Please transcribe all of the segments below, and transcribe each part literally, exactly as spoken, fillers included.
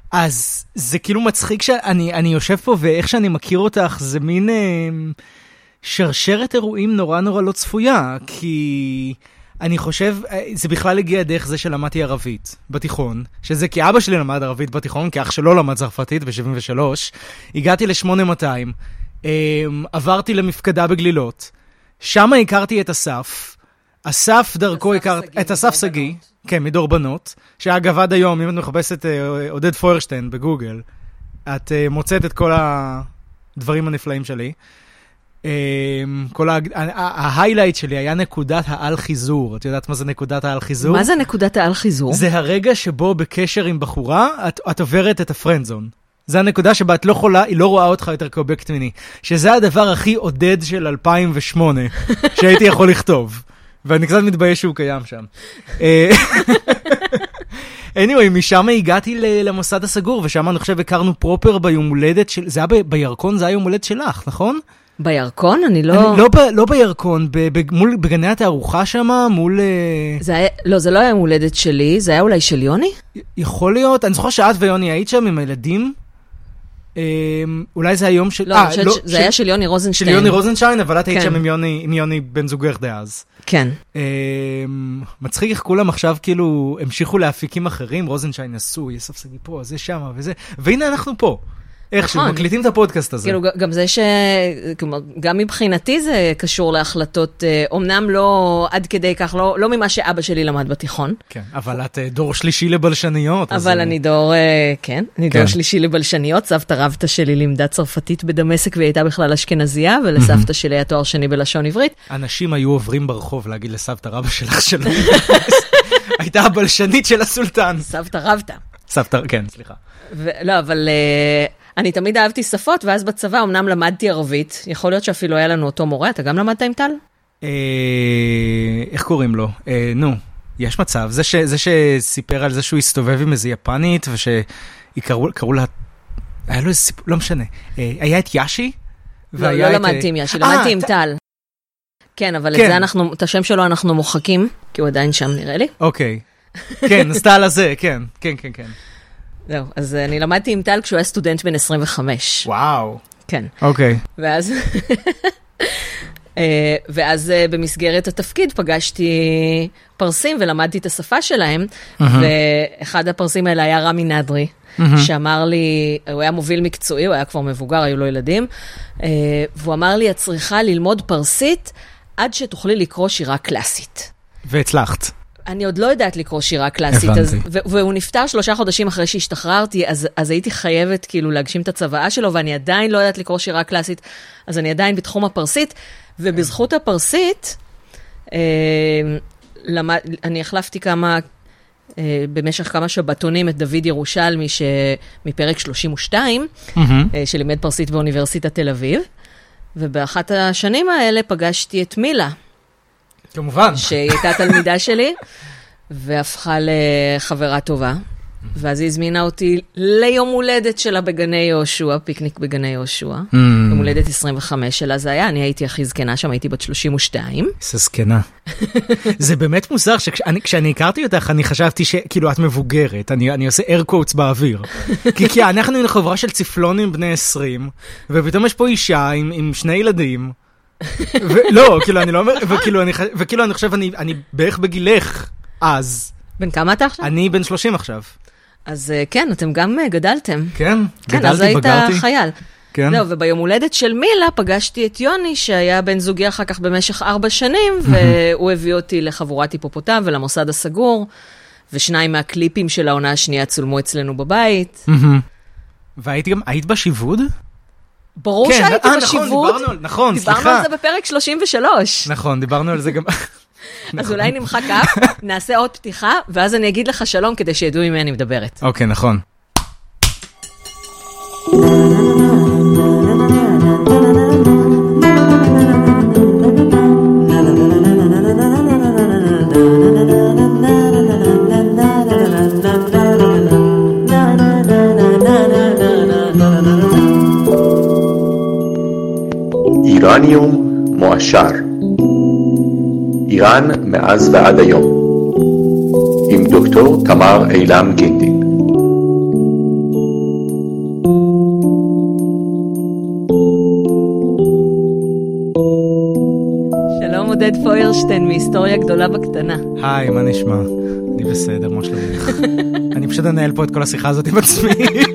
אז זה כאילו מצחיק שאני אני יושב פה, ואיך שאני מכיר אותך, זה מין אה, שרשרת אירועים נורא נורא לא צפויה, כי אני חושב, זה בכלל הגיע דרך זה שלמדתי ערבית בתיכון, שזה כי אבא שלי למד ערבית בתיכון, כי אח שלו למד צרפתית ב-שבעים ושלוש, הגעתי ל-שמונה מאתיים, אה, עברתי למפקדה בגלילות, שם הכרתי את אסף, אסף דרכו הכרת, את אסף סגי, כן, מדור בנות, שאגב עד היום, אם את מחפשת עודד פוירשטיין בגוגל, את מוצאת את כל הדברים הנפלאים שלי. כל ההיילייט שלי היה נקודת העל חיזור. את יודעת מה זה נקודת העל חיזור? מה זה נקודת העל חיזור? זה הרגע שבו בקשר עם בחורה, את, את עוברת את הפרנדזון. זה הנקודה שבה את לא יכולה, היא לא רואה אותך יותר כאובייקט מיני. שזה הדבר הכי עודד של אלפיים ושמונה, שהייתי יכול לכתוב. ואני קצת מתבייש שהוא קיים שם. anyway, משם הגעתי למוסד הסגור, ושם אני חושב הכרנו פרופר ביום הולדת של... זה היה בירקון, זה היה יום הולדת שלך, נכון? בירקון? אני לא... לא, לא בירקון, בגני התערוכה שם, מול... לא, זה לא היה יום הולדת שלי, זה היה אולי של יוני? יכול להיות, אני זוכר שאת ויוני היית שם עם הילדים, אולי זה היום של... לא, זה היה של יוני רוזנשטיין. של יוני רוזנשטיין, אבל את היית שם עם יוני בן זוגך דאז. כן. מצחיק איך כולם עכשיו כאילו המשיכו להפיקים אחרים, רוזנשטיין עשו, יסף סגי פה, זה שם וזה, והנה אנחנו פה. איך שמקליטים את הפודקאסט הזה. כאילו, גם זה ש... גם מבחינתי זה קשור להחלטות, אומנם לא עד כדי כך, לא, לא ממה שאבא שלי למד בתיכון. כן, אבל את דור שלישי לבלשניות. אבל אני דור, כן, אני דור שלישי לבלשניות. סבתא רבתא שלי לימדה צרפתית בדמשק, והיא הייתה בכלל אשכנזייה, ולסבתא שלי היה תואר שני בלשון עברית. אנשים היו עוברים ברחוב להגיד לסבתא רבא שלך שלום. הייתה הבלשנית של הסולטן. סבתא רבתא. סבתא, כן, סליחה. לא, אבל... אני תמיד אהבתי שפות, ואז בצבא אמנם למדתי ערבית. יכול להיות שאפילו היה לנו אותו מורה. אתה גם למדת עם טל? איך קוראים לו? נו, יש מצב. זה שסיפר על זה שהוא הסתובב עם איזה יפנית, ושקראו לה... היה לו איזה סיפור, לא משנה. היה את ישי? לא, לא למדתי עם ישי, למדתי עם טל. כן, אבל את השם שלו אנחנו מוחקים, כי הוא עדיין שם נראה לי. אוקיי. כן, אז טל הזה, כן, כן, כן, כן. זהו, אז אני למדתי עם טל כשהוא היה סטודנט בן עשרים וחמש. וואו. כן. אוקיי. ואז, ואז במסגרת התפקיד פגשתי פרסים ולמדתי את השפה שלהם, ואחד הפרסים האלה היה רמי נדרי, שאמר לי, הוא היה מוביל מקצועי, הוא היה כבר מבוגר, היו לו ילדים, והוא אמר לי, את צריכה ללמוד פרסית עד שתוכלי לקרוא שירה קלאסית. והצלחת. אני עוד לא יודעת לקרוא שירה קלאסית, אז, והוא נפטר שלושה חודשים אחרי שהשתחררתי, אז, אז הייתי חייבת כאילו להגשים את הצוואה שלו, ואני עדיין לא יודעת לקרוא שירה קלאסית, אז אני עדיין בתחום הפרסית, ובזכות הפרסית, אה, למד, אני החלפתי כמה, אה, במשך כמה שבתונים את דוד ירושלמי, מפרק שלושים ושתיים, mm-hmm. אה, שלימד פרסית באוניברסיטת תל אביב, ובאחת השנים האלה פגשתי את מילה, כמובן. שהיא הייתה תלמידה שלי, והפכה לחברה טובה. ואז היא הזמינה אותי ליום הולדת שלה בגני יהושע, פיקניק בגני יהושע. יום הולדת עשרים וחמש שלה זה היה, אני הייתי הכי זקנה שם, הייתי בת שלושים ושתיים. איזה זקנה. זה באמת מוזר, שכשאני הכרתי אותך, אני חשבתי שכאילו את מבוגרת, אני עושה air quotes באוויר. כי אנחנו עם חברה של צפלונים בני עשרים, ופתאום יש פה אישה עם שני ילדים, לא, כאילו אני לא אומר, וכאילו אני חושב, אני בערך בגילך אז. בן כמה אתה עכשיו? אני בן שלושים עכשיו. אז כן, אתם גם גדלתם. כן, גדלתי, בגרתי. כן, אז היית חייל. כן. לא, וביום הולדת של מילה פגשתי את יוני, שהיה בן זוגי אחר כך במשך ארבע שנים, והוא הביא אותי לחבורת היפופוטם ולמוסד הסגור, ושניים מהקליפים של העונה השנייה צולמו אצלנו בבית. והיית גם, היית בשיווד? ברור כן, שהייתי אה, בשיווד. נכון, דיברנו, נכון, דיברנו סליחה. על זה בפרק שלושים ושלוש. נכון, דיברנו על זה גם... אז אולי נמחק אף, נעשה עוד פתיחה, ואז אני אגיד לך שלום כדי שידעו עם מי אני מדברת. אוקיי, נכון. איראניום מועשר, איראן מאז ועד היום, עם דוקטור תמר אילם גינדין. עודד פוירשטיין מהיסטוריה גדולה בקטנה. היי, מה נשמע? אני בסדר, מה שלומך? אני פשוט אנהל פה את כל השיחה הזאת עם עצמי.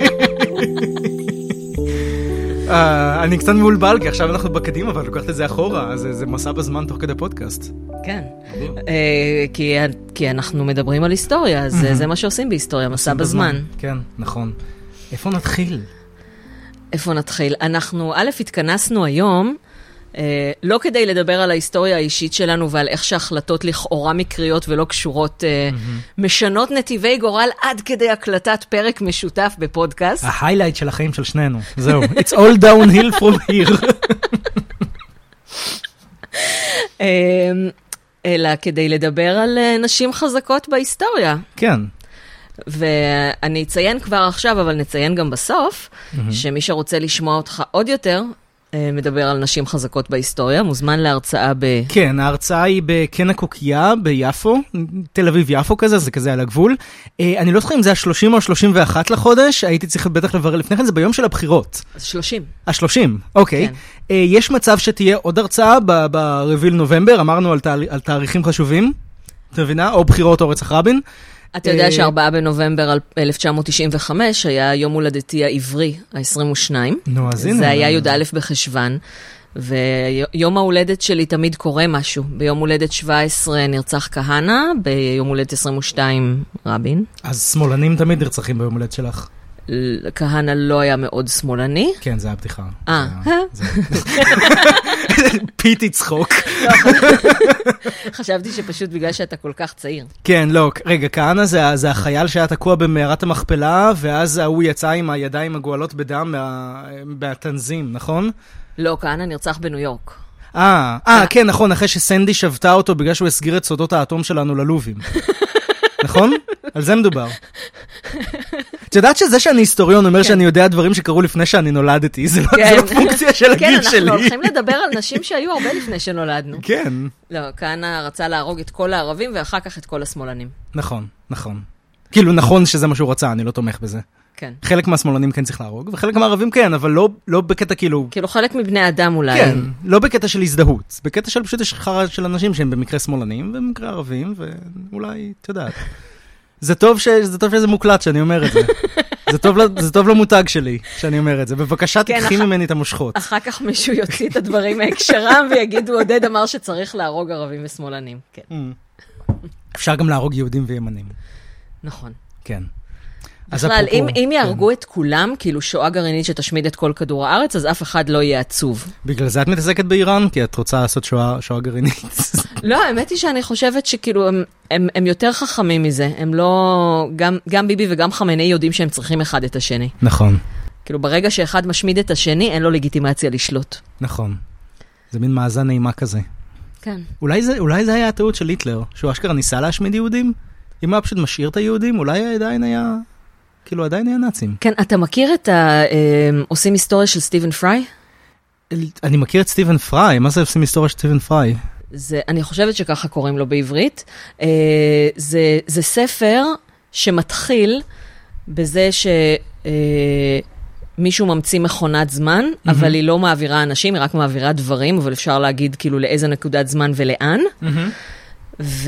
אני קצת מבולבל, כי עכשיו אנחנו בקדימה, אבל לוקחת את זה אחורה, זה מסע בזמן תוך כדי פודקאסט. כן, כי אנחנו מדברים על היסטוריה, אז זה מה שעושים בהיסטוריה, מסע בזמן. כן, נכון. איפה נתחיל? איפה נתחיל? אנחנו, א', התכנסנו היום, לא כדי לדבר על ההיסטוריה האישית שלנו ועל איך שהחלטות לכאורה מקריות ולא קשורות משנות נתיבי גורל עד כדי הקלטת פרק משותף בפודקאסט. ההיילייט של החיים של שנינו. זהו. It's all downhill from here. אלא כדי לדבר על נשים חזקות בהיסטוריה. כן. ואני אציין כבר עכשיו, אבל נציין גם בסוף, שמי שרוצה לשמוע אותך עוד יותר, מדבר על נשים חזקות בהיסטוריה, מוזמן להרצאה ב... כן, ההרצאה היא בקן הקוקייה ביפו, תל אביב יפו כזה, זה כזה על הגבול. אני לא זוכר אם זה ה-שלושים או ה-שלושים ואחת לחודש, הייתי צריך בטח לברר לפני כן, זה ביום של הבחירות. אז שלושים. ה-שלושים, אוקיי. כן. יש מצב שתהיה עוד הרצאה ברביעי לנובמבר, אמרנו על, תאר... על תאריכים חשובים, אתה מבינה? או בחירות או רצח רבין. אתה יודע שארבעה בנובמבר אלף תשע מאות תשעים וחמש היה יום הולדתי העברי, ה-עשרים ושניים. נו, אז הנה. זה היה י' א' בחשוון, ויום ההולדת שלי תמיד קורה משהו. ביום הולדת שבע עשרה נרצח כהנא, ביום הולדת עשרים ושתיים רבין. אז שמאלנים תמיד נרצחים ביום הולדת שלך. כהנא לא היה מאוד שמאלני. כן, זה היה בדיחה. אה. פיתי צחוק. חשבתי שפשוט בגלל שאתה כל כך צעיר. כן, לא, רגע, כהנא זה החייל שהיה תקוע במערת המכפלה, ואז הוא יצא עם הידיים הגואלות בדם מהתנזים, נכון? לא, כהנא נרצח בניו יורק. אה, אה, כן, נכון, אחרי שסנדי שבתה אותו בגלל שהוא הסגיר את סודות האטום שלנו ללובים. נכון? על זה מדובר. את יודעת שזה שאני היסטוריון אומר שאני יודע דברים שקרו לפני שאני נולדתי, זה לא פונקציה של הגיל שלי. כן, אנחנו הולכים לדבר על נשים שהיו הרבה לפני שנולדנו. כן. לא, כהנא רצה להרוג את כל הערבים ואחר כך את כל השמאלנים. נכון, נכון. כאילו נכון שזה מה שהוא רצה, אני לא תומך בזה. כן. חלק מהשמאלנים כן צריך להרוג, וחלק מהערבים כן, אבל לא, לא בקטע כאילו... כאילו חלק מבני אדם אולי. כן, לא בקטע של הזדהות. בקטע של פשוט יש חרא של אנשים שהם במקרה שמאלנים, ובמקרה ערבים, ואולי, אתה יודעת. זה טוב ש... זה טוב שזה מוקלט שאני אומר את זה. זה טוב, זה טוב למותג שלי שאני אומר את זה. בבקשה תקחי ממני את המושכות. אחר כך מישהו יוציא את הדברים מהקשרם ויגידו, עודד אמר שצריך להרוג ערבים ושמאלנים. כן. אפשר גם להרוג יהודים וימנים. נכון. כן. בכלל, אם, אם יהרגו את כולם, כאילו שואה גרעינית שתשמיד את כל כדור הארץ, אז אף אחד לא יהיה עצוב. בגלל זה את מתעסקת באיראן? כי את רוצה לעשות שואה, שואה גרעינית? לא, האמת היא שאני חושבת שכאילו הם, הם, הם יותר חכמים מזה. הם לא, גם, גם ביבי וגם חמני יודעים שהם צריכים אחד את השני. נכון. כאילו ברגע שאחד משמיד את השני, אין לו לגיטימציה לשלוט. נכון. זה מין מאזן נעימה כזה. כן. אולי זה, אולי זה היה הטעות של היטלר, שהוא אשכרה ניסה להשמיד יהודים? אם הוא פשוט משאיר את היהודים, אולי עדיין היה... כאילו עדיין היה נאצים. כן, אתה מכיר את העושים היסטוריה של סטיבן פריי? אני מכיר את סטיבן פריי, מה זה עושים היסטוריה של סטיבן פריי? זה, אני חושבת שככה קוראים לו בעברית. זה, זה ספר שמתחיל בזה שמישהו ממציא מכונת זמן, mm-hmm. אבל היא לא מעבירה אנשים, היא רק מעבירה דברים, אבל אפשר להגיד כאילו לאיזה נקודת זמן ולאן. Mm-hmm. ו...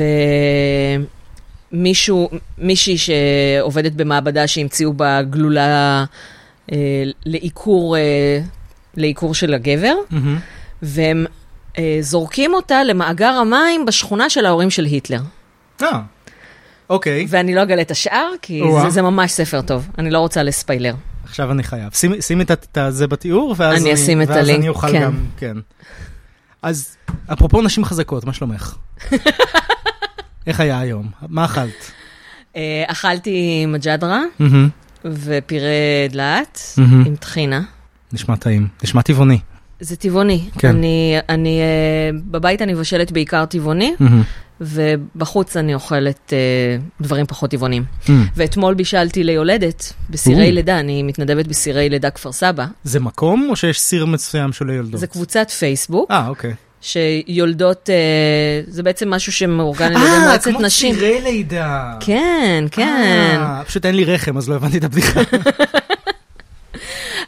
מישהו, מישהי שעובדת במעבדה שהמציאו בה גלולה אה, לעיקור, אה, לעיקור של הגבר, mm-hmm. והם אה, זורקים אותה למאגר המים בשכונה של ההורים של היטלר. אה, אוקיי. ואני לא אגלה את השאר, כי זה, זה ממש ספר טוב. אני לא רוצה לספיילר. עכשיו אני חייב. שימי, שימי את זה בתיאור, ואז אני, אשים את ואז הלינק, אני אוכל כן. גם, כן. אז, אפרופו נשים חזקות, מה שלומך? איך היה היום? מה אכלת? אכלתי מג'דרה ופירה דלעת עם טחינה. נשמע טעים, נשמע טבעוני. זה טבעוני. אני, בבית אני מבשלת בעיקר טבעוני, ובחוץ אני אוכלת דברים פחות טבעונים. ואתמול בישלתי ליולדת בסירי לידה, אני מתנדבת בסירי לידה כפר סבא. זה מקום או שיש סיר מסוים של היולדות? זה קבוצת פייסבוק. אה, אוקיי. שיולדות, זה בעצם משהו שמאורגן על ידי מועצת נשים. אה, כמו צירי לידה. כן, כן. פשוט אין לי רחם, אז לא הבנתי את הבדיחה.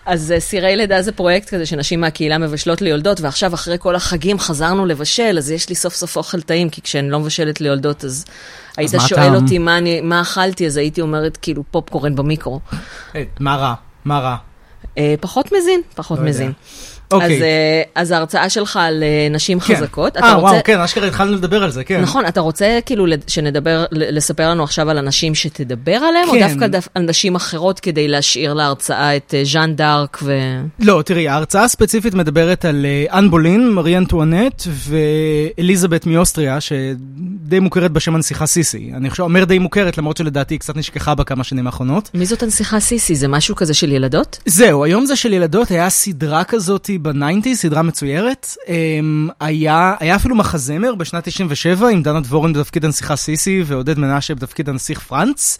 אז סירי לידה זה פרויקט כזה שנשים מהקהילה מבשלות ליולדות, ועכשיו אחרי כל החגים חזרנו לבשל, אז יש לי סוף סוף אוכל טעים, כי כשאני לא מבשלת ליולדות, אז היית שואל אותי מה, אני, מה אכלתי, אז הייתי אומרת כאילו פופקורן במיקרו. מה רע? מה רע? פחות מזין, פחות מזין. אוקיי. אז, אז ההרצאה שלך על נשים כן. חזקות. אה, וואו, רוצה... כן, אשכרה התחלנו לדבר על זה, כן. נכון, אתה רוצה כאילו שנדבר, לספר לנו עכשיו על אנשים שתדבר עליהם, כן. או דווקא דו, על נשים אחרות כדי להשאיר להרצאה את ז'אן דארק ו... לא, תראי, ההרצאה הספציפית מדברת על אן בולין, מרי אנטואנט ואליזבת מאוסטריה, שדי מוכרת בשם הנסיכה סיסי. אני חושב, אומר די מוכרת, למרות שלדעתי היא קצת נשכחה בה כמה שנים האחרונות. מי זאת הנסיכה סיסי? זה משהו כזה של ילדות? זהו, היום זה של ילדות, היה סדרה כזאת ב-תשעים, סדרה מצוירת. היה, היה אפילו מחזמר בשנת תשעים ושבע, עם דנה דבורן בתפקיד הנסיכה סיסי, ועודד מנשה בתפקיד הנסיך פרנץ.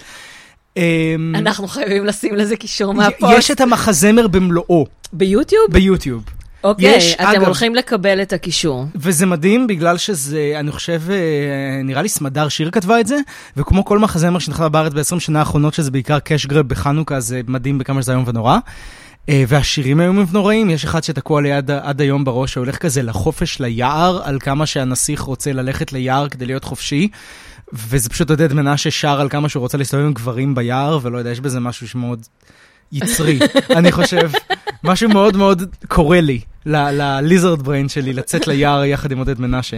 אנחנו חייבים לשים לזה קישור מהפוסט. יש את המחזמר במלואו. ביוטיוב? ביוטיוב. אוקיי, יש, אתם אגב, הולכים לקבל את הקישור. וזה מדהים בגלל שזה, אני חושב, נראה לי סמדר שיר כתבה את זה, וכמו כל מחזמר שנכתב בארץ ב-עשרים שנה האחרונות, שזה בעיקר קש גרב בחנוכה, זה מדהים בכמה שזה היום ונורא. והשירים היום נוראים, יש אחד שתקוע ליד עד היום בראש, שהולך כזה לחופש ליער, על כמה שהנסיך רוצה ללכת ליער כדי להיות חופשי, וזה פשוט עודד מנשה שר על כמה שהוא רוצה להסתובב עם גברים ביער, ולא יודע, יש בזה משהו שמאוד יצרי, אני חושב, משהו מאוד מאוד קורה לי, לליזרד בריין שלי, לצאת ליער יחד עם עודד מנשה.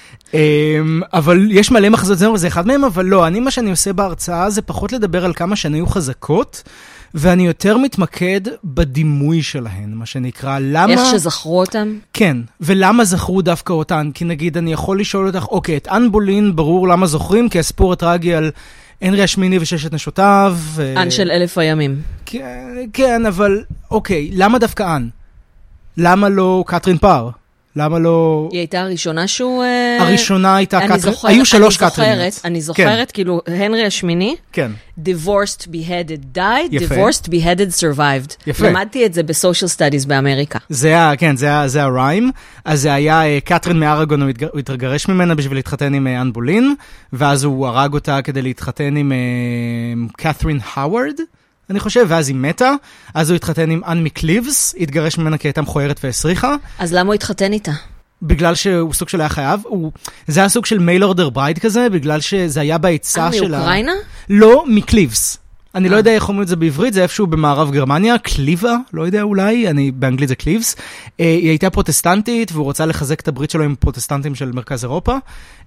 אבל יש מלא מחזות זמר, זה אחד מהם, אבל לא, אני מה שאני עושה בהרצאה זה פחות לדבר על כמה שהן היו חזקות, ואני יותר מתמקד בדימוי שלהן, מה שנקרא, למה... איך שזכרו אותן? כן, ולמה זכרו דווקא אותן? כי נגיד, אני יכול לשאול אותך, אוקיי, את אן בולין ברור למה זוכרים, כי הסיפור הטרגי על הנרי השמיני וששת נשותיו... אן של אלף הימים. כן, כן, אבל אוקיי, למה דווקא אן? למה לא קטרין פאר? למה לא... היא הייתה הראשונה שהוא... הראשונה הייתה קטרין... היו שלוש קטריניות. אני זוכרת, כאילו, הנרי השמיני, כן. divorced, beheaded, died, divorced, beheaded, survived. יפה. למדתי את זה בסושיאל סטאדיז באמריקה. זה היה, כן, זה הריים. אז זה היה קטרין מארגון, הוא התגרש ממנה בשביל להתחתן עם אן בולין, ואז הוא הרג אותה כדי להתחתן עם קת'רין האוורד. אני חושב, ואז היא מתה, אז הוא התחתן עם אן מקליבס, התגרש ממנה כי הייתה מכוערת והסריחה. אז למה הוא התחתן איתה? בגלל שהוא סוג של היה חייב, הוא, זה היה סוג של מייל אורדר ברייד כזה, בגלל שזה היה בהיצע של ה... מאוקראינה? לא, מקליבס. אני לא יודע איך אומרים את זה בעברית, זה איפשהו במערב גרמניה, קליבה, לא יודע אולי, אני, באנגלית זה קליבס. היא הייתה פרוטסטנטית, והוא רוצה לחזק את הברית שלו עם פרוטסטנטים של מרכז אירופה,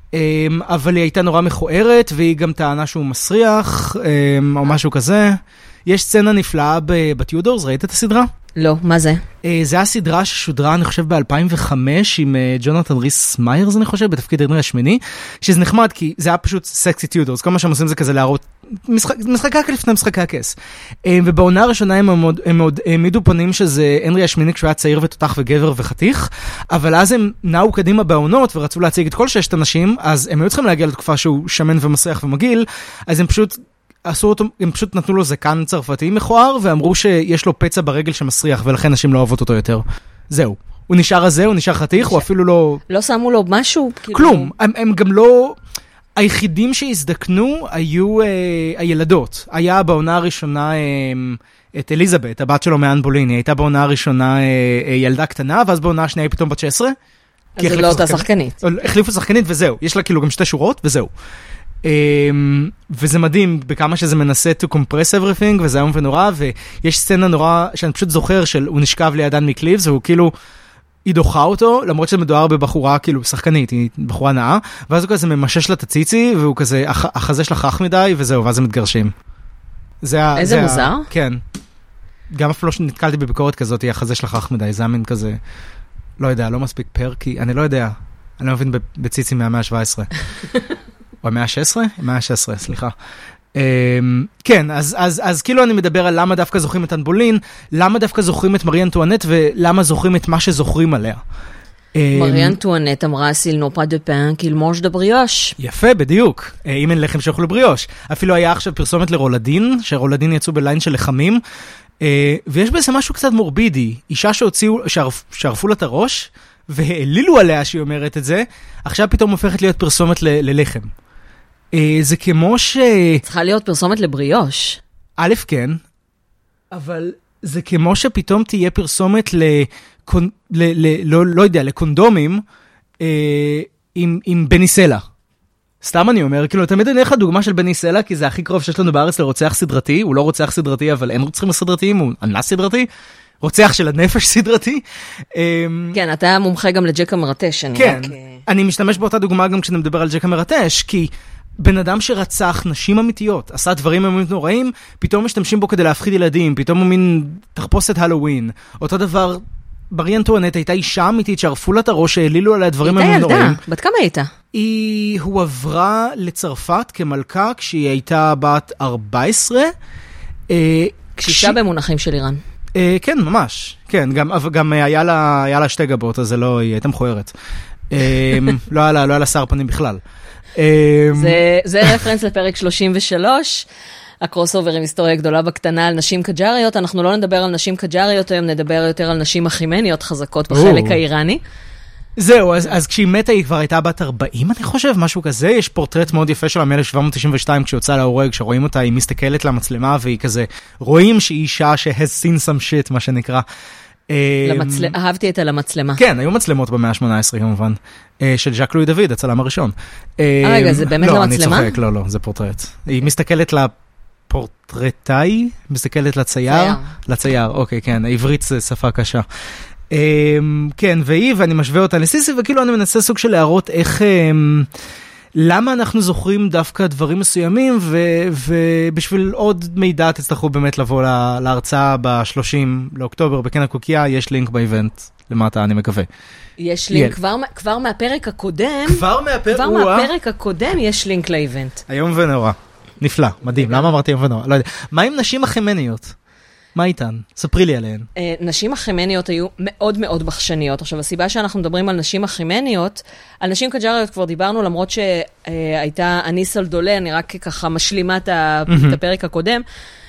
אבל היא הייתה נורא מכוערת, והיא גם טענה שהוא מסריח, או משהו כזה. יש סצנה נפלאה בטיודורס, ראית את הסדרה? לא, מה זה? זה היה סדרה ששודרה, אני חושב, ב-אלפיים וחמש עם ג'ונתן ריס מיירס, אני חושב, בתפקיד הנרי השמיני, שזה נחמד, כי זה היה פשוט סקסי טיודורס, כל מה שהם עושים זה כזה להראות, משחקי הכס לפני משחקי הכס. ובעונה הראשונה הם עוד העמידו פנים שזה הנרי השמיני כשהוא היה צעיר ותותח וגבר וחתיך, אבל אז הם נעו קדימה בעונות ורצו להציג את כל ששת אנשים, אז הם היו צריכים להגיע לתקופה שהוא שמן ומסריח ומגיל, אז הם פשוט... עשו אותו, הם פשוט נתנו לו זקן צרפתי מכוער, ואמרו שיש לו פצע ברגל שמסריח, ולכן נשים לא אוהבות אותו יותר. זהו. הוא נשאר הזה, הוא נשאר חתיך, הוא אפילו לא... לא שמו לו משהו? כלום. הם, הם גם לא... היחידים שהזדקנו היו אה, הילדות. היה בעונה הראשונה אה, את אליזבת, הבת שלו מאן בולין. היא הייתה בעונה הראשונה אה, אה, ילדה קטנה, ואז בעונה השנייה היא פתאום בת שש עשרה. אז היא לא אותה שחקנית. החליפו שחקנית וזהו. יש לה כאילו גם שתי שורות וזהו. וזה מדהים בכמה שזה מנסה to compress everything, וזה היום ונורא, ויש סצנה נורא שאני פשוט זוכר שהוא נשכב ליד אן מקליבס, והוא כאילו, היא דוחה אותו, למרות שזה מדובר בבחורה כאילו שחקנית, היא בחורה נאה, ואז הוא כזה ממשש לה את הציצי, והוא כזה, החזה שלה חך מדי, וזהו, ואז הם מתגרשים. איזה מוזר? כן. גם אפילו שנתקלתי בביקורת כזאת, היא החזה שלה חך מדי, זה המין כזה, לא יודע, לא מספיק פרקי, אני לא יודע, אני לא מבין בציצי מהמאה ה-שבע עשרה. או המאה ה-שש עשרה? המאה ה-שש עשרה, סליחה. כן, אז, אז, אז כאילו אני מדבר על למה דווקא זוכרים את אן בולין, למה דווקא זוכרים את מרי אנטואנט, ולמה זוכרים את מה שזוכרים עליה. מרי אנטואנט אמרה, סיל נו pas de pain, qu'il mange de brioche. יפה, בדיוק. אם אין לחם שאוכלו בריאוש. אפילו היה עכשיו פרסומת לרולדין, שרולדין יצאו בליין של לחמים, ויש בזה משהו קצת מורבידי. אישה שהוציאו, שערפו לה את הראש, והעלילו עליה שהיא אומרת את זה, עכשיו פתאום הופכת להיות פרסומת ל- ללחם. זה כמו ש... צריכה להיות פרסומת לבריאוש. א', כן, אבל זה כמו שפתאום תהיה פרסומת לקונ... ל... ל... לא, לא יודע, לקונדומים אה, עם, עם בניסלה. סתם אני אומר, כאילו, תמיד אני לך דוגמה של בניסלה, כי זה הכי קרוב שיש לנו בארץ לרוצח סדרתי, הוא לא רוצח סדרתי, אבל אין רוצחים סדרתיים, הוא אנס סדרתי, רוצח של הנפש סדרתי. כן, אתה מומחה גם לג'ק המרטש. כן, אני משתמש באותה דוגמה גם כשאני מדבר על ג'ק המרטש, כי בן אדם שרצח נשים אמיתיות, עשה דברים אמיתיים נוראים, פתאום משתמשים בו כדי להפחיד ילדים, פתאום הוא מין תחפושת הלווין. אותו דבר, ברי אנטואנט הייתה אישה אמיתית שערפו לה את הראש, שהעלילו עליה דברים אמיתיים נוראים. הייתה ילדה, בת כמה הייתה? היא הועברה לצרפת כמלכה כשהיא הייתה בת ארבע עשרה. קשישה במונחים של איראן. כן, ממש. כן, גם היה לה שתי גבות, אז זה לא, היא הייתה מכוערת. לא היה לה שר פנים בכלל. זה רפרנס לפרק שלושים ושלוש, הקרוס אובר עם היסטוריה גדולה בקטנה על נשים קג'ריות. אנחנו לא נדבר על נשים קג'ריות, היום נדבר יותר על נשים אחימניות חזקות בחלק האיראני. זהו, אז, אז כשהיא מתה היא כבר הייתה בת ארבעים, אני חושב, משהו כזה. יש פורטרט מאוד יפה שלה מ-אלף שבע מאות תשעים ושתיים כשיוצא להורג, כשרואים אותה, היא מסתכלת למצלמה והיא כזה, רואים שהיא אישה ש-has seen some shit, מה שנקרא. למצל... אהבתי את על המצלמה. כן, היו מצלמות במאה ה-שמונה עשרה כמובן, של ז'אק לואי דוד, הצלם הראשון. רגע, זה באמת לא, למצלמה? אני צוחק, לא, לא, זה פורטרט. היא מסתכלת לפורטרטאי, מסתכלת לצייר, לצייר, אוקיי, כן, העברית זה שפה קשה. כן, והיא, ואני משווה אותה לסיסי, וכאילו אני מנסה סוג של להראות איך, למה אנחנו זוכרים דווקא דברים מסוימים, ובשביל עוד מידע תצטרכו באמת לבוא להרצאה ב-שלושים לאוקטובר, בכן הקוקייה, יש לינק באיבנט, למטה, אני מקווה. יש לינק, כבר מהפרק הקודם, כבר מהפרק הקודם יש לינק לאיבנט. היום ונורא, נפלא, מדהים, למה אמרתי היום ונורא? לא יודע, מה עם נשים אחימניות? מה איתן? ספרי לי עליהן. נשים אחימניות היו מאוד מאוד בחשניות. עכשיו, הסיבה שאנחנו מדברים על נשים אחימניות, על נשים קג'ריות כבר דיברנו, למרות שהייתה אניס אלדולה, אני רק ככה משלימה את הפרק הקודם,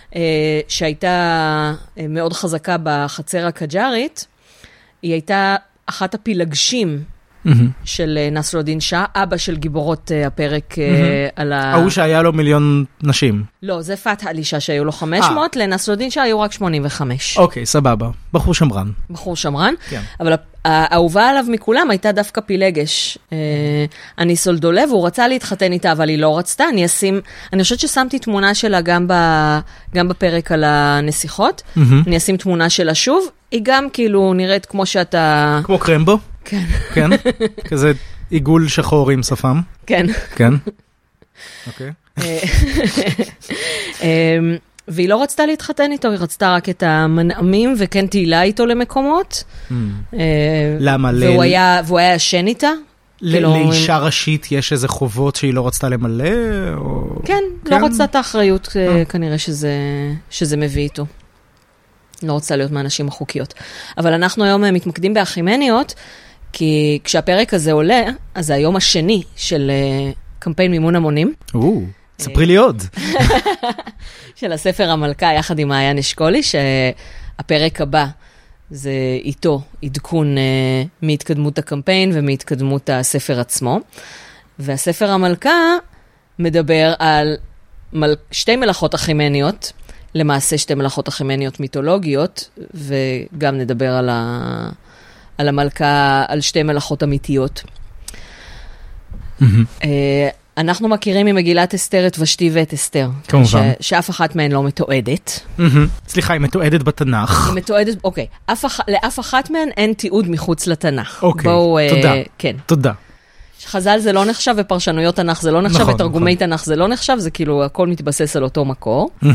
שהייתה מאוד חזקה בחצר הקג'רית, היא הייתה אחת הפילגשים של נסרודין שאה, אבא של גיבורות הפרק על ה... ההוא שהיה לו מיליון נשים. לא, זה פת האלישה שהיו לו חמש מאות, לנסרודין שאה היו רק שמונים וחמש. אוקיי, סבבה. בחור שמרן. בחור שמרן, אבל האהובה עליו מכולם הייתה דווקא פילגש. אני סולדולה, והוא רצה להתחתן איתה, אבל היא לא רצתה. אני אשים, אני חושבת ששמתי תמונה שלה גם בפרק על הנסיכות. אני אשים תמונה שלה שוב. היא גם כאילו נראית כמו שאתה... כמו קרמבו? כן. כן? כזה עיגול שחור עם שפם? כן. כן? אוקיי. והיא לא רצתה להתחתן איתו, היא רצתה רק את המנעמים, וכן תהילה איתו למקומות. למה? והוא היה ישן איתה. לאישה ראשית יש איזה חובות שהיא לא רצתה למלא? כן, לא רצתה את האחריות, כנראה שזה מביא איתו. לא רוצה להיות מהאנשים החוקיות. אבל אנחנו היום מתמקדים באחימניות, כי כשהפרק הזה עולה, אז זה היום השני של קמפיין מימון המונים. או, ספרי לי עוד. של הספר המלכה, יחד עם מעיין אשכולי, שהפרק הבא זה איתו עדכון מהתקדמות הקמפיין ומהתקדמות הספר עצמו. והספר המלכה מדבר על שתי מלאכות אחימניות, למעשה שתי מלאכות אחימניות מיתולוגיות, וגם נדבר על, ה... על המלכה, על שתי מלאכות אמיתיות. Mm-hmm. אנחנו מכירים ממגילת אסתר את ושתי ואת אסתר. כמובן. ש... שאף אחת מהן לא מתועדת. Mm-hmm. סליחה, היא מתועדת בתנ"ך. היא מתועדת, אוקיי. אף אח... לאף אחת מהן אין תיעוד מחוץ לתנ"ך. אוקיי, בואו, תודה. Uh, כן. תודה. חז"ל זה לא נחשב, ופרשנויות תנ"ך זה לא נחשב, נכון, ותרגומי נכון. תנ"ך זה לא נחשב, זה כאילו הכל מתבסס על אותו מקור. Mm-hmm.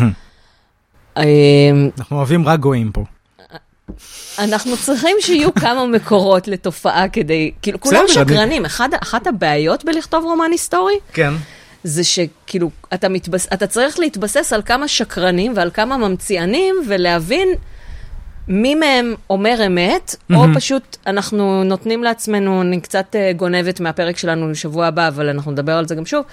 אנחנו אוהבים רק גויים פה. אנחנו צריכים שיהיו כמה מקורות לתופעה כדי, כאילו, כולם שקרנים. אחת הבעיות בלכתוב רומן היסטורי, כן. זה שכאילו, אתה, מתבס, אתה צריך להתבסס על כמה שקרנים ועל כמה ממציאנים, ולהבין מי מהם אומר אמת, mm-hmm. או פשוט אנחנו נותנים לעצמנו, אני קצת גונבת מהפרק שלנו לשבוע הבא, אבל אנחנו נדבר על זה גם שוב,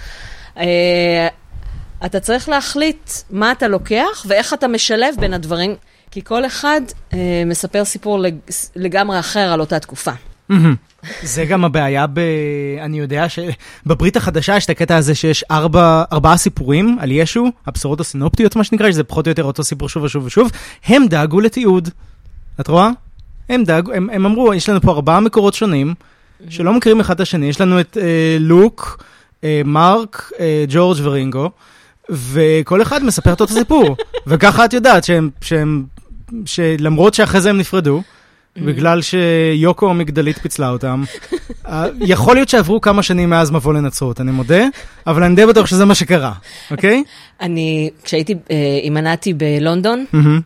אתה צריך להחליט מה אתה לוקח, ואיך אתה משלב בין הדברים, כי כל אחד מספר סיפור לגמרי אחר על אותה תקופה. זה גם הבעיה ב... אני יודע שבברית החדשה יש את הקטע הזה שיש ארבע, ארבעה סיפורים על ישו, הבשורות הסינופטיות מה שנקרא, שזה פחות או יותר אותו סיפור שוב ושוב ושוב, הם דאגו לתיעוד. את רואה? הם דאגו, הם, הם אמרו, יש לנו פה ארבעה מקורות שונים, שלא מכירים אחד את השני, יש לנו את אה, לוק, אה, מרק, אה, ג'ורג' ורינגו, וכל אחד מספר אותו את הסיפור. וככה את יודעת שהם, שהם, שלמרות שאחרי זה הם נפרדו, בגלל שיוקו המגדלית פיצלה אותם. יכול להיות שעברו כמה שנים מאז מבוא לנצרות, אני מודה, אבל אני די בטוח שזה מה שקרה, אוקיי? אני, כשהייתי, אימנעתי בלונדון,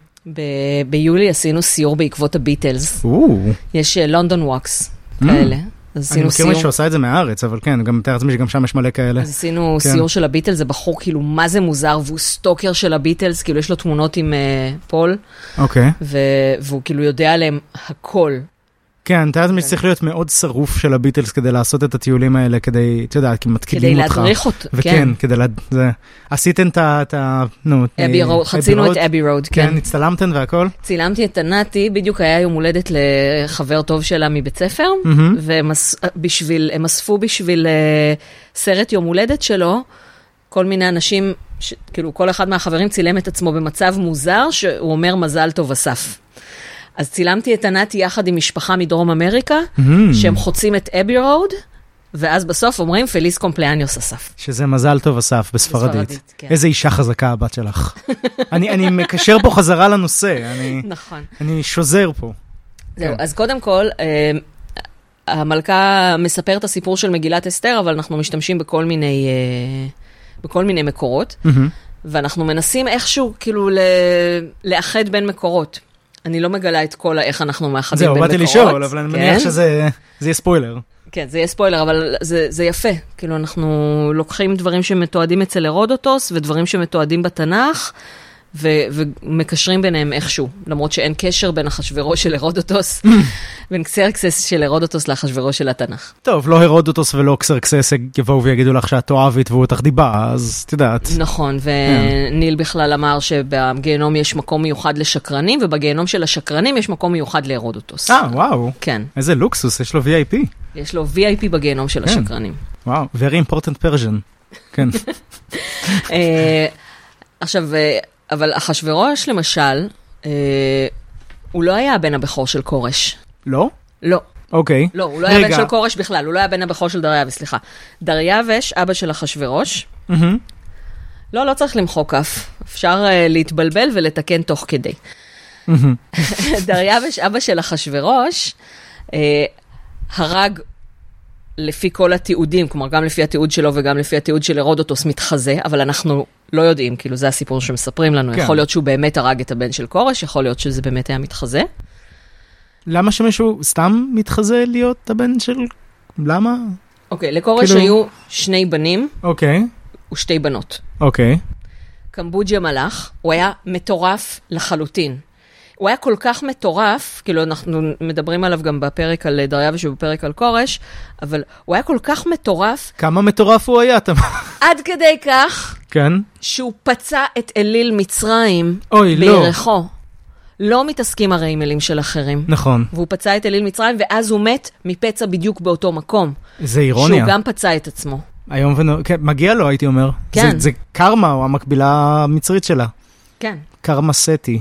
ביולי עשינו סיור בעקבות הביטלס. יש לונדון ווקס כאלה. אני מכיר מישהו שעושה את זה מהארץ, אבל כן, גם מתאר עצמי שגם שם יש מלא כאלה. אז עשינו סיור של הביטלס, זה בחור כאילו מה זה מוזר, והוא סטוקר של הביטלס, כאילו יש לו תמונות עם פול, והוא כאילו יודע עליהם הכל. כן, מתאר עצמי שצריך להיות מאוד שרוף של הביטלס כדי לעשות את הטיולים האלה, כדי, אתה יודע, כי מתקידים אותך. כדי להדריך אותך, כן. וכן, כדי, זה, עשיתם את ה, נו, אבי רוד, חצינו את אבי רוד, כן. כן, הצטלמתם והכל? צילמתי את ענתי, בדיוק היה יום הולדת לחבר טוב שלה מבית ספר, והם אספו בשביל סרט יום הולדת שלו, כל מיני אנשים, כאילו כל אחד מהחברים צילם את עצמו במצב מוזר, שהוא אומר מזל טוב אסף. אז צילמתי את ענתי יחד עם משפחה מדרום אמריקה, mm-hmm. שהם חוצים את אבי רוד, ואז בסוף אומרים פליס קומפליאניוס אסף. שזה מזל טוב אסף בספרדית. בספרדית כן. איזה אישה חזקה הבת שלך. אני, אני מקשר פה חזרה לנושא. אני, נכון. אני שוזר פה. זהו, כן. אז קודם כל, אה, המלכה מספר את הסיפור של מגילת אסתר, אבל אנחנו משתמשים בכל מיני, אה, בכל מיני מקורות, mm-hmm. ואנחנו מנסים איכשהו כאילו ל- לאחד בין מקורות. אני לא מגלה את כל איך אנחנו מאחדים בין מקורות. זהו, באתי לשאול, אבל אני מניח שזה יהיה ספוילר. כן, זה יהיה ספוילר, אבל זה, זה יפה. כאילו, אנחנו לוקחים דברים שמתועדים אצל הרודוטוס, ודברים שמתועדים בתנ"ך, ו- ומקשרים ביניהם איכשהו. למרות שאין קשר בין אחשוורוש של הרודוטוס, בין קסרקסס של הרודוטוס לאחשוורוש של התנ"ך. טוב, לא הרודוטוס ולא קסרקסס יבואו ויגידו לך שאת אוהב יתבעו אותך דיבה, אז תדעת. נכון, וניל בכלל אמר שבגיהנום יש מקום מיוחד לשקרנים, ובגיהנום של השקרנים יש מקום מיוחד להרודוטוס. אה, וואו. כן. איזה לוקסוס, יש לו וי איי פי. יש לו וי איי פי בגיהנום של השקרנים. וואו, very important Persian. כן. עכשיו, אבל אחשוורוש למשל, הוא לא היה הבן הבכור של קורש. לא? לא. אוקיי. לא, הוא לא היה בן של קורש בכלל, הוא לא היה בן הבכור של דריווש, סליחה. דריווש, אבא של אחשוורוש, לא, לא צריך למחוק אף. אפשר להתבלבל ולתקן תוך כדי. דריווש, אבא של אחשוורוש, הרג לפי כל התיעודים, כלומר גם לפי התיעוד שלו וגם לפי התיעוד של הרודוטוס מתחזה, אבל אנחנו לא יודעים, כאילו זה הסיפור שמספרים לנו. כן. יכול להיות שהוא באמת הרג את הבן של קורש, יכול להיות שזה באמת היה מתחזה. למה שמישהו סתם מתחזה להיות הבן של... למה? אוקיי, לקורש כאילו... היו שני בנים. אוקיי. ושתי בנות. אוקיי. קמבוג'ה מלאך, הוא היה מטורף לחלוטין. הוא היה כל כך מטורף, כאילו אנחנו מדברים עליו גם בפרק על דריווש ובפרק על קורש, אבל הוא היה כל כך מטורף. כמה מטורף הוא היה? עד כדי כך, כן. שהוא פצע את אליל מצרים אוי, בירחו. לא. לא מתעסקים הרי עם אלים של אחרים. נכון. והוא פצע את אליל מצרים, ואז הוא מת מפצע בדיוק באותו מקום. זה אירוניה. שהוא גם פצע את עצמו. היום ונור... כן, מגיע לו, הייתי אומר. כן. זה, זה קרמה, או המקבילה המצרית שלה. כן. קרמה סטי.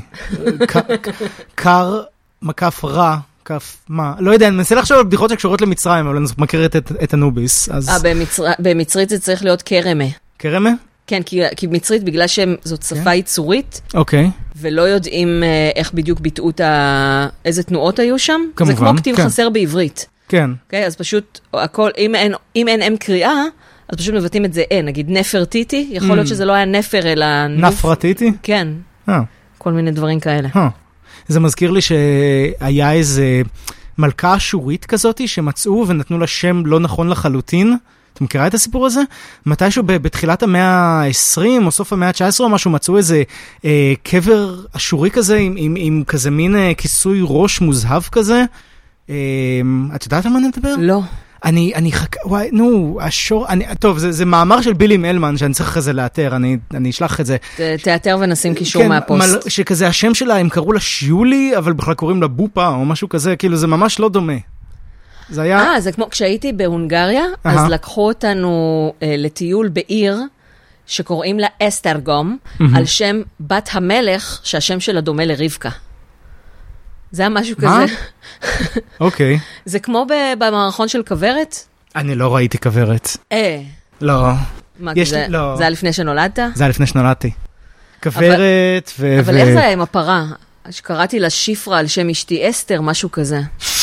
קר, מקף רע, כף מה. לא יודע, אני מנסה לחשוב על בדיחות שקשורות למצרים, אבל אני מכירת את, את הנוביס. אז... אה, במצר... במצרית זה צריך להיות קרמה. קרמה? כן, כי, כי מצרית, בגלל שזאת שפה כן. ייצורית, אוקיי. ולא יודעים איך בדיוק ביטאו את ה... איזה תנועות היו שם. כמובן, זה כמו כתיב כן. חסר בעברית. כן. אוקיי, אז פשוט, הכל, אם אין, אם אין אם קריאה, אז פשוט מבטאים את זה אין. נגיד נפרטיטי, יכול להיות שזה לא היה נפר, אלא... נפרטיטי? כן. אה. כל מיני דברים כאלה. אה. זה מזכיר לי שהיה איזה מלכה אשורית כזאת, שמצאו ונתנו לה שם לא נכון לחלוטין. אתה מכירה את הסיפור הזה? מתישהו בתחילת המאה ה-עשרים או סוף המאה ה-תשע עשרה או משהו, מצאו איזה אה, קבר אשורי כזה, עם, עם, עם כזה מין אה, כיסוי ראש מוזהב כזה. אה, את יודעת על מה אני מדבר? לא. אני, אני חכה, וואי, נו, השור, אני, טוב, זה, זה מאמר של בילי מלמן, שאני צריך אחרי זה לאתר, אני, אני אשלח את זה. ת, תאתר ונשים קישור כן, מהפוסט. מל, שכזה השם שלה, הם קראו לה שיולי, אבל בכלל קוראים לה בופה, או משהו כזה, כאילו זה ממש לא דומה. זה היה... אה, זה כמו כשהייתי בהונגריה, אז לקחו אותנו לטיול בעיר, שקוראים לה אסטרגום, על שם בת המלך, שהשם שלה דומה לרבקה. זה היה משהו כזה. אוקיי. זה כמו במערכון של כברת? אני לא ראיתי כברת. אה. לא. מה, זה היה לפני שנולדת? זה היה לפני שנולדתי. כברת ו... אבל איך זה היה עם הפרה? שקראתי לה שיפרה על שם אשתי אסתר, משהו כזה.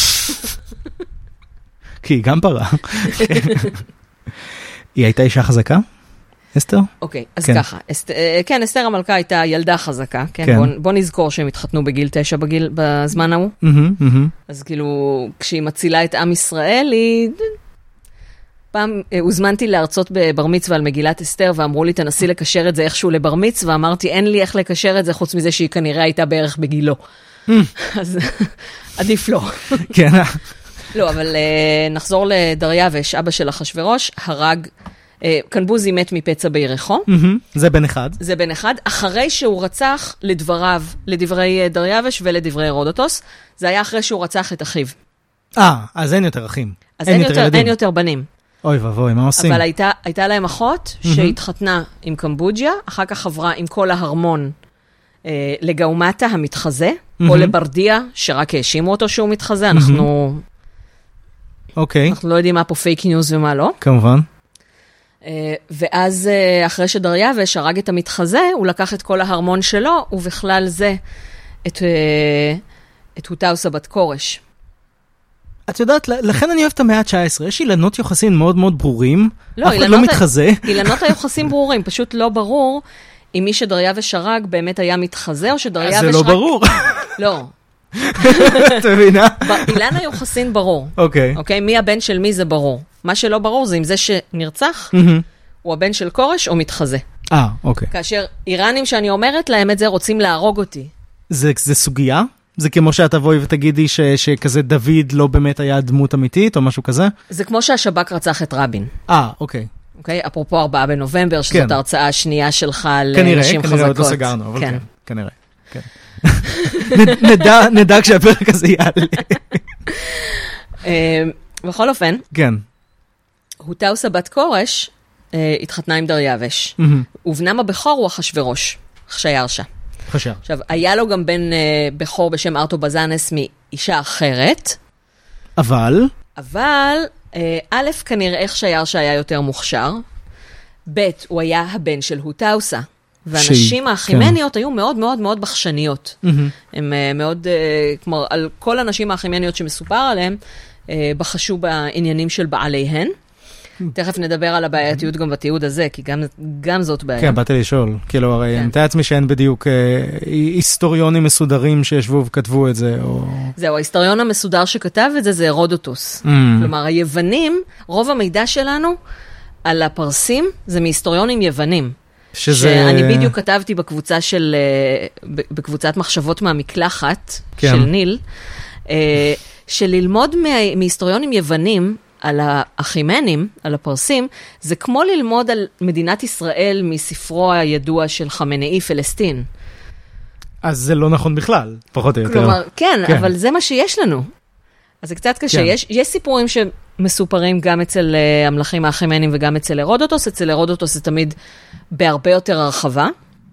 כי היא גם פרה. היא הייתה אישה חזקה? אסתר? אוקיי, אז ככה. כן, אסתר המלכה הייתה ילדה חזקה. בוא נזכור שהם התחתנו בגיל תשע בזמן ההוא. אז כאילו, כשהיא מצילה את עם ישראל, היא... פעם הוזמנתי להרצות בבר מצווה על מגילת אסתר, ואמרו לי, תנסי לקשר את זה איכשהו לבר מצווה, ואמרתי, אין לי איך לקשר את זה, חוץ מזה שהיא כנראה הייתה בערך בגילו. אז עדיף לא. כן. לא, אבל נחזור לדריווש, אבא של אחשוורוש, הרג, קנבוזי מת מפצע בירכו. זה בן אחד. זה בן אחד, אחרי שהוא רצח לדבריו, לדברי דריווש ולדברי הרודוטוס, זה היה אחרי שהוא רצח את אחיו. אה, אז אין יותר אחים. אז אין יותר, אין יותר בנים. אוי ובוי, מה עושים? אבל הייתה, הייתה להם אחות שהתחתנה עם קמבוג'יה, אחר כך חברה עם כל ההרמון אה, לגאומטה המתחזה, או לברדיה, שרק האשימו אותו שהוא מתחזה, אנחנו... אוקיי. אנחנו לא יודעים מה פה פייק ניוז ומה לא. כמובן. אה, ואז אה, אחרי שדריווש הרג את המתחזה, הוא לקח את כל ההרמון שלו, ובכלל זה את, אה, את הוטאוסה בת קורש. את יודעת, לכן אני אוהב את המאה ה-תשע עשרה, יש אילנות יוחסין מאוד מאוד ברורים, לא, אף אחד לא מתחזה. אילנות היוחסים ברורים, פשוט לא ברור אם מי שדריווש הרג באמת היה מתחזה, או שדריווש רק... זה לא ברור. לא. את מבינה? אילן היוחסין ברור. אוקיי. אוקיי, מי הבן של מי זה ברור. מה שלא ברור זה אם זה שנרצח, הוא הבן של קורש או מתחזה. אה, אוקיי. כאשר איראנים שאני אומרת להם את זה רוצים להרוג אותי. זה סוגיה? זה כמו שאת תבואי ותגידי ש, שכזה דוד לא באמת היה דמות אמיתית, או משהו כזה? זה כמו שהשב"כ רצח את רבין. אה, אוקיי. אוקיי? אפרופו ארבעה בנובמבר, שזאת כן. ההרצאה השנייה שלך לנשים חזקות. כנראה, כנראה עוד לא סגרנו, אבל כן, כן כנראה. כן. נדע, נדע כשהפרק הזה יעלה. בכל אופן, כן. הוטאוסה בת קורש התחתנה עם דריווש. ובנם הבכור הוא אחשוורוש, חשיירשה. חשר. עכשיו, היה לו גם בן uh, בכור בשם ארטובזנס מאישה אחרת. אבל? אבל, uh, א', כנראה חשיירשה היה יותר מוכשר. ב', הוא היה הבן של הוטאוסה. והנשים האחימניות כן. היו מאוד מאוד מאוד בחשניות. Mm-hmm. הם uh, מאוד, uh, כלומר, על כל הנשים האחימניות שמסופר עליהן, uh, בחשו בעניינים של בעליהן. תכף נדבר על הבעייתיות גם בתיעוד הזה, כי גם, גם זאת בעיה. כן, באתי לשאול. כאילו, הרי אני מתאר לעצמי שאין בדיוק היסטוריונים מסודרים שישבו וכתבו את זה, או... זהו, ההיסטוריון המסודר שכתב את זה, זה הרודוטוס. כלומר, היוונים, רוב המידע שלנו על הפרסים, זה מהיסטוריונים יוונים. שזה... שאני בדיוק כתבתי בקבוצה של, בקבוצת מחשבות מהמקלחת, של ניל, שללמוד מהיסטוריונים יוונים, על האחימנים, על הפרסים, זה כמו ללמוד על מדינת ישראל מספרו הידוע של חמנאי פלסטין. אז זה לא נכון בכלל, פחות או יותר. כלומר, כן, כן. אבל זה מה שיש לנו. אז זה קצת קשה. כן. יש, יש סיפורים שמסופרים גם אצל uh, המלכים האחימנים וגם אצל הרודוטוס. אצל הרודוטוס זה תמיד בהרבה יותר הרחבה.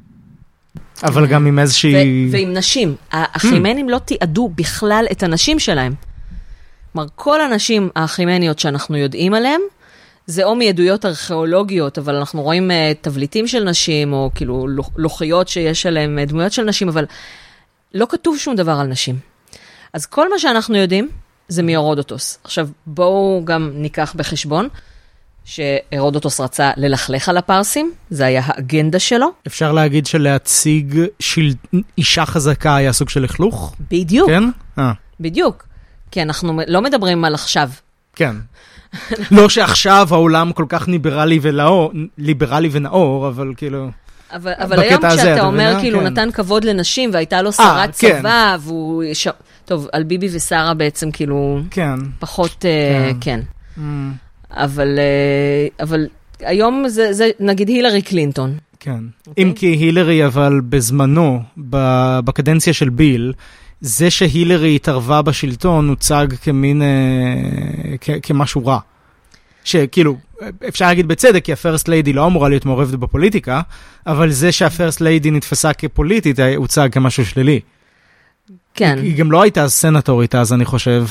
אבל גם עם איזושהי... ו- ועם נשים. האחימנים לא תיעדו בכלל את הנשים שלהם. כלומר, כל הנשים האחימניות שאנחנו יודעים עליהן, זה או מעדויות ארכיאולוגיות, אבל אנחנו רואים uh, תבליטים של נשים, או כאילו לוחיות שיש עליהן דמויות של נשים, אבל לא כתוב שום דבר על נשים. אז כל מה שאנחנו יודעים, זה מהרודוטוס. עכשיו, בואו גם ניקח בחשבון, שהרודוטוס רצה ללכלך על הפרסים, זה היה האגנדה שלו. אפשר להגיד שלהציג של... אישה חזקה היה סוג של לכלוך? בדיוק. כן? אה. בדיוק. כי אנחנו לא מדברים על עכשיו. כן. לא שעכשיו העולם כל כך ליברלי ולאור, ליברלי ונאור, אבל כאילו... אבל, אבל היום כשאתה אומר, כאילו, נתן כבוד לנשים, והייתה לו שרת צבא, והוא... טוב, על ביבי ושרה בעצם, כאילו... כן. פחות... כן. אבל... אבל היום זה, זה, נגיד, הילרי קלינטון. כן. אם כי הילרי, אבל בזמנו, בקדנציה של ביל, זה שהילרי התערבה בשלטון הוצג כמין, כמשהו רע. שכאילו, אפשר להגיד בצדק, כי הפרסט ליידי לא אמורה להיות מעורבת בפוליטיקה, אבל זה שהפרסט ליידי נתפסה כפוליטית, הוצג כמשהו שלילי. כן. היא גם לא הייתה סנטורית אז, אני חושב.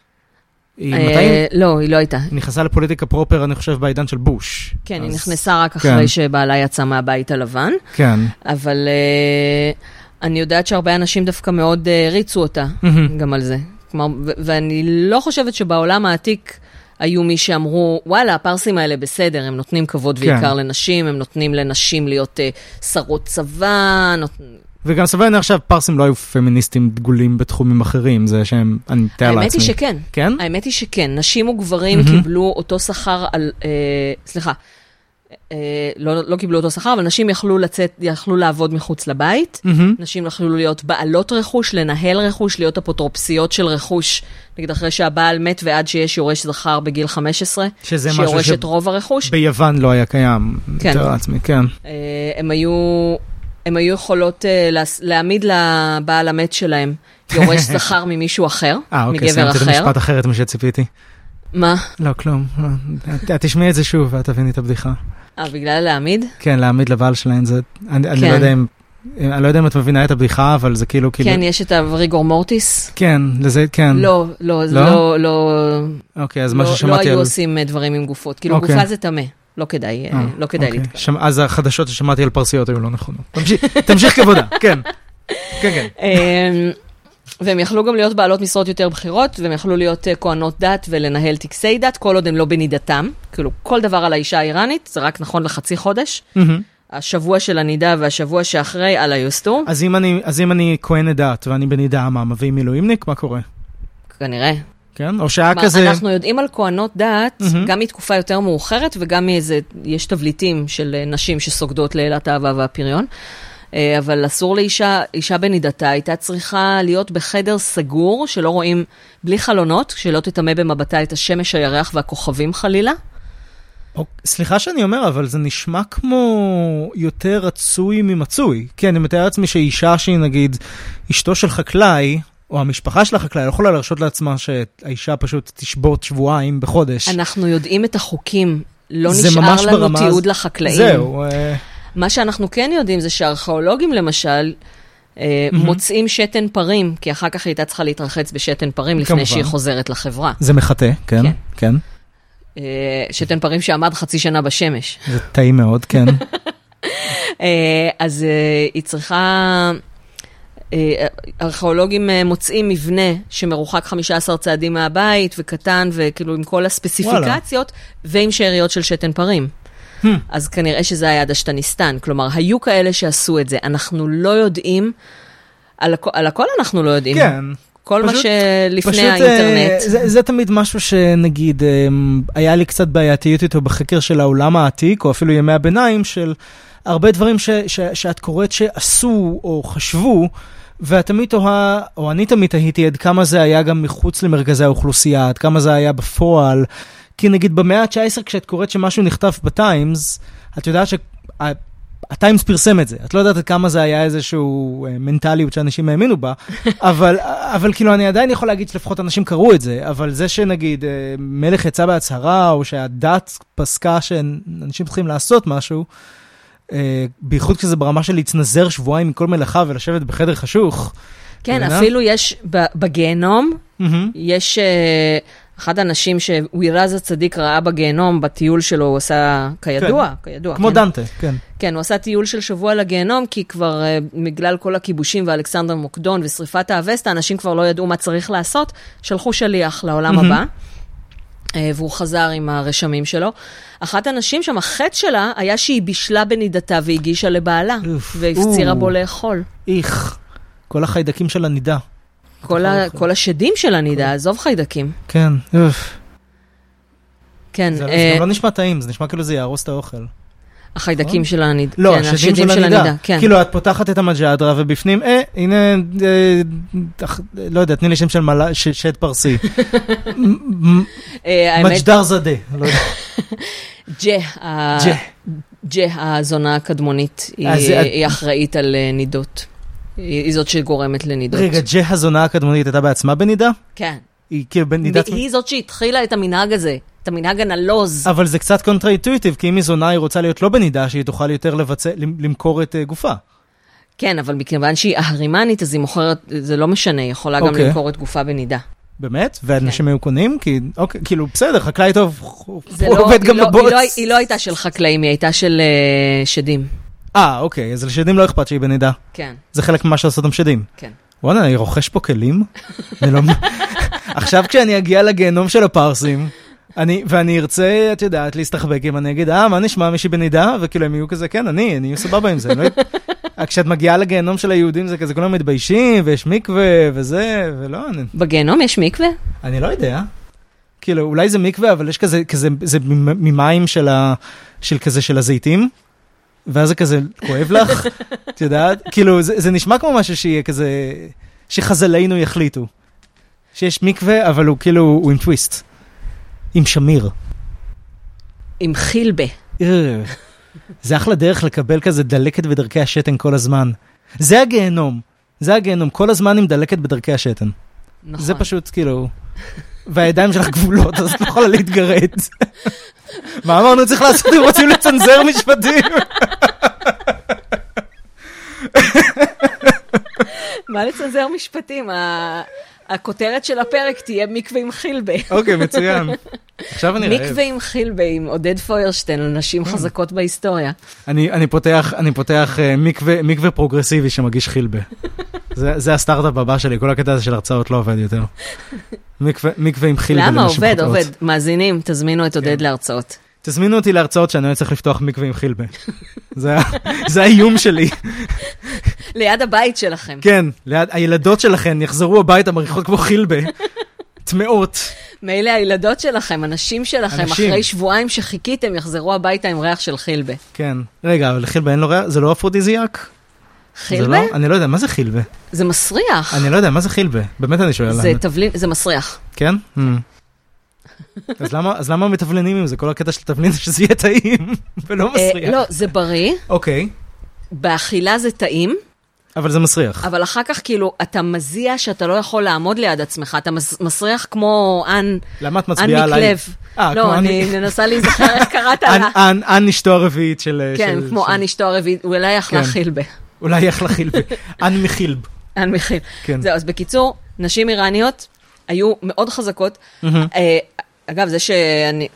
לא, היא לא הייתה. היא נכנסה לפוליטיקה פרופר, אני חושב, בעידן של בוש. כן, היא נכנסה רק אחרי שבעלה יצא מהבית הלבן. כן. אבל אני יודעת שהרבה אנשים דווקא מאוד ריצו אותה, גם על זה. ואני לא חושבת שבעולם העתיק היו מי שאמרו, וואלה, הפרסים האלה בסדר, הם נותנים כבוד ועיקר לנשים, הם נותנים לנשים להיות שרות צבא, וגם סבבה, אני עכשיו, פרסים לא היו פמיניסטים דגולים בתחומים אחרים, זה שהם, אני מתאר לעצמי. האמת היא שכן. כן? האמת היא שכן. נשים וגברים קיבלו אותו שכר על, סליחה, לא קיבלו אותו שכר, אבל נשים יכלו לצאת, יכלו לעבוד מחוץ לבית, נשים יכלו להיות בעלות רכוש, לנהל רכוש, להיות אפוטרופסיות של רכוש, נגיד אחרי שהבעל מת ועד שיש יורש זכר בגיל חמש עשרה, שיורש את רוב הרכוש. ביוון לא היה קיים, מתאר לעצמי, כן. הם היו... הן היו יכולות uh, להעמיד לבעל המת שלהם יורש זכר ממישהו אחר, אה, אוקיי, מגבר אחר. סיימתי את המשפט אחרת מה שציפיתי. מה? לא, כלום. את תשמעי את זה שוב ואת תביני את הבדיחה. אה, בגלל להעמיד? כן, להעמיד לבעל שלהם זה... אני, אני, לא יודע אם, אני לא יודע אם את מבינה את הבדיחה, אבל זה כאילו... כן, יש את הריגור מורטיס. כן, לזה, כן. לא, לא, לא, לא... אוקיי, אז מה ששמעתי על... לא היו עושים דברים עם גופות. כאילו, גופה זה טמא. לא כדאי, לא כדאי להתקרב. אז החדשות ששמעתי על פרסיות היו לא נכונות. תמשיך כבודה, כן. כן, כן. והם יכלו גם להיות בעלות משרות יותר בחירות, והם יכלו להיות כהנות דת ולנהל טקסי דת, כל עוד הם לא בנידתם. כאילו, כל דבר על האישה האיראנית, זה רק נכון לחצי חודש. השבוע של הנידה והשבוע שאחרי על היוסטור. אז אם אני כהנת דת ואני בנידה, מה, מביא מילואימניק? מה קורה? כנראה. כן? או שהיה כזה... אנחנו יודעים על כהנות דת, גם מתקופה יותר מאוחרת, וגם מאיזה, יש תבליטים של נשים שסוגדות לאלת האהבה והפריון, אבל אסור לאישה, אישה בנידתה, הייתה צריכה להיות בחדר סגור, שלא רואים בלי חלונות, שלא תטמא במבטה את השמש, הירח והכוכבים חלילה. סליחה שאני אומר, אבל זה נשמע כמו יותר רצוי ממצוי. כן, אני מתאר לעצמי שאישה שהיא נגיד אשתו של חקלאי, או המשפחה של החקלאי, לא יכולה להרשות לעצמה שהאישה פשוט תשבות שבועיים בחודש. אנחנו יודעים את החוקים, לא נשאר לנו ברמה... תיעוד לחקלאים. זהו. מה שאנחנו כן יודעים זה שהארכיאולוגים למשל, mm-hmm. מוצאים שתן פרים, כי אחר כך היא הייתה צריכה להתרחץ בשתן פרים, לפני כמובן. שהיא חוזרת לחברה. זה מחטא, כן, כן. כן. שתן פרים שעמד חצי שנה בשמש. זה טעים מאוד, כן. אז היא צריכה... ארכיאולוגים מוצאים מבנה שמרוחק חמישה עשר צעדים מהבית וקטן וכאילו עם כל הספציפיקציות ועם שאריות של שתן פרים. אז כנראה שזה היה דשתניסטן. כלומר, היו כאלה שעשו את זה. אנחנו לא יודעים, על הכל, על הכל אנחנו לא יודעים. כן. כל פשוט, מה שלפני פשוט, האינטרנט. זה, זה תמיד משהו שנגיד, היה לי קצת בעייתיות איתו בחקר של העולם העתיק, או אפילו ימי הביניים של... הרבה דברים ש, ש, שאת קוראת שעשו או חשבו, ואת תמיד תוהה, או אני תמיד תהיתי עד כמה זה היה גם מחוץ למרכזי האוכלוסייה, עד כמה זה היה בפועל, כי נגיד במאה ה-תשע עשרה כשאת קוראת שמשהו נכתב בטיימס, את יודעת שהטיימס פרסם את זה, את לא יודעת עד כמה זה היה איזשהו מנטליות שאנשים האמינו בה, אבל, אבל כאילו אני עדיין יכול להגיד שלפחות אנשים קראו את זה, אבל זה שנגיד מלך יצא בהצהרה, או שהדת פסקה שאנשים צריכים לעשות משהו, בייחוד כשזה ברמה של להתנזר שבועיים מכל מלאכה ולשבת בחדר חשוך. כן, אפילו יש בגיהנום, יש אחד האנשים שווירז הצדיק ראה בגיהנום, בטיול שלו הוא עשה כידוע, כידוע. כמו דנטה, כן. כן, הוא עשה טיול של שבוע לגיהנום, כי כבר בגלל כל הכיבושים ואלכסנדר מוקדון ושריפת האבסטה, אנשים כבר לא ידעו מה צריך לעשות, שלחו שליח לעולם הבא. והוא חזר עם הרשמים שלו. אחת הנשים שם, החטא שלה היה שהיא בישלה בנידתה והגישה לבעלה, והפצירה בו לאכול. איך, כל החיידקים של הנידה. כל, ה, כל השדים של הנידה, עזוב חיידקים. כן, אוף. כן. זה, זה לא נשמע טעים, זה נשמע כאילו זה יהרוס את האוכל. החיידקים של הנידה. לא, כן, השדים של, של הנידה. כן. כאילו, את פותחת את המג'אדרה, ובפנים, אה, הנה, אה, לא יודע, תני לי שם של מלה, שד פרסי. מג'דר זדה. ג'ה. ג'ה, הזונה הקדמונית, היא אחראית על נידות. היא זאת שגורמת לנידות. רגע, ג'ה הזונה הקדמונית הייתה בעצמה בנידה? כן. היא כאילו בנידת... היא זאת שהתחילה את המנהג הזה, את המנהג הנלוז. אבל זה קצת קונטרה-אינטואיטיב, כי אם היא זונה היא רוצה להיות לא בנידה, שהיא תוכל יותר לבצע, למכור את גופה. כן, אבל מכיוון שהיא אהרימנית, אז היא מוכרת, זה לא משנה, היא יכולה גם למכור את גופה בנידה. באמת? ואנשים היו קונים? כי, אוקיי, כאילו, בסדר, חקלאי טוב, הוא לא, עובד גם לא, בבוץ. היא לא, היא לא הייתה של חקלאים, היא הייתה של uh, שדים. אה, אוקיי, אז לשדים לא אכפת שהיא בנידה. כן. זה חלק ממה שעשו אותם שדים. כן. וואלה, אני רוכש פה כלים? לא... עכשיו כשאני אגיע לגיהנום של הפרסים, אני, ואני ארצה, את יודעת, להסתחבק אם אני אגיד, אה, מה נשמע מישהי בנידה? וכאילו הם יהיו כזה, כן, אני, אני יהיו סבבה עם זה. לא... כשאת מגיעה לגיהנום של היהודים זה כזה, כולם מתביישים, ויש מקווה, וזה, ולא, אני... בגיהנום יש מקווה? אני לא יודע. כאילו, אולי זה מקווה, אבל יש כזה, כזה, זה ממים של ה... של כזה של הזיתים, ואז זה כזה, כואב לך, את יודעת? כאילו, זה, זה נשמע כמו משהו שיהיה כזה, שחזלינו יחליטו. שיש מקווה, אבל הוא כאילו, הוא עם טוויסט. עם שמיר. עם חילבה. זה אחלה דרך לקבל כזה דלקת בדרכי השתן כל הזמן. זה הגיהנום. זה הגיהנום. כל הזמן עם דלקת בדרכי השתן. נכון. זה פשוט כאילו... והידיים שלך גבולות, אז את לא יכולה להתגרד. מה אמרנו צריך לעשות אם רוצים לצנזר משפטים? מה לצנזר משפטים? הכותרת של הפרק תהיה מקווה עם חילבה. אוקיי, מצוין. עכשיו אני רעב. מקווה עם חילבה, עם עודד פוירשטיין, על נשים חזקות בהיסטוריה. אני פותח, אני פותח מקווה פרוגרסיבי שמגיש חילבה. זה הסטארט-אפ הבא שלי, כל הקטע הזה של הרצאות לא עובד יותר. מקווה עם חילבה לנשים חזקות. למה? עובד, עובד. מאזינים, תזמינו את עודד להרצאות. תזמינו אותי להרצאות שאני לא צריך לפתוח מקווה עם חילבה. זה האיום שלי. ליד הבית שלכם. כן, ליד, הילדות שלכם יחזרו הביתה מריחות כמו חילבה. תמאות. מילא הילדות שלכם, אנשים שלכם, אנשים. אחרי שבועיים שחיכיתם, יחזרו הביתה עם ריח של חילבה. כן. רגע, אבל חילבה אין לו ריח? זה לא אפרודיזיאק? חילבה? לא? אני לא יודע, מה זה חילבה? זה מסריח. אני לא יודע, מה זה חילבה? באמת אני שואל. זה תבלין, זה מסריח. כן? אז למה, אז למה מתבלנים עם זה? כל הקטע של תבלין זה שזה יהיה טעים, ולא מסריח. לא, זה בריא. אוקיי. באכילה זה טעים. אבל זה מסריח. אבל אחר כך כאילו, אתה מזיע שאתה לא יכול לעמוד ליד עצמך, אתה מסריח כמו אן, למה את מצביעה עליי? לא, אני מנסה להיזכר איך קראת לה. אן אשתו הרביעית של... כן, כמו אן אשתו הרביעית, הוא אולי יחלה חילבה. אולי יחלה חילבה. אן מחילב. אן מחילב. זהו, אז בקיצור, נשים איראניות היו מאוד חזקות. אגב, זה שאני...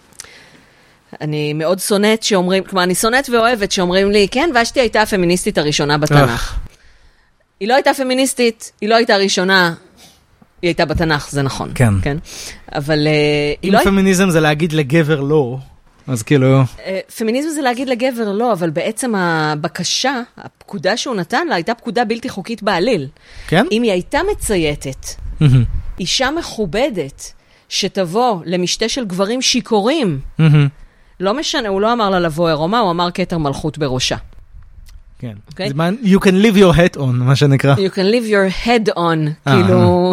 אני מאוד שונאת שאומרים, כלומר, אני שונאת ואוהבת שאומרים לי, כן, ושתי הייתה הפמיניסטית הראשונה בתנ"ך. היא לא הייתה פמיניסטית, היא לא הייתה ראשונה, היא הייתה בתנ"ך, זה נכון. כן. כן? אבל... אם לא פמיניזם היית... זה להגיד לגבר לא, אז כאילו... פמיניזם זה להגיד לגבר לא, אבל בעצם הבקשה, הפקודה שהוא נתן לה, הייתה פקודה בלתי חוקית בעליל. כן? אם היא הייתה מצייתת, אישה מכובדת, שתבוא למשתה של גברים שיכורים, לא משנה, הוא לא אמר לה לבוא עירומה, הוא אמר כתר מלכות בראשה. כן. You can leave your head on, מה שנקרא. You can leave your head on, כאילו...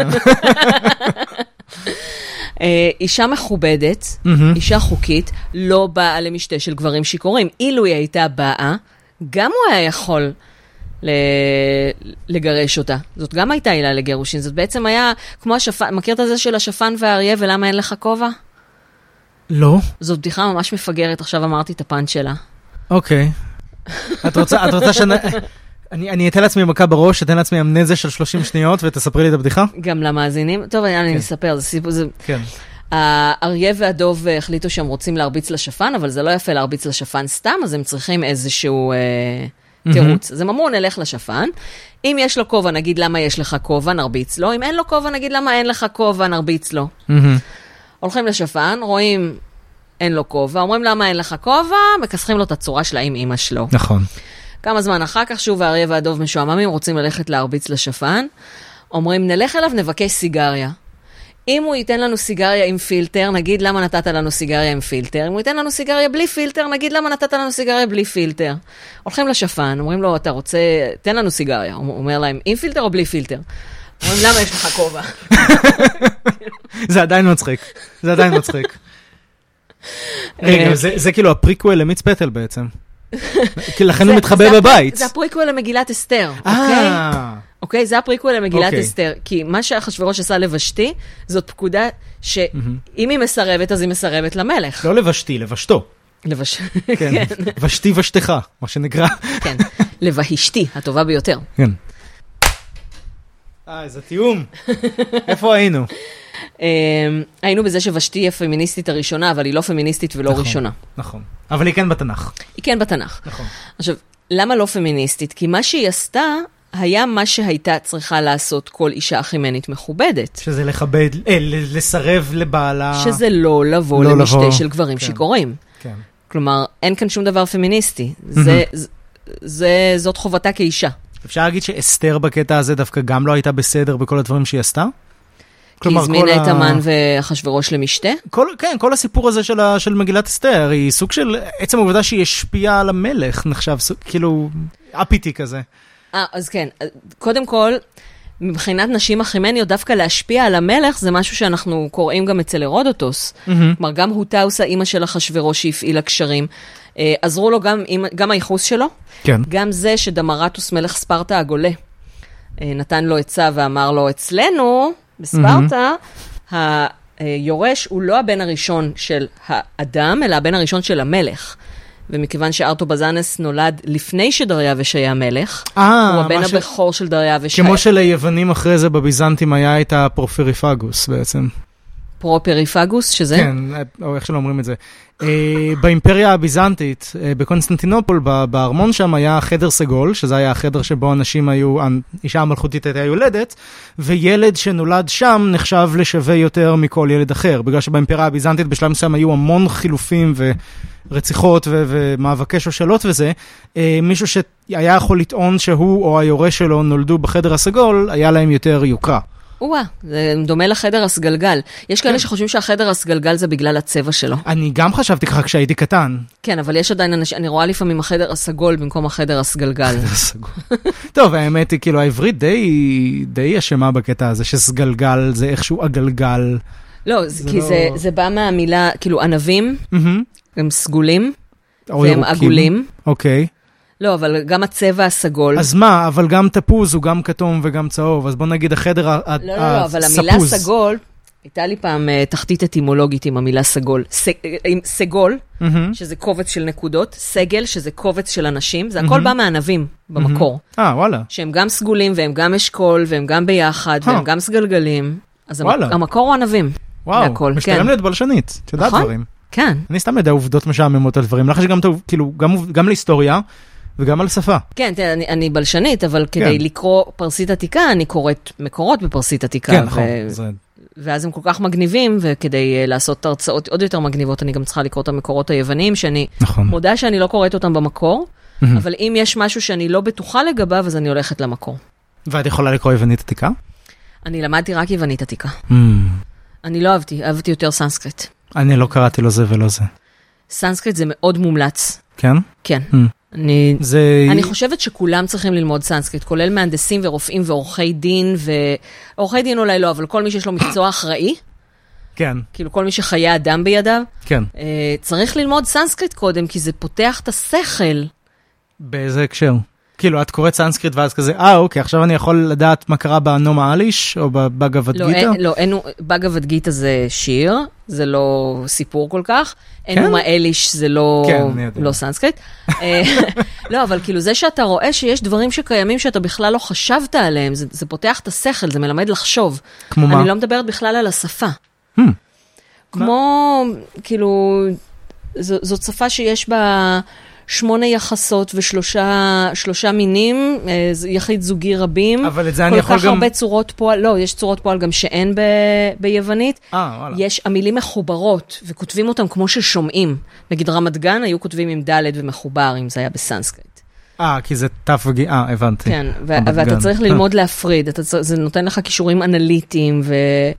אישה מכובדת, אישה חוקית, לא באה למשתה של גברים שיכורים. אילו היא הייתה באה, גם הוא היה יכול לגרש אותה. זאת גם הייתה עילה לגירושין. זאת בעצם היה, כמו השפן, מכיר את זה של השפן והאריה, ולמה אין לך כובע? לא. זאת בדיחה ממש מפגרת, עכשיו אמרתי את הפאנץ' שלה. אוקיי. את רוצה, את רוצה שאני... אני, אני אתן לעצמי מכה בראש, אתן לעצמי אמנזה של שלושים שניות, ותספרי לי את הבדיחה? גם למאזינים? טוב, אני אספר, זה סיפור, זה... כן. האריה והדוב החליטו שהם רוצים להרביץ לשפן, אבל זה לא יפה להרביץ לשפן סתם, אז הם צריכים איזשהו אה, תירוץ. אז הם אמרו, נלך לשפן. אם יש לו כובע, נגיד למה יש לך כובע, נרביץ לו. אם אין לו כובע, נגיד למה אין לך כובע, נרביץ לו. הולכים לשפן, רואים... אין לו כובע, אומרים למה אין לך כובע, מכסחים לו את הצורה שלה עם אמא שלו. נכון. כמה זמן אחר כך, שוב האריה והדוב משועממים, רוצים ללכת להרביץ לשפן, אומרים נלך אליו, נבקש סיגריה. אם הוא ייתן לנו סיגריה עם פילטר, נגיד למה נתת לנו סיגריה עם פילטר, אם הוא ייתן לנו סיגריה בלי פילטר, נגיד למה נתת לנו סיגריה בלי פילטר. הולכים לשפן, אומרים לו, אתה רוצה, תן לנו סיגריה. הוא אומר להם, עם פילטר או בלי פילטר? אומרים, למה יש לך כובע? זה עדיין מצחיק. זה עדיין מצחיק. רגע, זה, זה כאילו הפריקוול למיץ פטל בעצם. כי לכן הוא מתחבא בבית. זה הפריקוול למגילת אסתר, אוקיי? אה. אוקיי, זה הפריקוול למגילת אוקיי. אסתר, כי מה שאחשוורוש עשה לבשתי, זאת פקודה שאם היא מסרבת, אז היא מסרבת למלך. לא לבשתי, לבשתו. לבש... כן, ושתי ושתך, מה שנקרא. כן, לבהשתי, הטובה ביותר. כן. אה, איזה תיאום. איפה היינו? היינו בזה שוושתי היא הפמיניסטית הראשונה, אבל היא לא פמיניסטית ולא ראשונה. נכון, אבל היא כן בתנ"ך. היא כן בתנ"ך. נכון. עכשיו, למה לא פמיניסטית? כי מה שהיא עשתה, היה מה שהייתה צריכה לעשות כל אישה אחימנית מכובדת. שזה לכבד, אה, לסרב לבעלה. שזה לא לבוא לא למשתה לבוא. של גברים כן. שיכורים. כן. כלומר, אין כאן שום דבר פמיניסטי. זה, זה, זה, זאת חובתה כאישה. אפשר להגיד שאסתר בקטע הזה דווקא גם לא הייתה בסדר בכל הדברים שהיא עשתה? כי הזמינה את המן ואחשוורוש למשתה? כל, כן, כל הסיפור הזה של, ה, של מגילת אסתר, היא סוג של, עצם העובדה שהיא השפיעה על המלך, נחשב, סוג, כאילו, אפיתי כזה. אה, אז כן, קודם כל, מבחינת נשים אחימניות, דווקא להשפיע על המלך, זה משהו שאנחנו קוראים גם אצל הרודוטוס. Mm-hmm. כלומר, גם הוטאוס, האמא של אחשוורוש, שהפעילה קשרים. אה, עזרו לו גם, גם הייחוס שלו, כן. גם זה שדמרטוס מלך ספרטה הגולה, אה, נתן לו עצה ואמר לו, אצלנו, בספרטה, mm-hmm. היורש הוא לא הבן הראשון של האדם, אלא הבן הראשון של המלך. ומכיוון שארטובזנס נולד לפני שדריווש היה מלך, 아, הוא הבן ש... הבכור של דריווש. כמו שליוונים אחרי זה בביזנטים היה את הפרופריפגוס בעצם. פרופריפגוס, שזה? כן, או איך שלא אומרים את זה. באימפריה הביזנטית, בקונסטנטינופול, בארמון שם היה חדר סגול, שזה היה החדר שבו אנשים היו, האישה המלכותית הייתה יולדת, וילד שנולד שם נחשב לשווה יותר מכל ילד אחר, בגלל שבאימפריה הביזנטית בשלב מסוים היו המון חילופים ורציחות ומאבקי שושלות וזה, מישהו שהיה יכול לטעון שהוא או היורש שלו נולדו בחדר הסגול, היה להם יותר יוקרה. וואה, זה דומה לחדר הסגלגל. יש כאלה שחושבים שהחדר הסגלגל זה בגלל הצבע שלו. אני גם חשבתי ככה כשהייתי קטן. כן, אבל יש עדיין אנשים, אני רואה לפעמים החדר הסגול במקום החדר הסגלגל. החדר הסגול. טוב, האמת היא, כאילו, העברית די, די אשמה בקטע הזה, שסגלגל זה איכשהו הגלגל. לא, כי זה בא מהמילה, כאילו, ענבים, הם סגולים, והם עגולים. אוקיי. לא, אבל גם הצבע הסגול. אז מה, אבל גם תפוז הוא גם כתום וגם צהוב, אז בוא נגיד החדר הספוז. לא, לא, לא, אבל המילה סגול, הייתה לי פעם תחתית אטימולוגית עם המילה סגול. עם סגול, שזה קובץ של נקודות, סגל, שזה קובץ של אנשים, זה הכל בא מענבים במקור. אה, וואלה. שהם גם סגולים, והם גם אשכול, והם גם ביחד, והם גם סגלגלים. אז המקור הוא ענבים. וואו, משתלם להיות בלשנית, תדעת דברים. כן. אני סתם יודע עובדות משעממות על דברים, לך שגם, כאילו, גם להיסטוריה, וגם על שפה. כן, תראה, אני, אני בלשנית, אבל כדי כן. לקרוא פרסית עתיקה, אני קוראת מקורות בפרסית עתיקה. כן, נכון. ו... זה... ואז הם כל כך מגניבים, וכדי לעשות הרצאות עוד יותר מגניבות, אני גם צריכה לקרוא את המקורות היווניים, שאני נכון. מודה שאני לא קוראת אותם במקור, mm-hmm. אבל אם יש משהו שאני לא בטוחה לגביו, אז אני הולכת למקור. ואת יכולה לקרוא יוונית עתיקה? אני למדתי רק יוונית עתיקה. Mm. אני לא אהבתי, אהבתי יותר סנסקריט. אני לא קראתי לו זה ולא זה. סנסקריט זה מאוד מומלץ. כן? כן. Mm. אני, זה... אני חושבת שכולם צריכים ללמוד סנסקריט, כולל מהנדסים ורופאים ועורכי דין, ועורכי דין אולי לא, אבל כל מי שיש לו מקצוע אחראי, כן. כאילו כל מי שחיי אדם בידיו, כן. צריך ללמוד סנסקריט קודם, כי זה פותח את השכל. באיזה הקשר? כאילו, את קוראת סנסקריט ואז כזה, אה, אוקיי, עכשיו אני יכול לדעת מה קרה בנומה אליש, או בבגבד גיטה? לא, אין, בגבד גיטה זה שיר, זה לא סיפור כל כך. נומה אליש זה לא, לא סנסקריט. לא, אבל כאילו זה שאתה רואה שיש דברים שקיימים שאתה בכלל לא חשבת עליהם, זה, זה פותח את השכל, זה מלמד לחשוב. כמו מה? אני לא מדברת בכלל על השפה. כמו, כאילו, זו, זאת שפה שיש בה... שמונה יחסות ושלושה שלושה מינים, יחיד זוגי רבים. אבל את זה אני יכול גם... כל כך הרבה צורות פועל, לא, יש צורות פועל גם שאין ב... ביוונית. אה, וואלה. יש המילים מחוברות, וכותבים אותם כמו ששומעים. נגיד רמת גן היו כותבים עם ד' ומחובר, אם זה היה בסנסקריט. אה, כי זה תף וגיע, אה, הבנתי. כן, ו... ואתה צריך ללמוד להפריד, אתה... זה נותן לך קישורים אנליטיים ו...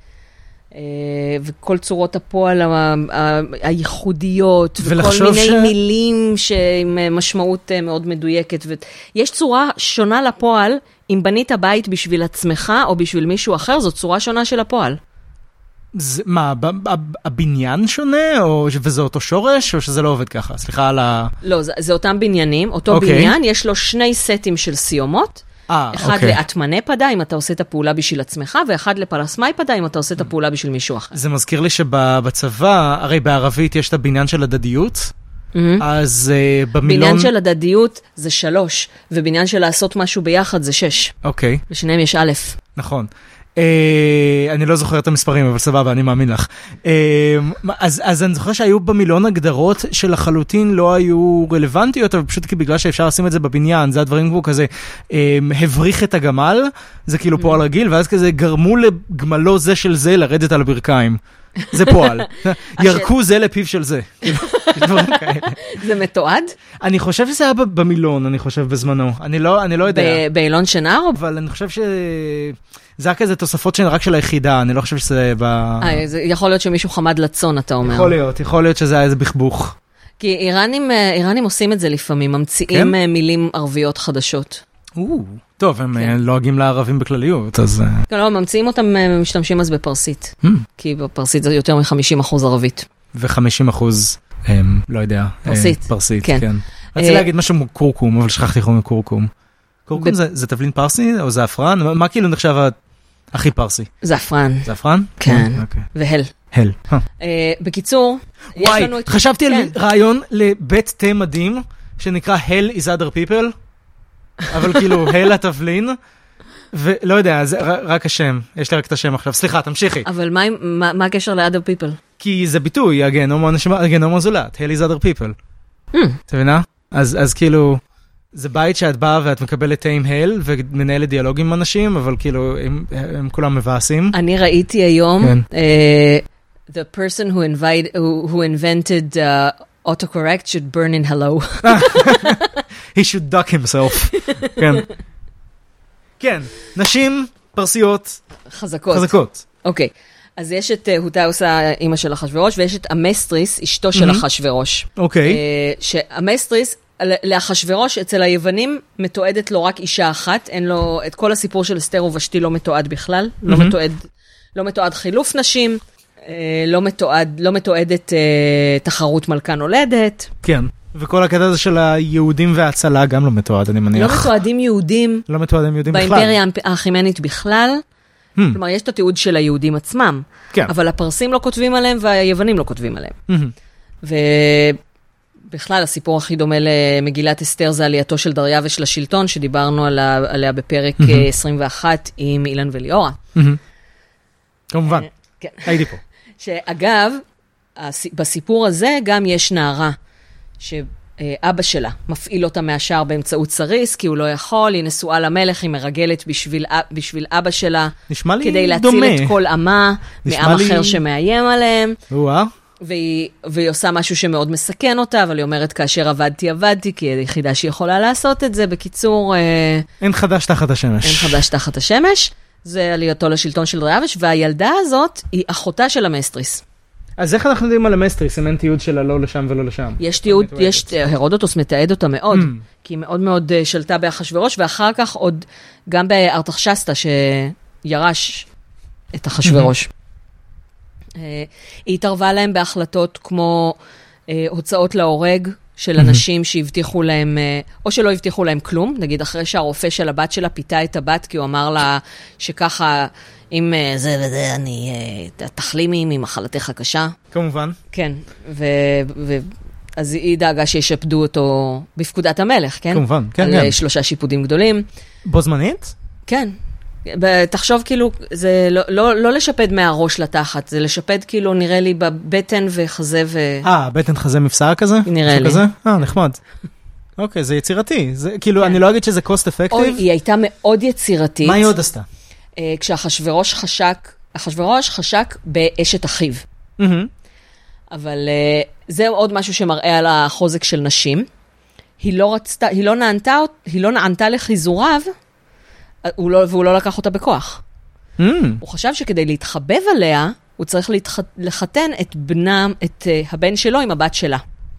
וכל צורות הפועל הייחודיות, וכל מיני מילים עם משמעות מאוד מדויקת. יש צורה שונה לפועל, אם בנית בית בשביל עצמך או בשביל מישהו אחר, זאת צורה שונה של הפועל. זה, מה, ב, ב, הבניין שונה, או, וזה אותו שורש, או שזה לא עובד ככה? סליחה על ה... לא, זה, זה אותם בניינים. אותו אוקיי. בניין, יש לו שני סטים של סיומות. אה, אחד אוקיי. לאטמני פדה, אם אתה עושה את הפעולה בשביל עצמך, ואחד לפלסמי פדה, אם אתה עושה את הפעולה בשביל מישהו אחר. זה מזכיר לי שבצבא, הרי בערבית יש את הבניין של הדדיות, אז uh, במילון... בניין של הדדיות זה שלוש, ובניין של לעשות משהו ביחד זה שש. אוקיי. לשניהם יש א'. נכון. Uh, אני לא זוכר את המספרים, אבל סבבה, אני מאמין לך. Uh, אז, אז אני זוכר שהיו במילון הגדרות שלחלוטין לא היו רלוונטיות, אבל פשוט כי בגלל שאפשר לשים את זה בבניין, זה הדברים כמו כזה, uh, הבריך את הגמל, זה כאילו פועל רגיל, ואז כזה גרמו לגמלו זה של זה לרדת על הברכיים. זה פועל. ירקו זה לפיו של זה. זה מתועד? אני חושב שזה היה במילון, אני חושב בזמנו. אני לא, אני לא יודע. באילון שנר? אבל אני חושב ש... זה היה כזה תוספות שהן רק של היחידה, אני לא חושב שזה ב... אה, זה יכול להיות שמישהו חמד לצון, אתה אומר. יכול להיות, יכול להיות שזה היה איזה בכבוך. כי איראנים, איראנים עושים את זה לפעמים, ממציאים מילים ערביות חדשות. טוב, הם לועגים לערבים בכלליות, אז... לא, ממציאים אותם, משתמשים אז בפרסית. כי בפרסית זה יותר מ-חמישים אחוז ערבית. ו-חמישים אחוז, לא יודע. פרסית. פרסית, כן. רציתי להגיד משהו קורקום, אבל שכחתי איך אומרים קורקום. קורקום זה תבלין פרסי או זעפרן? מה כאילו נחשב הכי פרסי? זעפרן. זעפרן? כן. והל. הל. בקיצור, וואי, חשבתי על רעיון לבית תה מדהים, שנקרא Hell is other people, אבל כאילו, הל התבלין, ולא יודע, זה רק השם, יש לי רק את השם עכשיו, סליחה, תמשיכי. אבל מה הקשר ל-other people? כי זה ביטוי, הגנום הזולת, Hell is other people. אתה מבינה? אז כאילו, זה בית שאת באה ואת מקבלת תה עם הל, ומנהלת דיאלוג עם אנשים, אבל כאילו, הם כולם מבאסים. אני ראיתי היום, the person who invented autocorrect should burn in hello. He should duck himself. כן. כן, נשים פרסיות חזקות. חזקות. אוקיי. אז יש את הוטאוסה, אמא של אחשוורוש, ויש את אמסטריס, אשתו של אחשוורוש. אוקיי. שאמסטריס, לאחשוורוש, אצל היוונים מתועדת לו רק אישה אחת, אין לו, את כל הסיפור של אסתר ובשתי לא מתועד בכלל, לא מתועד, לא מתועד חילוף נשים, לא מתועד, לא מתועדת תחרות מלכה נולדת. כן. וכל הקטע הזה של היהודים וההצלה גם לא מתועד, אני מניח. לא מתועדים יהודים. לא מתועדים יהודים בכלל. באימפריה האחימנית בכלל. כלומר, יש את התיעוד של היהודים עצמם. כן. אבל הפרסים לא כותבים עליהם והיוונים לא כותבים עליהם. ובכלל, הסיפור הכי דומה למגילת אסתר זה עלייתו של דריווש לשלטון, שדיברנו עליה בפרק עשרים ואחת עם אילן וליאורה. כמובן. הייתי פה. שאגב, בסיפור הזה גם יש נערה. שאבא שלה מפעיל אותה מהשער באמצעות סריס, כי הוא לא יכול, היא נשואה למלך, היא מרגלת בשביל, בשביל אבא שלה, כדי להציל דומה. את כל עמה, מעם לי... אחר שמאיים עליהם. והיא, והיא עושה משהו שמאוד מסכן אותה, אבל היא אומרת, כאשר עבדתי, עבדתי, כי היא היחידה שיכולה לעשות את זה. בקיצור... אין חדש תחת השמש. אין חדש תחת השמש. זה עלייתו לשלטון של דריווש, והילדה הזאת היא אחותה של אמסטריס. אז איך אנחנו יודעים על המסטריס, אם אין תיעוד שלה לא לשם ולא לשם? יש תיעוד, יש, הרודוטוס מתעד אותה מאוד, כי היא מאוד מאוד שלטה באחשוורוש, ואחר כך עוד, גם בארתחשסתא שירש את אחשוורוש. היא התערבה להם בהחלטות כמו הוצאות להורג של אנשים שהבטיחו להם, או שלא הבטיחו להם כלום, נגיד אחרי שהרופא של הבת שלה פיתה את הבת, כי הוא אמר לה שככה, אם זה וזה, אני תחלימי ממחלתך הקשה. כמובן. כן, ו... ו... אז היא דאגה שישפדו אותו בפקודת המלך, כן? כמובן, כן, על כן. על שלושה שיפודים גדולים. בו זמנית? כן. תחשוב כאילו, זה לא, לא, לא לשפד מהראש לתחת, זה לשפד כאילו נראה לי בבטן וחזה ו... אה, בטן חזה מבשר כזה? נראה לי. כזה? אה, נחמד. אוקיי, זה יצירתי. זה, כאילו, כן. אני לא אגיד שזה cost effective. אוי, היא הייתה מאוד יצירתית. מה היא עוד עשתה? כשאחשוורוש חשק, אחשוורוש חשק באשת אחיו. Mm-hmm. אבל זה עוד משהו שמראה על החוזק של נשים. היא לא רצתה, היא לא נענתה, היא לא נענתה לחיזוריו, הוא לא, והוא לא לקח אותה בכוח. Mm. הוא חשב שכדי להתחבב עליה, הוא צריך להתח... לחתן את בנם, את uh, הבן שלו עם הבת שלה.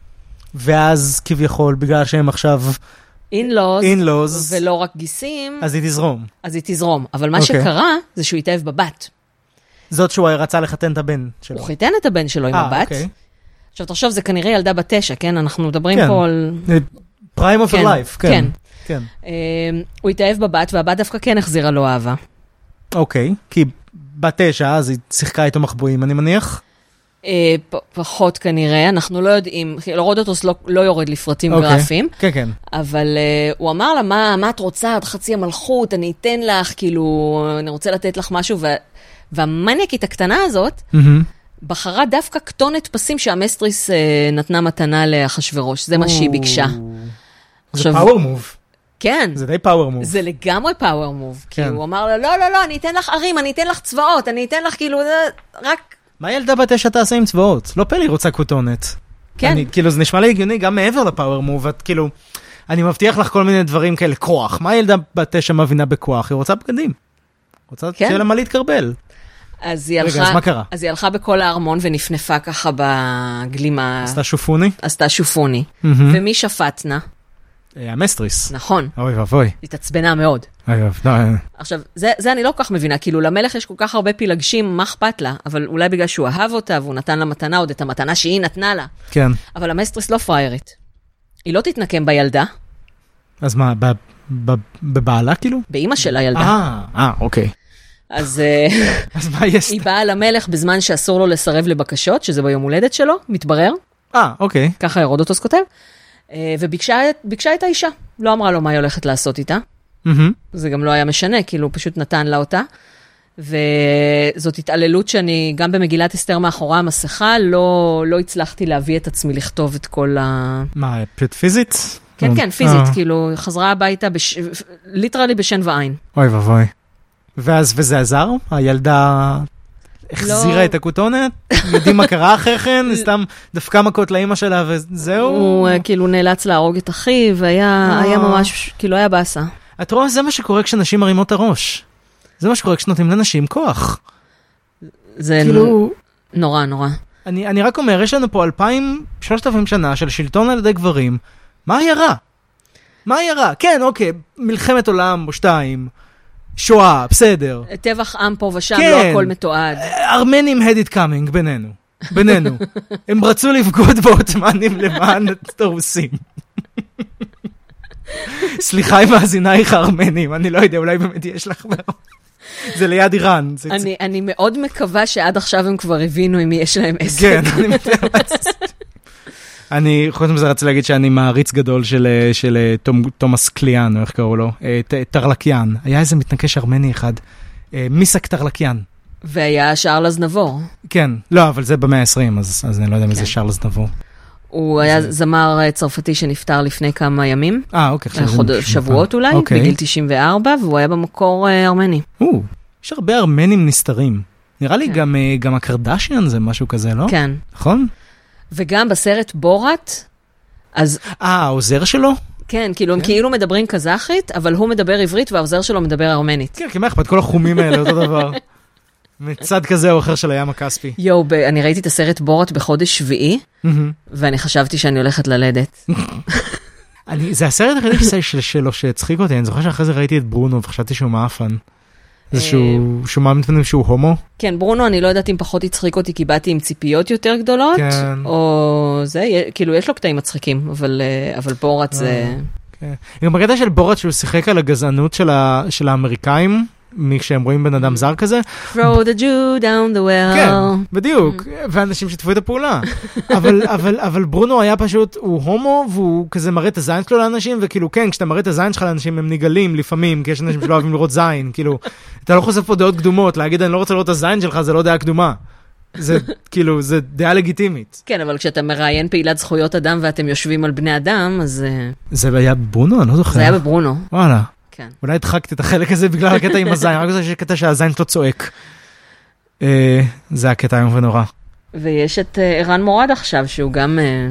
ואז כביכול, בגלל שהם עכשיו... אין-לוז, אין-לוז, ולא רק גיסים. אז היא תזרום. אז היא תזרום. אבל מה okay. שקרה, זה שהוא התאהב בבת. זאת שהוא רצה לחתן את הבן שלו. הוא חיתן את הבן שלו עם הבת. אוקיי. עכשיו, תחשוב, זה כנראה ילדה בת תשע, כן? אנחנו מדברים כן. פה על... פריים אוף לייף, כן. כן. כן. אה, הוא התאהב בבת, והבת דווקא כן החזירה לו אהבה. אוקיי, כי בת תשע, אז היא שיחקה איתו מחבואים, אני מניח? אה, פ- פחות כנראה, אנחנו לא יודעים, רודוטוס לא, לא יורד לפרטים אוקיי. גרפיים, כן, כן. אבל uh, הוא אמר לה, מה, מה את רוצה, עד חצי המלכות, אני אתן לך, כאילו, אני רוצה לתת לך משהו, וה, והמניאקית הקטנה הזאת, בחרה דווקא כתונת פסים שהמסטריס uh, נתנה מתנה לאחשוורוש, זה מה שהיא ביקשה. זה פאוור מוב. כן. זה די פאוור מוב. זה לגמרי פאוור מוב, כי כן. הוא אמר לה, לא, לא, לא, אני אתן לך ערים, אני אתן לך צבאות, אני אתן לך כאילו, רק... מה ילדה בת תשע תעשה עם צבאות? לא פלא, היא רוצה כותונת. כן. אני, כאילו, זה נשמע לי הגיוני גם מעבר לפאוור מוב, את כאילו, אני מבטיח לך כל מיני דברים כאלה, כוח. מה ילדה בת תשע מבינה בכוח? היא רוצה בגדים. רוצה כן. שיהיה לה מה להתקרבל. אז היא רגע, הלכה, אז מה קרה? אז היא הלכה בכל הארמון ונפנפה ככה בגלימה, עשתה שופוני? עשתה שופוני. מהמם. ומי שפטנה? אה, המסטריס. נכון, אוי ואבוי. התעצבנה מאוד. אוי ואבוי. עכשיו, זה, זה אני לא כל כך מבינה, כאילו למלך יש כל כך הרבה פילגשים, מה אכפת לה? אבל אולי בגלל שהוא אהב אותה, והוא נתן לה מתנה, עוד את המתנה שהיא נתנה לה. כן. אבל המסטריס לא פריירית. היא לא תתנקם בילדה, אז מה, ב- ב- בבעלה כאילו? באמא של הילדה. אה, אה, אוקיי. אז אה, אז מה יש? היא באה למלך בזמן שאסור לו לסרב לבקשות, שזה ביום הולדת שלו, מתברר. אה, אוקיי. ככה הרודוטוס כותב. אה, וביקשה ביקשה את האישה. לא אמרה לו מה היא הולכת לעשות איתה. מהמם. זה גם לא היה משנה, כאילו הוא פשוט נתן לה אותה. וזאת התעללות שאני, גם במגילת אסתר מאחורי המסכה, לא, לא הצלחתי להביא את עצמי לכתוב את כל ה... מה, פשוט פיזית? כן, אה. כן, פיזית, כאילו, חזרה הביתה, בש... ליטרלי בשן ועין. אוי ואבוי. ואז, וזה עזר? הילדה החזירה את הכותונת? יודעים מה קרה אחרי כן? סתם דפקה מכות לאמא שלה וזהו? הוא אה, כאילו נאלץ להרוג את אחיו, והיה היה ממש, כאילו היה באסה. את רואה, זה מה שקורה כשנשים מרימות הראש. זה מה שקורה כשנותנים לנשים כוח. זה כאילו, נורא, נורא. אני, אני רק אומר, יש לנו פה אלפיים, שלושת אלפים שנה של שלטון על ידי גברים. מה היה רע? מה היה רע? כן, אוקיי, מלחמת עולם או שתיים, שואה, בסדר. טבח עם פה ושם, כן. לא הכל מתועד. ארמנים had it coming בינינו. בינינו. הם רצו לפגוד בעות'מאנים למען הרוסים. סליחה עם מאזינייך הארמנים, אני לא יודע, אולי באמת יש לך... זה ליד איראן. זה- אני, אני מאוד מקווה שעד עכשיו הם כבר הבינו אם יש להם עסק. כן, אני מתאר לעצמי. אני, חוץ מזה רציתי להגיד שאני מעריץ גדול של, של תום, תומאס קליאן, או איך קראו לו, ט- טרלקיאן. היה איזה מתנקש ארמני אחד, מיסק טרלקיאן. והיה שארל אזנבור. כן, לא, אבל זה במאה ה-עשרים, אז, אז אני לא יודע מי זה שארל אזנבור. הוא היה זמר צרפתי שנפטר לפני כמה ימים, אה, אוקיי. עכשיו זה- חוד- שבועות אולי, אוקיי. בגיל תשעים וארבע, והוא היה במקור אה, ארמני. או, יש הרבה ארמנים נסתרים. נראה לי כן. גם, אה, גם הקרדשיאן זה משהו כזה, לא? כן. נכון? וגם בסרט בורת, אז אה, העוזר שלו? כן, כאילו הם כאילו מדברים קזחית, אבל הוא מדבר עברית והעוזר שלו מדבר ארמנית. כן, כי מה אכפת, כל החומים האלה, אותו דבר. מצד כזה או אחר של הים הכספי. יואו, ב- אני ראיתי את הסרט בורת בחודש שביעי, מהמם. ואני חשבתי שאני הולכת ללדת. אני, זה הסרט היחידי של- שלו שהצחיק אותי, אני זוכר שאחרי זה ראיתי את ברונו וחשבתי שהוא מאפן. זה שהוא, שהוא מאמין פנים שהוא הומו. כן, ברונו, אני לא יודעת אם פחות הצחיק אותי, כי באתי עם ציפיות יותר גדולות, כן. או זה, יה- כאילו יש לו קטעים מצחיקים, אבל, אה, אבל בורת זה... כן. גם בקטע של בורת שהוא שיחק על הגזענות של, ה, של האמריקאים, כשהם רואים בן אדם זר כזה. throw the Jew down the well. כן, בדיוק, ואנשים שיתפו את הפעולה. אבל, אבל, אבל ברונו היה פשוט, הוא הומו, והוא כזה מראה את הזין שלו לאנשים, וכאילו כן, כשאתה מראה את הזין שלך לאנשים, הם נגלים לפעמים, כי יש אנשים שלא אוהבים לראות זין, כאילו, אתה לא חושף פה דעות קדומות, להגיד אני לא רוצה לראות את הזין שלך, זה לא דעה קדומה. זה, כאילו, זה דעה לגיטימית. כן, אבל כשאתה מראיין פעילת זכויות אדם ואתם יושבים על בני אדם, אז אה, זה היה ברונו? אני לא זוכר. זה היה בברונו. וואלה. כן. אולי הדחקת את החלק הזה בגלל הקטע עם הזין, רק זה שיש קטע שהזין שלו צועק. אה, זה הקטע היום ונורא. ויש את אה, ערן מורד עכשיו, שהוא גם... אה,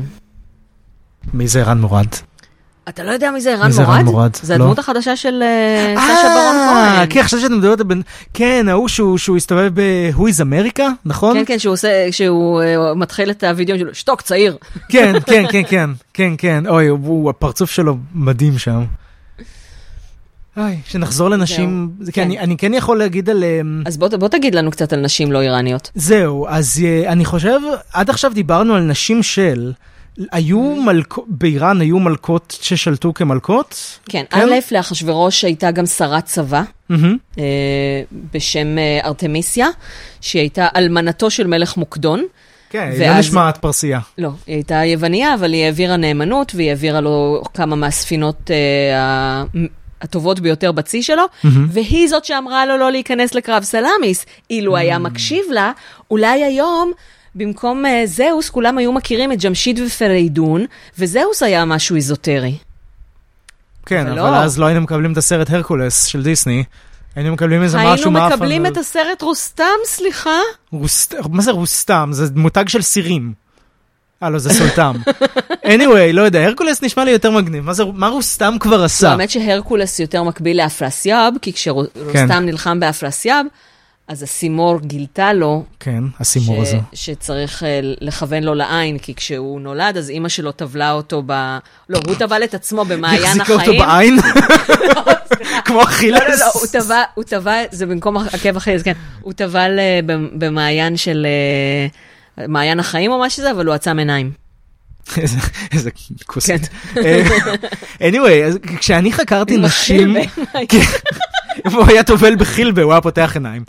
מי זה ערן מורד? אתה לא יודע מי זה ערן מי זה מורד? ערן מורד? זה לא. הדמות החדשה של אה, סשה ברון אה, כהן. כן, חשבתי שאתם מדברת בן... כן, ההוא שהוא שהוא הסתובב ב-Who is America, נכון? כן, כן, שהוא עושה, שהוא אה, מתחיל את הוידאו שלו, שתוק, צעיר. כן, כן, כן, כן, כן, כן. אוי, הוא, הפרצוף שלו מדהים שם. איי, שנחזור לנשים, כי אני, אני כן יכול להגיד על... אז בוא, בוא תגיד לנו קצת על נשים לא איראניות. זהו, אז אני חושב, עד עכשיו דיברנו על נשים של, היו מלכות, באיראן היו מלכות ששלטו כמלכות? כן, א' לאחשוורוש הייתה גם שרת צבא, בשם ארתמיסיה, שהיא הייתה אלמנתו של מלך מוקדון. כן, היא לא נשמעת פרסייה. לא, היא הייתה יווניה, אבל היא העבירה נאמנות, והיא העבירה לו כמה מהספינות הטובות ביותר בצי שלו, והיא זאת שאמרה לו לא להיכנס לקרב סלאמיס. אילו היה מקשיב לה, אולי היום, במקום זהוס, כולם היו מכירים את ג'משיד ופריידון, וזהוס היה משהו איזוטרי. כן, אבל אז לא היינו מקבלים את הסרט הרקולס של דיסני, היינו מקבלים איזה משהו מאפן. היינו מקבלים את הסרט רוסטם, סליחה? מה זה רוסטם? זה מותג של סירים. אה, לא, זה סולטם. anyway, לא יודע, הרקולס נשמע לי יותר מגניב. מה רוסטם כבר עשה? באמת שהרקולס יותר מקביל לאפרסיאב, כי כשרוסטם נלחם באפרסיאב, אז הסימור גילתה לו, כן, הסימור הזה. שצריך לכוון לו לעין, כי כשהוא נולד, אז אמא שלו טבלה אותו ב... לא, הוא טבל את עצמו במעיין החיים. יחזיקה אותו בעין? כמו אכילס? לא, לא, לא, הוא טבל, זה במקום עקב אכילס, כן. הוא טבל במעיין של... מעיין החיים או משהו זה, אבל הוא עצם עיניים. איזה כוסית. anyway, כשאני חקרתי נשים... הוא היה טובל בחילבה, הוא היה פותח עיניים.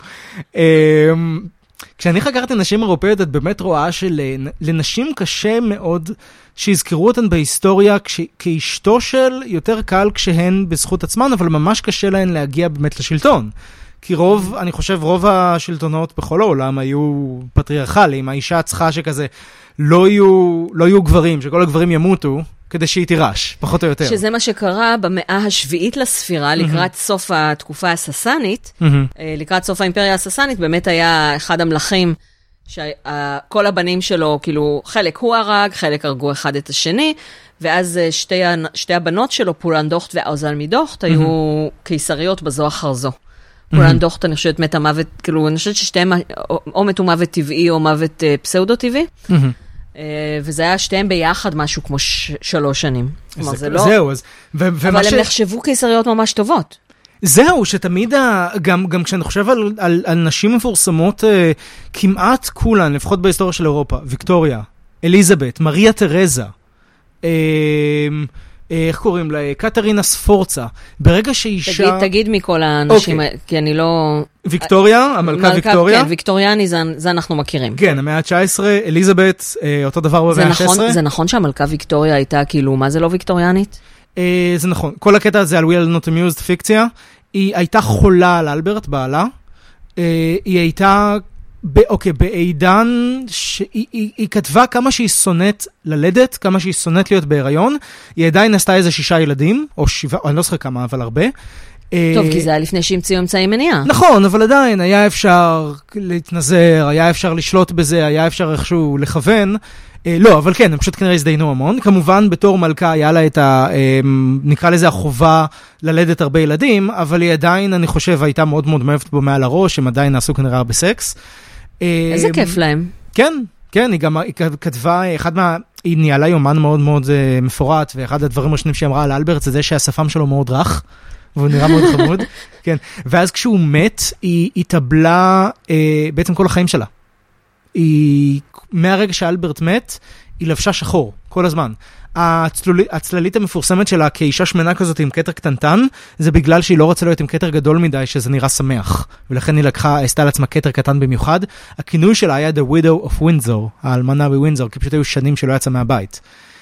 כשאני חקרתי נשים אירופאיות, את באמת רואה שלנשים קשה מאוד שיזכרו אותן בהיסטוריה, כאשתו של יותר קל כשהן בזכות עצמן, אבל ממש קשה להן להגיע באמת לשלטון. כי רוב, אני חושב, רוב השלטונות בכל העולם היו פטריארכליים. האישה צריכה שכזה לא יהיו, לא יהיו גברים, שכל הגברים ימותו, כדי שהיא תירש, פחות או יותר. שזה מה שקרה במאה השביעית לספירה, לקראת סוף התקופה הססנית, לקראת סוף האימפריה הססנית, באמת היה אחד המלכים, שכל הבנים שלו, כאילו, חלק הוא הרג, חלק הרגו אחד את השני, ואז שתי, שתי הבנות שלו, פורנדוכט ואוזלמידוכט, היו קיסריות בזו אחר זו. פורנדוכט, אני חושבת, מת המוות, כאילו, אני חושבת ששתיהם, או מתו מוות טבעי, או מוות פסאודו-טבעי, וזה היה שתיהם ביחד משהו כמו שלוש שנים. זהו, אז... אבל הם נחשבו קיסריות ממש טובות. זהו, שתמיד, גם כשאני חושב על נשים מפורסמות, כמעט כולן, לפחות בהיסטוריה של אירופה, ויקטוריה, אליזבת, מריה תרזה, איך קוראים לה? קטרינה ספורצה. ברגע שאישה... תגיד, תגיד מכל האנשים, כי אני לא... ויקטוריה, המלכה ויקטוריה. כן, ויקטוריאני, זה אנחנו מכירים. כן, המאה ה-תשע עשרה, אליזבת, אותו דבר במאה ה-שש עשרה. זה נכון שהמלכה ויקטוריה הייתה כאילו, מה זה לא ויקטוריאנית? זה נכון. כל הקטע הזה על We Are Not Amused, פיקציה. היא הייתה חולה על אלברט, בעלה. היא הייתה... אוקיי, בעידן, שהיא, היא, היא כתבה כמה שהיא שונאת ללדת, כמה שהיא שונאת להיות בהיריון, היא עדיין עשתה איזה שישה ילדים, או שבעה, או אני לא זוכר כמה, אבל הרבה. טוב, כי זה היה לפני שהמציאו אמצעי מניעה. נכון, אבל עדיין היה אפשר להתנזר, היה אפשר לשלוט בזה, היה אפשר איכשהו לכוון. לא, אבל כן, הם פשוט כנראה הזדיינו המון. כמובן, בתור מלכה היה לה את ה... נקרא לזה החובה ללדת הרבה ילדים, אבל היא עדיין, אני חושב, הייתה מאוד מאוד מאהבת בו מעל הראש, הם עדיין נעשו כנראה הרבה סקס. איזה כיף להם. כן, כן, היא גם כתבה, אחד מה... היא ניהלה יומן מאוד מאוד מפורט, ואחד הדברים השונים שהיא אמרה על אלברט, זה זה שהשפם שלו מאוד רך, והוא נראה מאוד חמוד. כן. ואז כשהוא מת, היא התאבלה בעצם כל החיים שלה. היא, מהרגע שאלברט מת, היא לבשה שחור, כל הזמן. הצלולית, הצללית המפורסמת שלה, כאישה שמנה כזאת עם קטר קטנטן, זה בגלל שהיא לא רוצה להיות עם קטר גדול מדי, שזה נראה שמח. ולכן היא לקחה, עשתה על עצמה קטר קטן במיוחד. הכינוי שלה היה The Widow of Windsor, האלמנה בווינזור, כי פשוט היו שנים שלא יצא מהבית.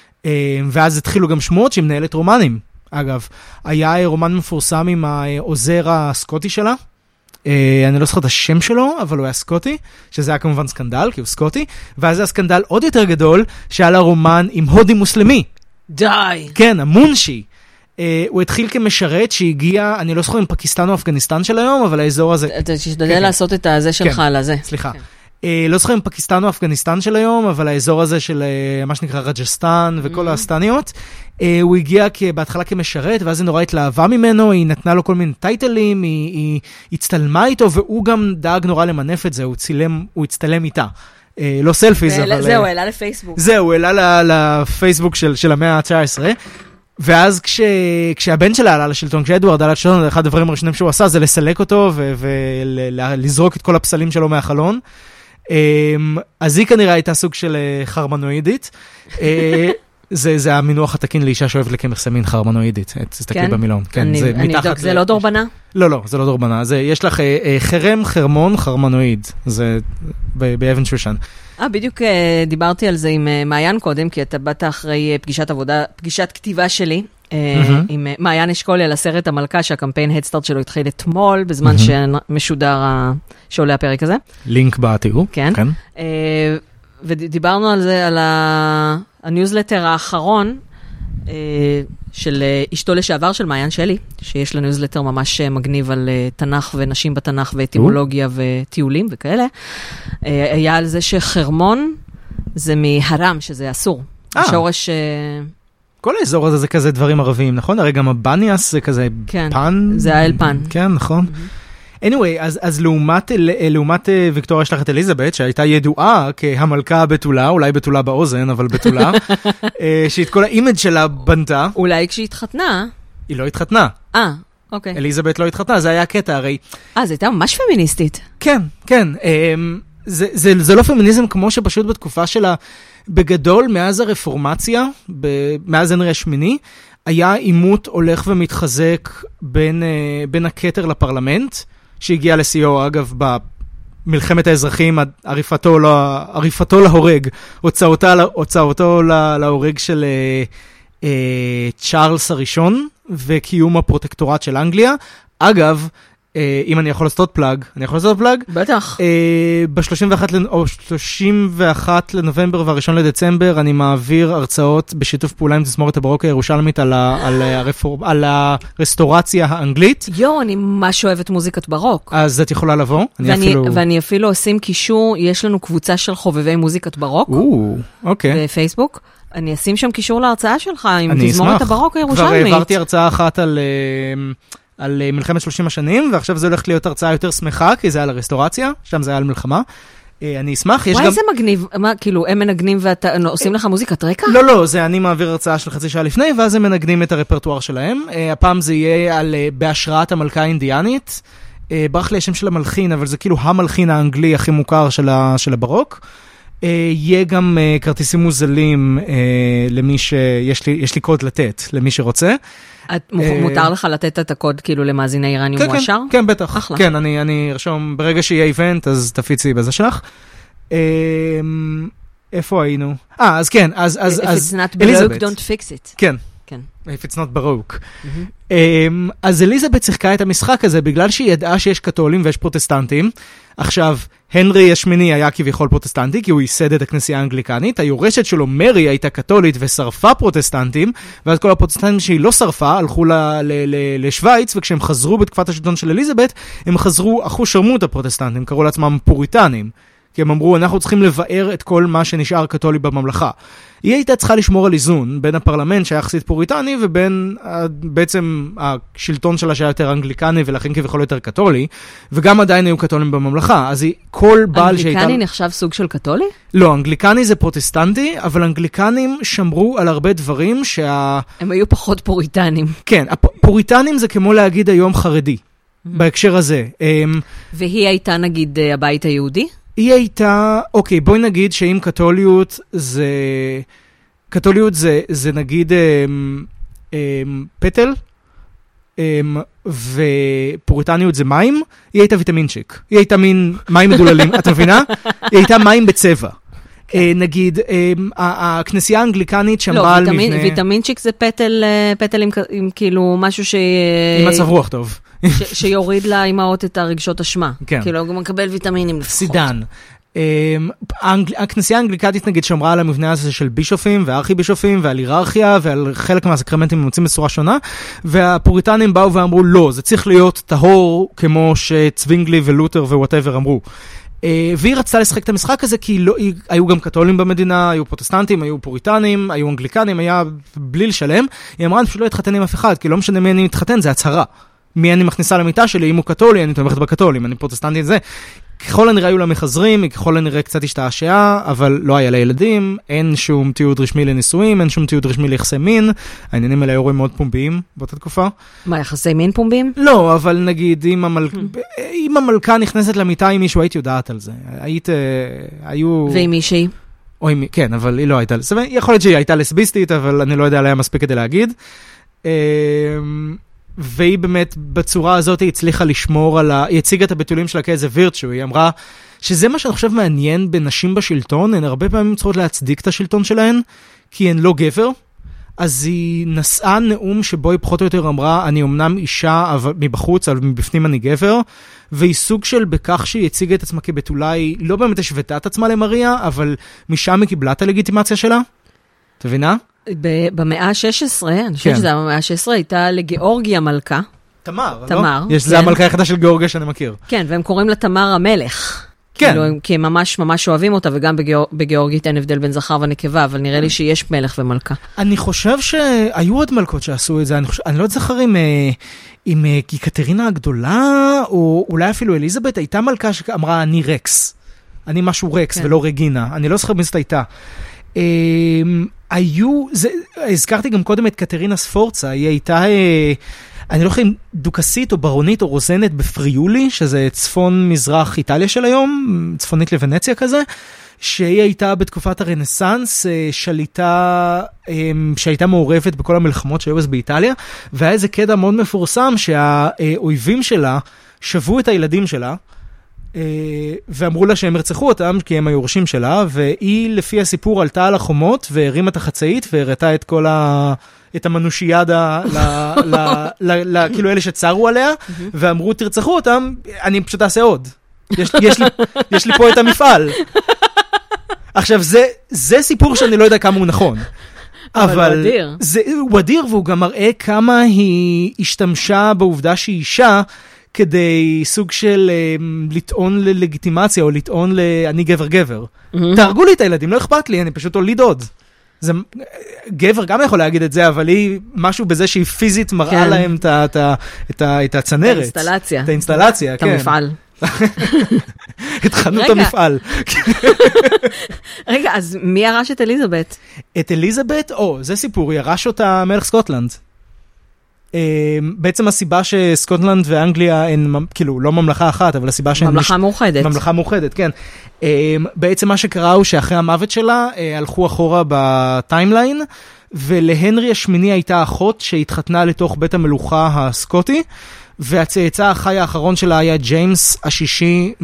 ואז התחילו גם שמועות שהיא מנהלת רומנים. אגב, היה רומן מפורסם עם העוזר הסקוטי שלה, אני לא זוכר את השם שלו, אבל הוא היה סקוטי, שזה היה כמובן סקנדל, כי הוא סקוטי, ואז זה הסקנדל עוד יותר גדול, שהיה לה רומן עם הודי מוסלמי. די! כן, המונשי. הוא התחיל כמשרת שהגיע, אני לא זוכר עם פקיסטן או אפגניסטן של היום, אבל האזור הזה... אתה תשתדל לעשות את הזה שלך על הזה. סליחה. לא זוכר עם פקיסטן או אפגניסטן של היום, אבל האזור הזה של מה שנקרא רג'סטן וכל הסטניות, הוא הגיע בהתחלה כמשרת, ואז היא נורא התלהבה ממנו, היא נתנה לו כל מיני טייטלים, היא הצטלמה איתו, והוא גם דאג נורא למנף את זה, הוא צילם, הוא הצטלם איתה. לא סלפיז, אבל... זהו, העלה לפייסבוק. זהו, העלה לפייסבוק של המאה ה-תשע עשרה, ואז כש, כשהבן שלה עלה לשלטון, כשאדוארד עלה לשלטון, אחד הדברים הראשונים שהוא עשה זה לסלק אותו ולזרוק את כל הפסלים שלו מהחלון. אז היא כנראה הייתה סוג של חרמנואידית. זה, זה המינוח התקין לאישה שאוהבת לקמח סמין חרמנואידית. תסתכלי במילון. כן, אני, זה אני אבדוק, זה לא דורבנה? לא, לא, זה לא דורבנה. זה, יש לך חרם, חרמון, חרמנואיד. זה באבן שושן. אה, בדיוק דיברתי על זה עם מעיין קודם, כי אתה באת אחרי פגישת עבודה, פגישת כתיבה שלי, עם מעיין אשכולי על הסרט המלכה, שהקמפיין הדסטארט שלו התחיל אתמול, בזמן שמשודר, שעולה הפרק הזה. לינק בתיאור. כן. ודיברנו על זה, על הניוזלטר האחרון, של אשתו לשעבר של מעיין שלי, שיש לה ניוזלטר ממש מגניב על תנ"ך ונשים בתנ"ך ואטימולוגיה וטיולים וכאלה. היה על זה שחרמון זה מהרם, שזה אסור. שורש... כל האזור הזה זה כזה דברים ערביים, נכון? הרי גם הבניאס זה כזה פן. זה האל פן. כן, נכון. anyway, אז, אז לעומת, לעומת ויקטוריה שלח את אליזבת, שהייתה ידועה כהמלכה הבתולה, אולי בתולה באוזן, אבל בתולה, שאת כל האימג' שלה בנתה. אולי כשהיא התחתנה. היא לא התחתנה. אה, אוקיי. אליזבת לא התחתנה, זה היה הקטע הרי. אה, זה הייתה ממש פמיניסטית. כן, כן. זה, זה, זה לא פמיניזם כמו שפשוט בתקופה שלה, בגדול, מאז הרפורמציה, מאז הנרי השמיני, היה עימות הולך ומתחזק בין, בין הכתר לפרלמנט, שהגיע לסיוע, אגב, במלחמת האזרחים, עריפתו, לא, עריפתו להורג, הוצאותה, הוצאותו לה, להורג של אה, אה, צ'ארלס הראשון, וקיום הפרוטקטורט של אנגליה. אגב, אה, אם אני יכול לעשות פלאג, אני יכול לעשות פלאג? בטח. אה, ב-שלושים ואחד או שלושים ואחד לנובמבר והראשון לדצמבר, אני מעביר הרצאות בשיתוף פעולה עם תזמורת הברוק הירושלמית על, ה, על, הרפור, על הרסטורציה האנגלית. יו, אני ממש אוהבת מוזיקת ברוק. אז את יכולה לבוא. ואני, אפילו... ואני אפילו עושים קישור, יש לנו קבוצה של חובבי מוזיקת ברוק. או, אוקיי. בפייסבוק. אני אשים שם קישור להרצאה שלך עם תזמורת הברוק הירושלמית. כבר העברתי הרצאה אחת על... על מלחמת שלושים השנים, ועכשיו זה הולך להיות הרצאה יותר שמחה, כי זה היה על הרסטורציה, שם זה היה על מלחמה. אני אשמח, יש וואי, גם... זה מגניב, מה, כאילו, הם מנגנים ועושים לך מוזיקת רקע? לא, לא, זה אני מעביר הרצאה של חצי שעה לפני, ואז הם מנגנים את הרפרטואר שלהם. הפעם זה יהיה על, בהשראת המלכה האינדיאנית. ברח לי השם של המלחין, אבל זה כאילו המלחין האנגלי הכי מוכר של, ה, של הברוק. יהיה גם כרטיסים מוזלים למי שיש לי, יש לי קוד לתת, למי שרוצה. מותר לך לתת את הקוד כאילו למאזיני איראניום מואשר? כן, כן, בטח. כן, אני ארשום, ברגע שיהיה איבנט, אז תפיצי בזה שלך. איפה היינו? אה, אז כן, אז If it's not broke, don't fix it. כן. If it's not broke. אז אליזבת שיחקה את המשחק הזה, בגלל שהיא ידעה שיש קתולים ויש פרוטסטנטים. עכשיו, הנרי השמיני היה כביכול פרוטסטנטי, כי הוא ייסד את הכנסייה האנגליקנית. היורשת שלו, מרי, הייתה קתולית ושרפה פרוטסטנטים, ואז כל הפרוטסטנטים שהיא לא שרפה, הלכו לשוויץ, וכשהם חזרו בתקופת השלטון של אליזבת, הם חזרו, אחו שרמו את הפרוטסטנטים, קראו לעצמם פוריטנים. כי הם אמרו, אנחנו צריכים לבאר את כל מה שנשאר קתולי בממלכה. היא הייתה צריכה לשמור על איזון בין הפרלמנט שהיה יחסית פוריטני, ובין בעצם השלטון שלה שהיה יותר אנגליקני, ולכן כביכול יותר קתולי, וגם עדיין היו קתולים בממלכה. אז היא, כל בעל שהייתה... אנגליקני נחשב סוג של קתולי? לא, אנגליקני זה פרוטסטנטי, אבל אנגליקנים שמרו על הרבה דברים שה... הם היו פחות פוריטנים. כן, הפוריטנים זה כמו להגיד היום חרדי, בהקשר הזה. והיא הייתה נגיד הבית היהודי? היא הייתה, אוקיי, בואי נגיד שאם קתוליות זה, קתוליות זה, זה נגיד אמ, אמ, פטל, אמ, ופוריטניות זה מים, היא הייתה ויטמינצ'יק. היא הייתה מין מים מגוללים, את מבינה? היא הייתה מים בצבע. נגיד, הכנסייה האנגליקנית שמרה על מבנה... לא, ויטמינצ'יק זה פטל, פטל עם כאילו משהו ש... עם מצב רוח טוב. שיוריד לאימהות את הרגשות אשמה. כן. כאילו, הוא מקבל ויטמינים לפחות. סידן. הכנסייה האנגליקנית נגיד שמרה על המבנה הזה של בישופים וארכי בישופים ועל היררכיה ועל חלק מהסקרמנטים מוצאים בצורה שונה, והפוריטנים באו ואמרו לא, זה צריך להיות טהור כמו שצווינגלי ולותר ווואטאבר אמרו. והיא רצתה לשחק את המשחק הזה, כי לא, היו גם קתולים במדינה, היו פרוטסטנטים, היו פוריטנים, היו אנגליקנים, היה בליל שלם. היא אמרה, אני פשוט לא אתחתן עם אף אחד, כי לא משנה מי אני מתחתן, זה הצהרה. מי אני מכניסה למיטה שלי, אם הוא קתולי, אני תומכת בקתולים, אני פרוטסטנטי את זה. ככל הנראה היו לה מחזרים, ככל הנראה קצת השתעשעה, אבל לא היה לה ילדים, אין שום תיעוד רשמי לנישואים, אין שום תיעוד רשמי ליחסי מין, העניינים האלה היו מאוד פומביים באותה תקופה. מה, יחסי מין פומביים? לא, אבל נגיד, אם, המל... אם המלכה נכנסת למיטה עם מישהו, היית יודעת על זה. היית, היו... ועם מישהי? או עם... כן, אבל היא לא הייתה... יכול להיות שהיא הייתה לסביסטית, אבל אני לא יודע עליה מספיק כדי להגיד. והיא באמת בצורה הזאת היא הצליחה לשמור על ה... היא הציגה את הבתולים שלה כאיזה וירטשו, היא אמרה שזה מה שאני חושב מעניין בנשים בשלטון, הן הרבה פעמים צריכות להצדיק את השלטון שלהן, כי הן לא גבר, אז היא נשאה נאום שבו היא פחות או יותר אמרה, אני אמנם אישה אבל... מבחוץ, אבל מבפנים אני גבר, והיא סוג של בכך שהיא הציגה את עצמה כבתולה, היא לא באמת השוותה את עצמה למריה, אבל משם היא קיבלה את הלגיטימציה שלה, אתה מבינה? במאה ה-שש עשרה, אני חושבת שזה היה במאה ה-שש עשרה, הייתה לגיאורגיה מלכה. תמר, לא? תמר. זה המלכה היחידה של גיאורגיה שאני מכיר. כן, והם קוראים לה תמר המלך. כן. כי הם ממש ממש אוהבים אותה, וגם בגיאורגית אין הבדל בין זכר ונקבה, אבל נראה לי שיש מלך ומלכה. אני חושב שהיו עוד מלכות שעשו את זה, אני לא זוכר אם קטרינה הגדולה, או אולי אפילו אליזבת, הייתה מלכה שאמרה, אני רקס. אני משהו רקס ולא רגינה. אני לא זוכר מי זאת הייתה. היו, זה, הזכרתי גם קודם את קטרינה ספורצה, היא הייתה, אני לא יודע אם דוקסית או ברונית או רוזנת בפריולי, שזה צפון מזרח איטליה של היום, צפונית לוונציה כזה, שהיא הייתה בתקופת הרנסנס, שליטה, שהייתה מעורבת בכל המלחמות שהיו אז באיטליה, והיה איזה קטע מאוד מפורסם שהאויבים שלה שבו את הילדים שלה, ואמרו לה שהם הרצחו אותם כי הם היורשים שלה, והיא לפי הסיפור עלתה על החומות והרימה את החצאית והראתה את כל ה... את המנושיאדה כאילו אלה שצרו עליה, ואמרו תרצחו אותם, אני פשוט אעשה עוד. יש לי פה את המפעל. עכשיו זה סיפור שאני לא יודע כמה הוא נכון. אבל הוא אדיר. הוא אדיר, והוא גם מראה כמה היא השתמשה בעובדה שהיא אישה, כדי סוג של um, לטעון ללגיטימציה, או לטעון ל... אני גבר גבר. Mm-hmm. תהרגו לי את הילדים, לא אכפת לי, אני פשוט הוליד עוד. זה... גבר גם יכול להגיד את זה, אבל היא משהו בזה שהיא פיזית מראה כן. להם את, את, את, את הצנרת. את האינסטלציה. את האינסטלציה, את כן. המפעל. את חנות המפעל. רגע, אז מי ירש את אליזבת? את אליזבת, או, זה סיפור, ירש אותה מלך סקוטלנד. בעצם הסיבה שסקוטלנד ואנגליה הן, כאילו, לא ממלכה אחת, אבל הסיבה שהן... ממלכה מאוחדת. ממלכה מאוחדת, כן. בעצם מה שקרה הוא שאחרי המוות שלה, הלכו אחורה בטיימליין, ולהנרי השמיני הייתה אחות שהתחתנה לתוך בית המלוכה הסקוטי, והצאצא החי האחרון שלה היה ג'יימס השישי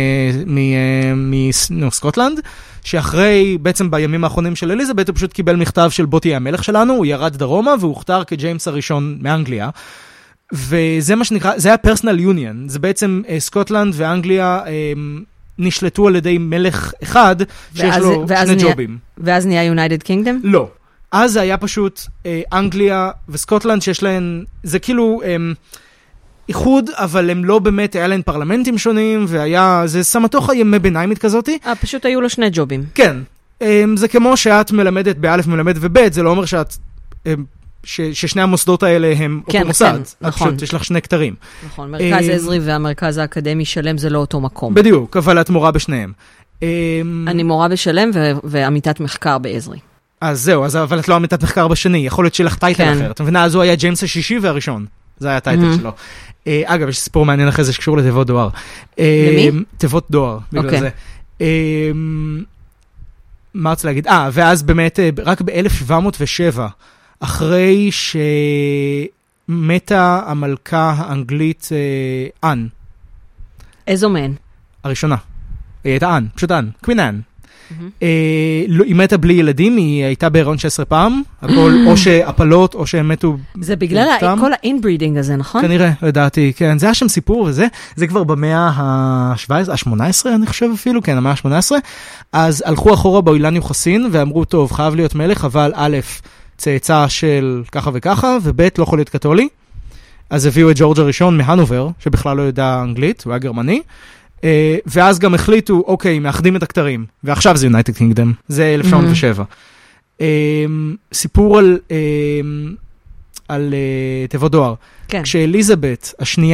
מסקוטלנד, שאחרי, בעצם בימים האחרונים של אליזבת, הוא פשוט קיבל מכתב של בוא תהיה המלך שלנו, הוא ירד דרומה, והוא הוכתר כג'יימס הראשון מאנגליה, וזה מה שנקרא, זה היה פרסונל יוניון, זה בעצם סקוטלנד ואנגליה נשלטו על ידי מלך אחד, שיש לו שני ג'ובים. ואז נהיה יונייטד קינגדום? לא. אז זה היה פשוט אנגליה וסקוטלנד שיש להן, זה כאילו... איחוד, אבל הם לא באמת, היה להם פרלמנטים שונים, והיה, זה סמטוך הימי ביניימית כזאת. אה, פשוט היו לו שני ג'ובים. כן. זה כמו שאת מלמדת באלף מלמדת ובית, זה לא אומר שאת, ש, ששני המוסדות האלה הם כן, אותו מוסד. כן, נכון. פשוט יש לך שני כתרים. נכון, מרכז עזרי והמרכז האקדמי שלם זה לא אותו מקום. בדיוק, אבל את מורה בשניהם. אני מורה בשלם ועמיתת מחקר בעזרי. אז זהו, אז, אבל את לא עמיתת מחקר בשני, יכול להיות שלך טייטל כן. אחר. אתה מבינה, אז הוא היה ג'יימס השישי והראשון. זה היה הטייטל mm-hmm. שלו. Uh, אגב, יש סיפור מעניין אחרי זה שקשור לתיבות דואר. למי? Uh, תיבות דואר, בגלל okay. זה. Uh, מה רוצה להגיד? אה, ואז באמת, uh, רק ב-אלף שבע מאות ושבע, אחרי שמתה המלכה האנגלית uh, אן. איזו מן? הראשונה. היא הייתה אן, פשוט אן, קווין אן. היא מתה בלי ילדים, היא הייתה בהיריון שש עשרה פעם, הכל או שהפלות או שהם מתו. זה בגלל כל האינברידינג הזה, נכון? כנראה, לדעתי, כן, זה היה שם סיפור וזה, זה כבר במאה ה-שבע עשרה, ה-שמונה עשרה אני חושב אפילו, כן, המאה ה-שמונה עשרה, אז הלכו אחורה באילן יוחסין ואמרו, טוב, חייב להיות מלך, אבל א', צאצא של ככה וככה, וב', לא יכול להיות קתולי, אז הביאו את ג'ורג' הראשון מהנובר, שבכלל לא יודע אנגלית, הוא היה גרמני, ואז גם החליטו, אוקיי, מאחדים את הכתרים, ועכשיו זה יונייטד קינגדום, זה אלף תשע מאות ושבע. סיפור על תיבות דואר. כשאליזבת השנייה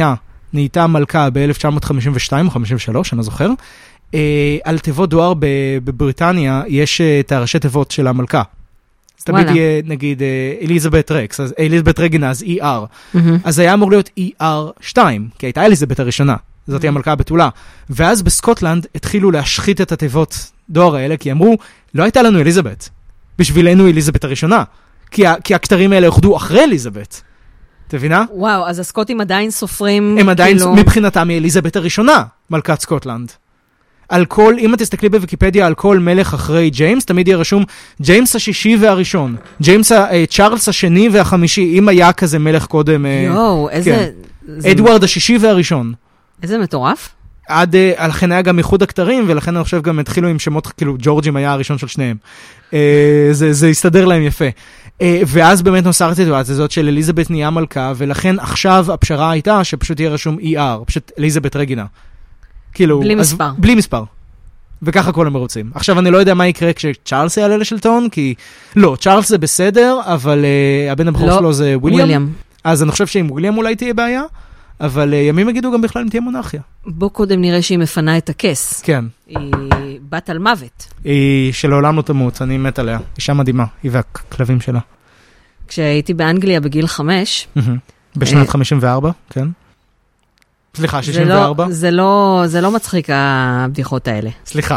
נהייתה מלכה ב-אלף תשע מאות חמישים ושתיים או חמישים ושלוש, אני לא זוכר, על תיבות דואר בבריטניה יש את הראשי תיבות של המלכה. אז תמיד יהיה, נגיד, אליזבת רקס, אליזבת רגינה, אז אי אר. אז היה אמור להיות אי אר שתיים, כי הייתה אליזבת הראשונה. זאת היא המלכה הבתולה. ואז בסקוטלנד התחילו להשחית את התיבות דואר האלה, כי אמרו, לא הייתה לנו אליזבת. בשבילנו אליזבת הראשונה. כי, כי הכתרים האלה יוחדו אחרי אליזבת. תבינה? וואו, אז הסקוטים עדיין סופרים... הם עדיין, כאילו... מבחינתם, היא אליזבת הראשונה, מלכת סקוטלנד. על כל, אם את תסתכלי בוויקיפדיה על כל מלך אחרי ג'יימס, תמיד יהיה רשום ג'יימס השישי והראשון. ג'יימס, צ'ארלס השני והחמישי, אם היה כזה מלך קודם... יואו, איזה... אדוארד השישי והראשון. איזה מטורף. עד, לכן היה גם איחוד הכתרים, ולכן אני חושב גם התחילו עם שמות, כאילו ג'ורג'ים היה הראשון של שניהם. זה, זה הסתדר להם יפה. ואז באמת נוסר הסיטואציה הזאת של אליזבת נהיה מלכה, ולכן עכשיו הפשרה הייתה שפשוט יהיה רשום אי אר, פשוט אליזבת רגינה. כאילו, בלי מספר. אז, בלי מספר. וככה כל המרוצים. עכשיו אני לא יודע מה יקרה כשצ'ארלס יעלה לשלטון, כי... לא, צ'ארלס זה בסדר, אבל uh, הבן הבכור לא, שלו זה וויליאם. וויליאם. אז אני חושב שעם וויליאם אולי תהיה בעיה, אבל uh, ימים יגידו גם בכלל אם תהיה מונרכיה. בוא קודם נראה שהיא מפנה את הכס. כן. היא בת על מוות. היא שלעולם לא תמות, אני מת עליה. אישה מדהימה, היא והכלבים שלה. כשהייתי באנגליה בגיל חמש... בשנת חמישים וארבע, כן. סליחה, שישים וארבע? זה לא, זה לא, זה לא מצחיק הבדיחות האלה. סליחה.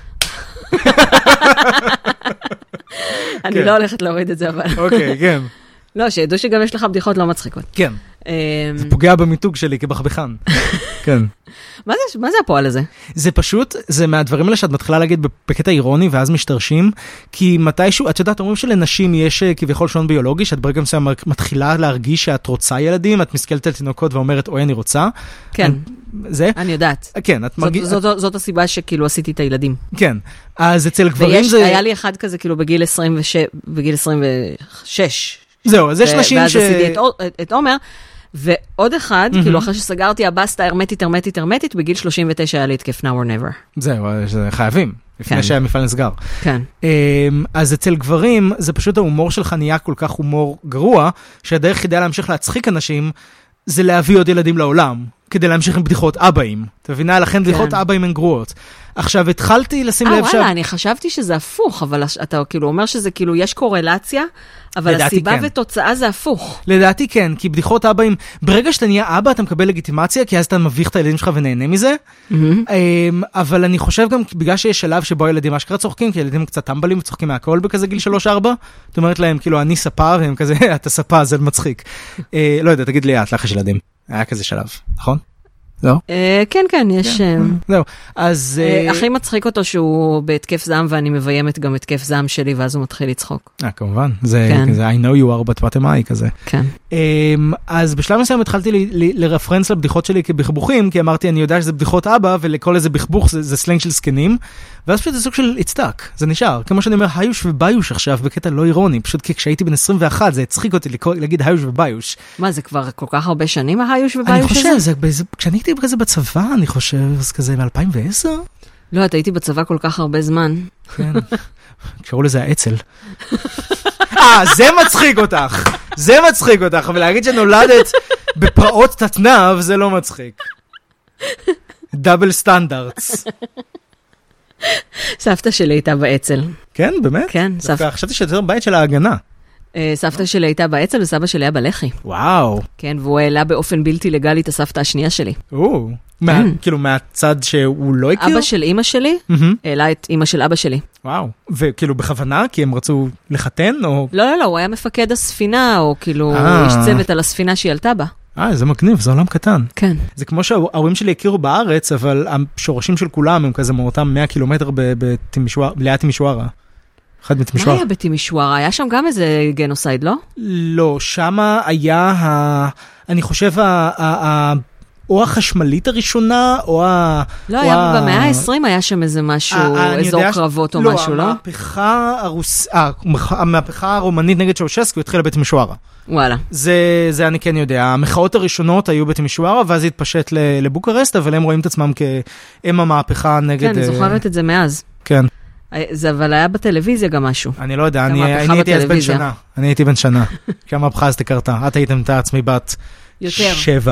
אני לא הולכת להוריד את זה, אבל... אוקיי, כן. לא, שידעו שגם יש לך בדיחות לא מצחיקות. כן. זה פוגע במיתוג שלי כבחבחן. כן. מה זה, מה זה הפועל הזה? זה פשוט, זה מהדברים האלה שאת מתחילה להגיד בקטע אירוני ואז משתרשים, כי מתישהו, את יודעת, אומרים שלנשים יש כביכול שעון ביולוגי, שאת ברגע מסוים מתחילה להרגיש שאת רוצה ילדים, את מסתכלת על תינוקות ואומרת, אוי, אני רוצה. כן. זה? אני יודעת. כן, את מרגיש... זאת, זאת, זאת הסיבה שכאילו עשיתי את הילדים. כן. אז אצל גברים זה... ויש, היה לי אחד כזה כאילו בגיל עשרים ושש, בגיל עשרים ושש. זהו, אז יש נשים ש... ואז עשיתי את עומר, ועוד אחד, כאילו אחרי שסגרתי הבסטה הרמטית, הרמטית, הרמטית, בגיל שלושים ותשע היה לי התקף now or never. זהו, חייבים, לפני שהמפעל נסגר. כן. אז אצל גברים, זה פשוט ההומור שלך נהיה כל כך הומור גרוע, שהדרך כדי להמשיך להצחיק אנשים, זה להביא עוד ילדים לעולם, כדי להמשיך עם בדיחות אבאים. אתה מבינה? לכן בדיחות אבאים הן גרועות. עכשיו, התחלתי לשים לב ש... אה, וואלה, אני חשבתי שזה הפוך, אבל אתה כאילו אומר שזה כאילו, יש קורלציה, אבל הסיבה ותוצאה זה הפוך. לדעתי כן, כי בדיחות אבאים, ברגע שאתה נהיה אבא, אתה מקבל לגיטימציה, כי אז אתה מביך את הילדים שלך ונהנה מזה. אבל אני חושב גם, בגלל שיש שלב שבו הילדים אשכרה צוחקים, כי הילדים קצת טמבלים וצוחקים מהכל בכזה גיל שלוש ארבע, זאת אומרת להם, כאילו, אני ספה, והם כזה, אתה ספה, זה מצחיק. לא יודע, תגיד לי, את לך יש ילדים. היה כזה שלב, נכון? לא? כן, כן, יש... זהו, אז... הכי מצחיק אותו שהוא בהתקף זעם, ואני מביימת גם התקף זעם שלי, ואז הוא מתחיל לצחוק. אה, כמובן. זה I know you are, but what am I, כזה. כן. אז בשלב מסוים התחלתי לרפרנס לבדיחות שלי כבחבוכים, כי אמרתי, אני יודע שזה בדיחות אבא, ולכל איזה בחבוך זה סלנג של סקנים, ואז פשוט זה סוג של הצטק, זה נשאר. כמו שאני אומר, היוש וביוש עכשיו, בקטע לא אירוני, פשוט כי כשהייתי בן עשרים ואחת, זה הצחיק אותי להגיד היוש וביוש. מה, זה כבר כל כך הרבה שנים, ההיוש וביוש אני חושב, זה, כשאני הייתי כזה בצבא, אני חושב, אז כזה ב-אלפיים ועשר? לא, אתה הייתי בצבא כל כך הרבה זמן. כן. קראו לזה העצל. אה, זה מצחיק אותך. זה מצחיק אותך, אבל להגיד שנולדת בפרעות תתנב, זה לא מצחיק. דאבל סטנדרטס. סבתא שלי הייתה בעצל. כן, באמת? כן, סבתא. חשבתי שיותר בית של ההגנה. סבתא שלי הייתה בעצל וסבא שלי היה בלחי. וואו. כן, והוא העלה באופן בלתי לגלי את הסבתא השנייה שלי. או, כאילו מהצד שהוא לא הכיר? אבא של אמא שלי העלה את אמא של אבא שלי. וואו, וכאילו בכוונה, כי הם רצו לחתן או... לא, לא, לא, הוא היה מפקד הספינה, או כאילו איש צוות על הספינה שהיא עלתה בה. אה, זה מגניב, זה עולם קטן. כן. זה כמו שההורים שלי הכירו בארץ, אבל השורשים של כולם הם כזה מאותם מאה קילומטר ליד תימישוארה. אחד מתימישוארה. מה היה בתימישוארה? היה שם גם איזה גנוסייד, לא? לא, שם היה, אני חושב, או החשמלית הראשונה, או ה... לא, היה במאה ה-עשרים היה שם איזה משהו, אזור קרבות או משהו, לא? המהפכה הרומנית נגד צ'אושסקו התחילה בתימישוארה. וואלה. זה, זה אני כן יודע. המחאות הראשונות היו בתימישוארה, ואז התפשט לבוקרשט, אבל הם רואים את עצמם כאם המהפכה נגד... כן, אני זוכרת את זה מאז. כן. זה אבל היה בטלוויזיה גם משהו. אני לא יודע, אני הייתי אז בן שנה. אני הייתי בן שנה. כמה מהפכה אז תקרתה. את הייתם את עצמי בת שבע.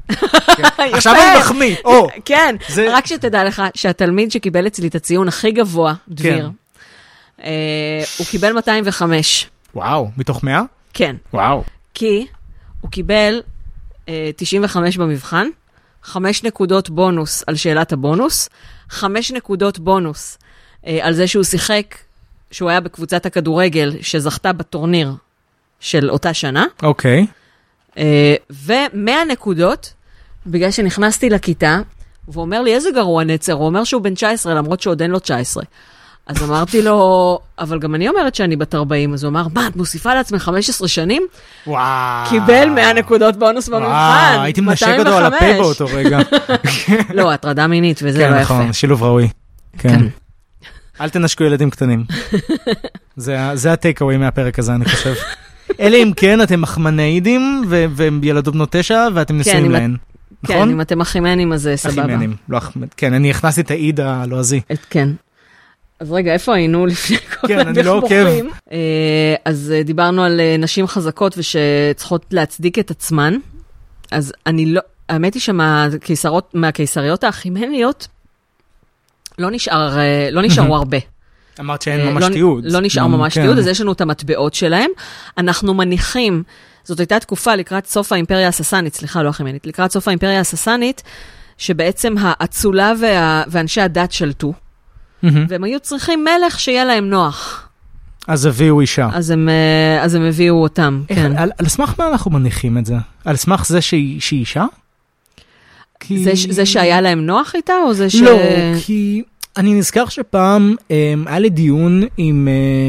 עכשיו אני מחמיא, או. כן, רק שתדע לך שהתלמיד שקיבל אצלי את הציון הכי גבוה, דביר, הוא קיבל מאתיים וחמש. וואו, מתוך מאה? כן. וואו. כי הוא קיבל תשעים וחמש במבחן, חמש נקודות בונוס על שאלת הבונוס, חמש נקודות בונוס על זה שהוא שיחק, שהוא היה בקבוצת הכדורגל שזכתה בטורניר של אותה שנה. אוקיי. ו-מאה נקודות, בגלל שנכנסתי לכיתה, והוא אומר לי, איזה גרוע נצר? הוא אומר שהוא בן תשע עשרה, למרות שעוד אין לו תשע עשרה. אז אמרתי לו, אבל גם אני אומרת שאני בת ארבעים, אז הוא אמר, מה, את מוסיפה לעצמך חמש עשרה שנים? וואו. קיבל מאה נקודות בונוס במבחן. וואו, הייתי מנשק אותו על הפה באותו רגע. לא, הטרדה מינית, וזה לא יפה. כן, נכון, שילוב ראוי. כן. אל תנשקו ילדים קטנים. זה הטייק-אווי מהפרק הזה, אני חושב. אלה אם כן, אתם מחמנאידים, וילדות בנות תשע, ואתם נשואים להן. כן, אם אתם אחימנים, אז סבבה. אחימנים, לא אחמד. כן, אני הכנסתי את העיד הלועזי. כן. אז רגע, איפה היינו לפני כל כן, אני לא עוקב. אז דיברנו על נשים חזקות ושצריכות להצדיק את עצמן. אז אני לא, האמת היא שמהקיסריות האחימניות לא נשאר, לא נשארו הרבה. אמרת שאין ממש תיעוד. לא נשאר ממש תיעוד, אז יש לנו את המטבעות שלהם. אנחנו מניחים, זאת הייתה תקופה לקראת סוף האימפריה הססנית, סליחה, לא אחימנית, לקראת סוף האימפריה הססנית, שבעצם האצולה ואנשי הדת שלטו. והם היו צריכים מלך שיהיה להם נוח. אז הביאו אישה. אז הם, אז הם הביאו אותם, כן. על, על סמך מה אנחנו מניחים את זה? על סמך זה שהיא, שהיא אישה? כי... זה, זה שהיה להם נוח איתה, או זה ש... לא, כי אני נזכר שפעם היה לי דיון עם,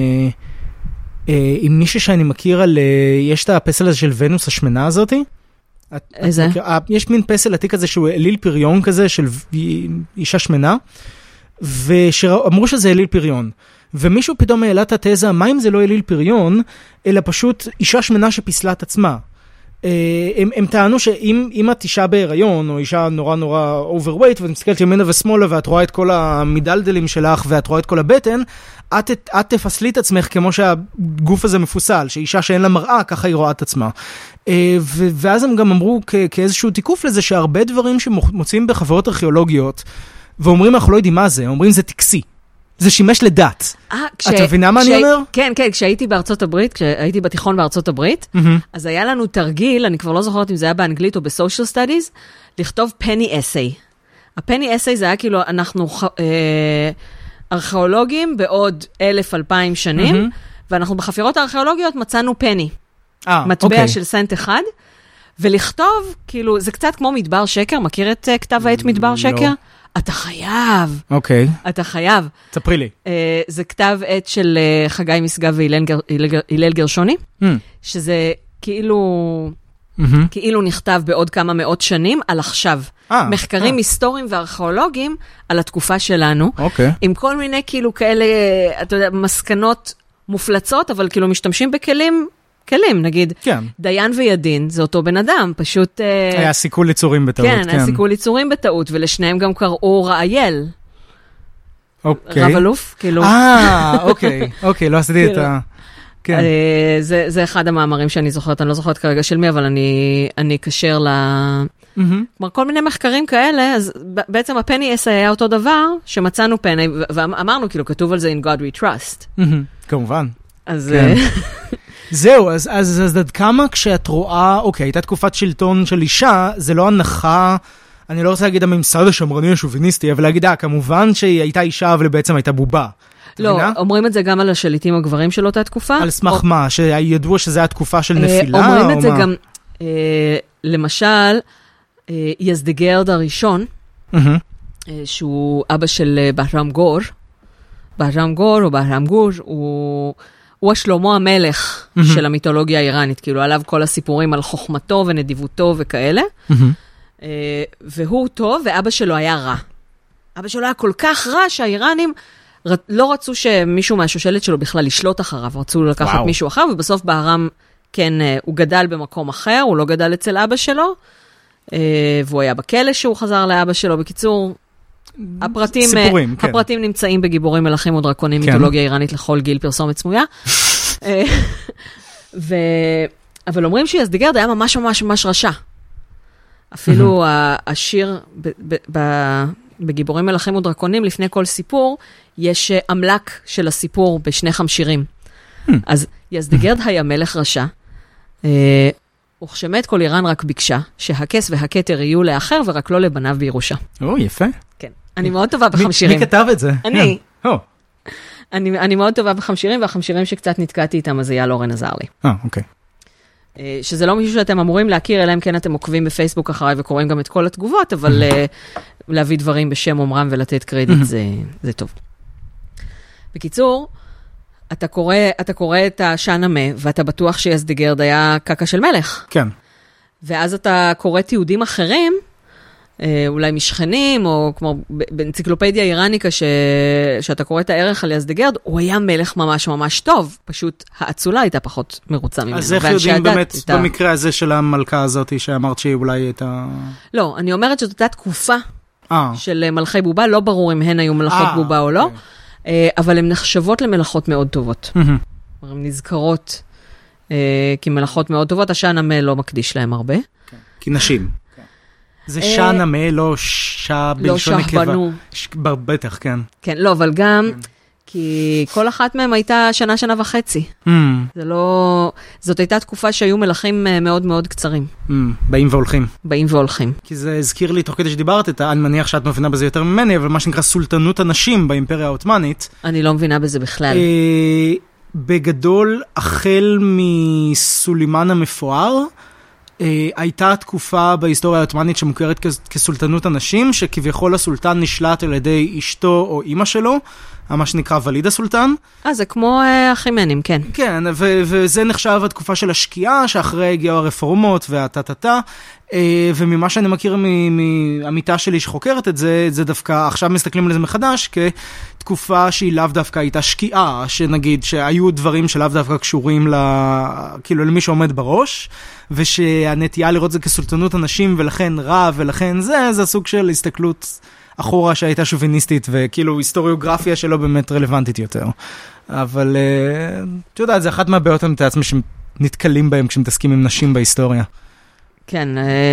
עם מישהו שאני מכיר על, יש את הפסל הזה של ונוס השמנה הזאת. איזה? יש מין פסל עתיק כזה שהוא אליל פריון כזה של אישה שמנה. ושאמרו שזה אליל פריון. ומישהו פתאום העלה את התזה, מה אם זה לא אליל פריון, אלא פשוט אישה שמנה שפיסלה את עצמה. הם, הם טענו שאם את אישה בהיריון, או אישה נורא נורא overweight, ואת מסתכלת ימינה ושמאלה, ואת רואה את כל המדלדלים שלך, ואת רואה את כל הבטן, את, את תפסלי את עצמך כמו שהגוף הזה מפוסל, שאישה שאין לה מראה, ככה היא רואה את עצמה. ואז הם גם אמרו כ- כאיזשהו תיקוף לזה, שהרבה דברים שמוצאים בחברות ארכיאולוגיות, ואומרים, אנחנו לא יודעים מה זה, אומרים, זה טקסי. זה שימש לדת. 아, כש... אתה מבינה מה כש... אני אומר? כן, כן, כשהייתי בארצות הברית, כשהייתי בתיכון בארצות הברית, mm-hmm. אז היה לנו תרגיל, אני כבר לא זוכרת אם זה היה באנגלית או בסושיאל סטאדיז, לכתוב פני אסיי. הפני אסיי זה היה כאילו, אנחנו אה, ארכיאולוגים בעוד אלף, אלפיים שנים, mm-hmm. ואנחנו בחפירות הארכיאולוגיות מצאנו פני. אה, מטבע אוקיי. של סנט אחד, ולכתוב, כאילו, זה קצת כמו מדבר שקר, מכיר את uh, כתב העת מדבר שקר? לא. אתה חייב. אוקיי. אתה חייב. תספרי לי. Uh, זה כתב עת של uh, חגי משגב והילל גר, הילל גרשוני, mm. שזה כאילו, mm-hmm. כאילו נכתב בעוד כמה מאות שנים על עכשיו. 아, מחקרים 아. היסטוריים וארכיאולוגיים על התקופה שלנו. אוקיי. עם כל מיני כאילו כאלה, אתה יודע, מסקנות מופלצות, אבל כאילו משתמשים בכלים... כלים, נגיד, כן. דיין וידין, זה אותו בן אדם, פשוט... היה סיכול יצורים בטעות, כן. כן, היה סיכול יצורים בטעות, ולשניהם גם קראו רעייל. אוקיי. רב אלוף, כאילו... אה, אוקיי, אוקיי, לא עשיתי את ה... כן. זה, זה אחד המאמרים שאני זוכרת, אני לא זוכרת כרגע של מי, אבל אני, אני אקשר ל... כלומר, כל מיני מחקרים כאלה, אז בעצם הפני אס היה אותו דבר, שמצאנו פני, ואמרנו, כאילו, כתוב על זה in God we trust. כמובן. אז... זהו, אז, אז, אז עד כמה כשאת רואה, אוקיי, הייתה תקופת שלטון של אישה, זה לא הנחה, אני לא רוצה להגיד הממסד השמרני השוביניסטי, אבל להגיד, אה, כמובן שהיא הייתה אישה, אבל בעצם הייתה בובה. לא, תבינה? אומרים את זה גם על השליטים הגברים של אותה תקופה. על סמך או... מה? שידוע שזה התקופה של נפילה? אומרים או את מה? זה גם, אה, למשל, אה, יזדגרד הראשון, אה, שהוא אבא של בהרם גור, בהרם גור או בהרם גור, הוא... הוא השלמה המלך mm-hmm. של המיתולוגיה האיראנית, כאילו עליו כל הסיפורים על חוכמתו ונדיבותו וכאלה, mm-hmm. והוא טוב, ואבא שלו היה רע. אבא שלו היה כל כך רע שהאיראנים לא רצו שמישהו מהשושלת שלו בכלל לשלוט אחריו, רצו לקחת וואו. מישהו אחר, ובסוף בהרם, כן, הוא גדל במקום אחר, הוא לא גדל אצל אבא שלו, והוא היה בכלא שהוא חזר לאבא שלו. בקיצור, הפרטים, סיפורים, כן. הפרטים נמצאים בגיבורים מלאכים ודרקונים, כן. מיתולוגיה איראנית לכל גיל, פרסומת סמויה. ו... אבל אומרים שיזדגרד היה ממש ממש ממש רשע. אפילו השיר בגיבורים מלאכים ודרקונים, לפני כל סיפור, יש אמלק של הסיפור בשני חמשירים. אז יזדגרד היה מלך רשע, וכשמת כל איראן רק ביקשה, שהכס והכתר יהיו לאחר ורק לא לבניו בירושה. או, יפה. כן. אני מאוד טובה בחמשירים. מי כתב את זה? אני. אני, אני מאוד טובה בחמשירים, והחמשירים שקצת נתקעתי איתם, אז היה לורן עזר לי. אה, אוקיי. שזה לא מישהו שאתם אמורים להכיר, אלא אם כן אתם עוקבים בפייסבוק אחריי וקוראים גם את כל התגובות, אבל להביא דברים בשם אומרם ולתת קרדיט זה, זה טוב. בקיצור, אתה קורא, אתה קורא את השענמה, ואתה בטוח שיזדגרד היה קקה של מלך. כן. ואז אתה קורא תיעודים אחרים, אולי משכנים, או כמו באנציקלופדיה איראניקה, ש... שאתה קורא את הערך על יזדגרד, הוא היה מלך ממש ממש טוב, פשוט האצולה הייתה פחות מרוצה ממנו. אז איך יודעים באמת הייתה... במקרה הזה של המלכה הזאת, שאמרת שהיא אולי הייתה... לא, אני אומרת שזאת הייתה תקופה 아. של מלכי בובה, לא ברור אם הן היו מלכות 아, בובה או לא, okay. אבל הן נחשבות למלכות מאוד טובות. Mm-hmm. הן נזכרות כמלכות מאוד טובות, השענמה לא מקדיש להם הרבה. Okay. כי נשים. זה שענמה, לא שעה בלשון נקבה. לא שחבנו. בטח, כן. כן, לא, אבל גם, כי כל אחת מהם הייתה שנה, שנה וחצי. זה לא... זאת הייתה תקופה שהיו מלכים מאוד מאוד קצרים. באים והולכים. באים והולכים. כי זה הזכיר לי, תוך כדי שדיברת, אני מניח שאת מבינה בזה יותר ממני, אבל מה שנקרא סולטנות הנשים באימפריה העות'מאנית. אני לא מבינה בזה בכלל. בגדול, החל מסולימן המפואר, הייתה תקופה בהיסטוריה העות'מאנית שמוכרת כסולטנות הנשים, שכביכול הסולטן נשלט על ידי אשתו או אמא שלו, מה שנקרא וליד הסולטן. אה, זה כמו החימנים, כן. כן, ו- וזה נחשב התקופה של השקיעה, שאחרי הגיעו הרפורמות והטטטה, וממה שאני מכיר מהמיטה שלי שחוקרת את זה, זה דווקא, עכשיו מסתכלים על זה מחדש, כתקופה שהיא לאו דווקא הייתה שקיעה, שנגיד שהיו דברים שלאו דווקא קשורים ל... כאילו למי שעומד בראש, ושהנטייה לראות זה כסולטנות הנשים, ולכן רע, ולכן זה, זה הסוג של הסתכלות אחורה שהייתה שוביניסטית, וכאילו היסטוריוגרפיה שלא באמת רלוונטית יותר. אבל, אתה יודע, זה אחת מהבעיות המתעצמי שנתקלים בהם כשמתעסקים עם נשים בהיסטוריה. כן,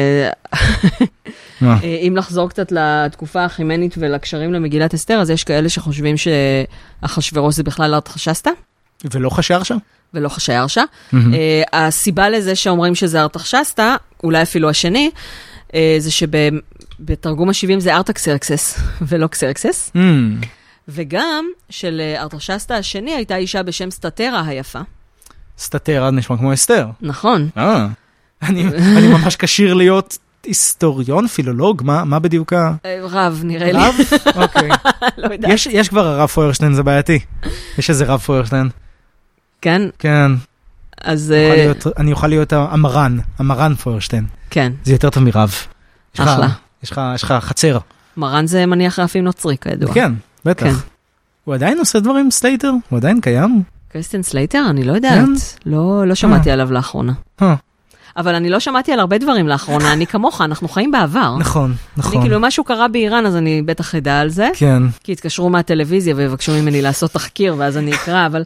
אם לחזור קצת לתקופה החימנית ולקשרים למגילת אסתר, אז יש כאלה שחושבים שאחשוורוש זה בכלל ארתחשסתא. ולא חשיירשה? ולא חשיירשה. הסיבה לזה שאומרים שזה ארתחשסתא, אולי אפילו השני, זה שבתרגום ה-שבעים זה ארטקסרקסס ולא קסרקסס. וגם של ארתחשסתא השני הייתה אישה בשם סטטרה היפה. סטטרה נשמע כמו אסתר. נכון. אה. אני, אני ממש קשיר להיות היסטוריון, פילולוג, מה, מה בדיוק ה... רב, נראה לי. רב? אוקיי. לא יודעת. יש, יש כבר הרב פוירשטיין, זה בעייתי. יש איזה רב פוירשטיין. כן? כן. אז... להיות, אני אוכל להיות המרן, המרן פוירשטיין. כן. זה יותר טוב מרב. אחלה. יש לך, יש לך חצר. מרן זה מניח רפים נוצרי, כידוע. כן, בטח. כן. הוא עדיין עושה דברים סלייטר? הוא עדיין קיים? קריסטיאן סלייטר? אני לא יודעת. לא, לא שמעתי עליו לאחרונה. אבל אני לא שמעתי על הרבה דברים לאחרונה, אני כמוך, אנחנו חיים בעבר. נכון, נכון. אני כאילו, משהו קרה באיראן, אז אני בטח אדע על זה. כן. כי התקשרו מהטלוויזיה ויבקשו ממני לעשות תחקיר, ואז אני אקרא, אבל...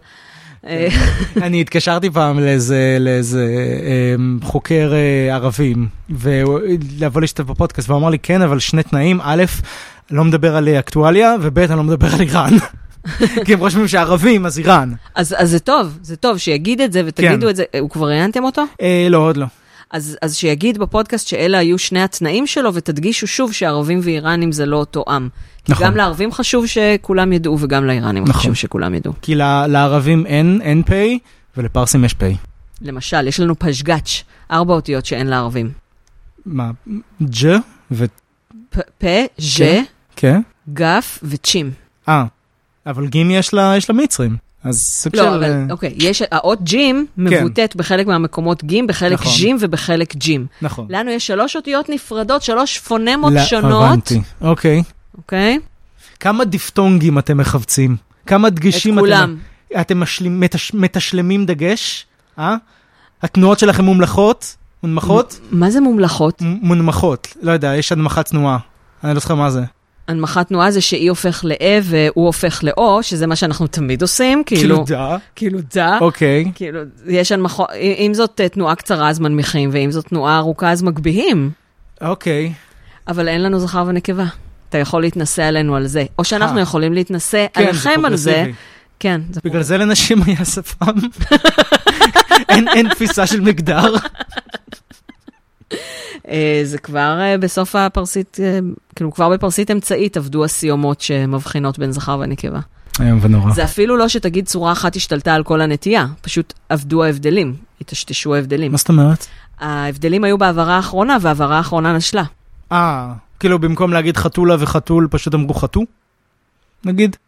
אני התקשרתי פעם לאיזה, לאיזה חוקר ערבים, ולבוא להשתתף בפודקאסט, והוא אמר לי, כן, אבל שני תנאים, א', לא מדבר על אקטואליה, וב', אני לא מדבר על איראן. כי הם חושבים שהערבים, אז איראן. אז, אז זה טוב, זה טוב, שיגיד את זה ותגידו כן. את זה. הוא כבר ראיינתם אותו? אה, לא, עוד לא. אז, אז שיגיד בפודקאסט שאלה היו שני התנאים שלו, ותדגישו שוב שערבים ואיראנים זה לא אותו עם. נכון. גם לערבים חשוב שכולם ידעו, וגם לאיראנים נכון. חשוב שכולם ידעו. כי לערבים אין, אין פי, ולפרסים יש פי. למשל, יש לנו פשגץ', ארבע אותיות שאין לערבים. מה? ג' ו... פה, ז', כן. גף וצ'ים. אה. אבל גים יש לה, יש לה מצרים. אז סוג לא, של... אבל, אוקיי, יש, האות ג'ים מבוטט כן. בחלק מהמקומות גים, בחלק נכון. ג'ים ובחלק ג'ים. נכון. לנו יש שלוש אותיות נפרדות, שלוש פונמות לא, שונות. הבנתי, אוקיי. אוקיי. כמה דיפטונגים אתם מחבצים? כמה דגשים את כולם. אתם, אתם משלים, מתש, מתשלמים דגש? אה? התנועות שלכם מומלכות? מונמכות? מה זה מומלכות? מונמכות. לא יודע, יש הנמכת תנועה. אני לא זוכר מה זה. הנמכת תנועה זה שהיא הופך לאe והוא הופך לאו, שזה מה שאנחנו תמיד עושים, כאילו... כאילו דה. כאילו דה. אוקיי. כאילו, יש הנמכות, אם זאת תנועה קצרה אז מנמיכים, ואם זאת תנועה ארוכה אז מגביהים. אוקיי. אבל אין לנו זכר ונקבה. אתה יכול להתנסה עלינו על זה. או שאנחנו יכולים להתנסה עליכם על זה. כן. בגלל זה לנשים היה שפם. אין תפיסה של מגדר. זה כבר בסוף הפרסית, כאילו כבר בפרסית אמצעית עבדו הסיומות שמבחינות בין זכר ונקבה. היום ונורא. זה אפילו לא שתגיד צורה אחת השתלטה על כל הנטייה, פשוט עבדו ההבדלים, התשתשו ההבדלים. מה זאת אומרת? ההבדלים היו בעברה האחרונה, והעברה האחרונה נשלה. אה, כאילו במקום להגיד חתולה וחתול, פשוט אמרו חתו? נגיד?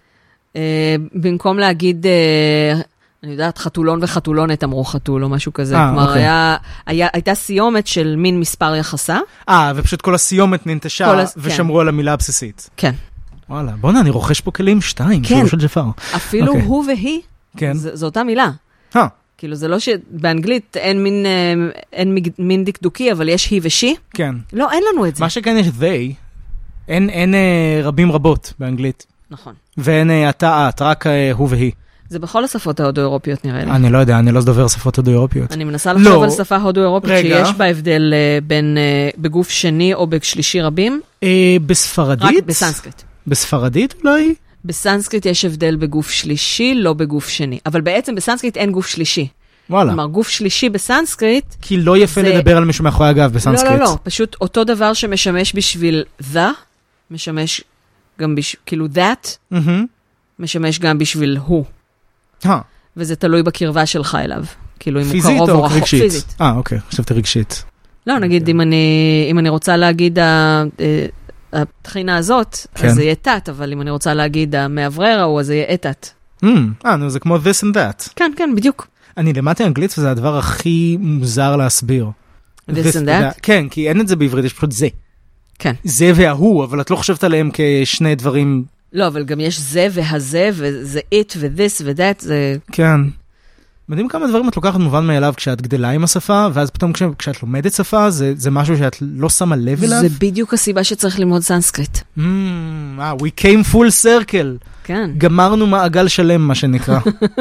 במקום להגיד... אני יודעת, חתולון וחתולונת אמרו חתול או משהו כזה. אה, כלומר, אוקיי. היה, היה, הייתה סיומת של מין מספר יחסה. אה, ופשוט כל הסיומת ננטשה הס... ושמרו כן. על המילה הבסיסית. כן. וואלה, בוא'נה, אני רוכש פה כלים שתיים, כן. שיעור של ג'פר. אפילו אוקיי. הוא והיא, כן. ז, זו אותה מילה. אה. כאילו, זה לא שבאנגלית אין מין, אין מין דקדוקי, אבל יש היא ושי. כן. לא, אין לנו את זה. מה שכן יש they, אין, אין אה, רבים רבות באנגלית. נכון. ואין אה, אתה, את, רק אה, הוא והיא. זה בכל השפות ההודו-אירופיות נראה לי. אני לא יודע, אני לא דובר שפות הודו-אירופיות. אני מנסה לחשוב לא. על שפה הודו-אירופית רגע. שיש בה הבדל אה, בין אה, בגוף שני או בשלישי רבים. אה, בספרדית? רק בסנסקריט. בספרדית אולי? בסנסקריט יש הבדל בגוף שלישי, לא בגוף שני. אבל בעצם בסנסקריט אין גוף שלישי. וואלה. כלומר, גוף שלישי בסנסקריט... כי לא יפה זה... לדבר על מישהו מאחורי הגב בסנסקריט. לא, לא, לא. פשוט אותו דבר שמשמש בשביל the, משמש גם בשביל... כאילו that, Mm-hmm. משמש גם בשביל הוא. אה. וזה תלוי בקרבה שלך אליו. כאילו, אם הוא פיזית קרוב או או רחוק. רגשית? פיזית. אה, אוקיי. חשבתי רגשית. לא, נגיד, אם אני, אם אני רוצה להגיד ה- התחינה הזאת, כן. אז זה יהיה תת, אבל אם אני רוצה להגיד המעברר ההוא, אז זה יהיה אתת. Mm, אה, נו, זה כמו this and that. כן, כן, בדיוק. אני למדתי אנגלית וזה הדבר הכי מוזר להסביר. This and that? כן, כי אין את זה בעברית, יש פשוט זה. כן. זה וההוא, אבל את לא חושבת עליהם כשני דברים... לא, אבל גם יש זה והזה, וזה it ו-this ו-that, זה... כן. מדהים כמה דברים את לוקחת מובן מאליו כשאת גדלה עם השפה, ואז פתאום כש, כשאת לומדת שפה, זה, זה משהו שאת לא שמה לב אליו. זה בדיוק הסיבה שצריך ללמוד סנסקריט. Mm, אה, we came full circle. כן. גמרנו מעגל שלם, מה שנקרא.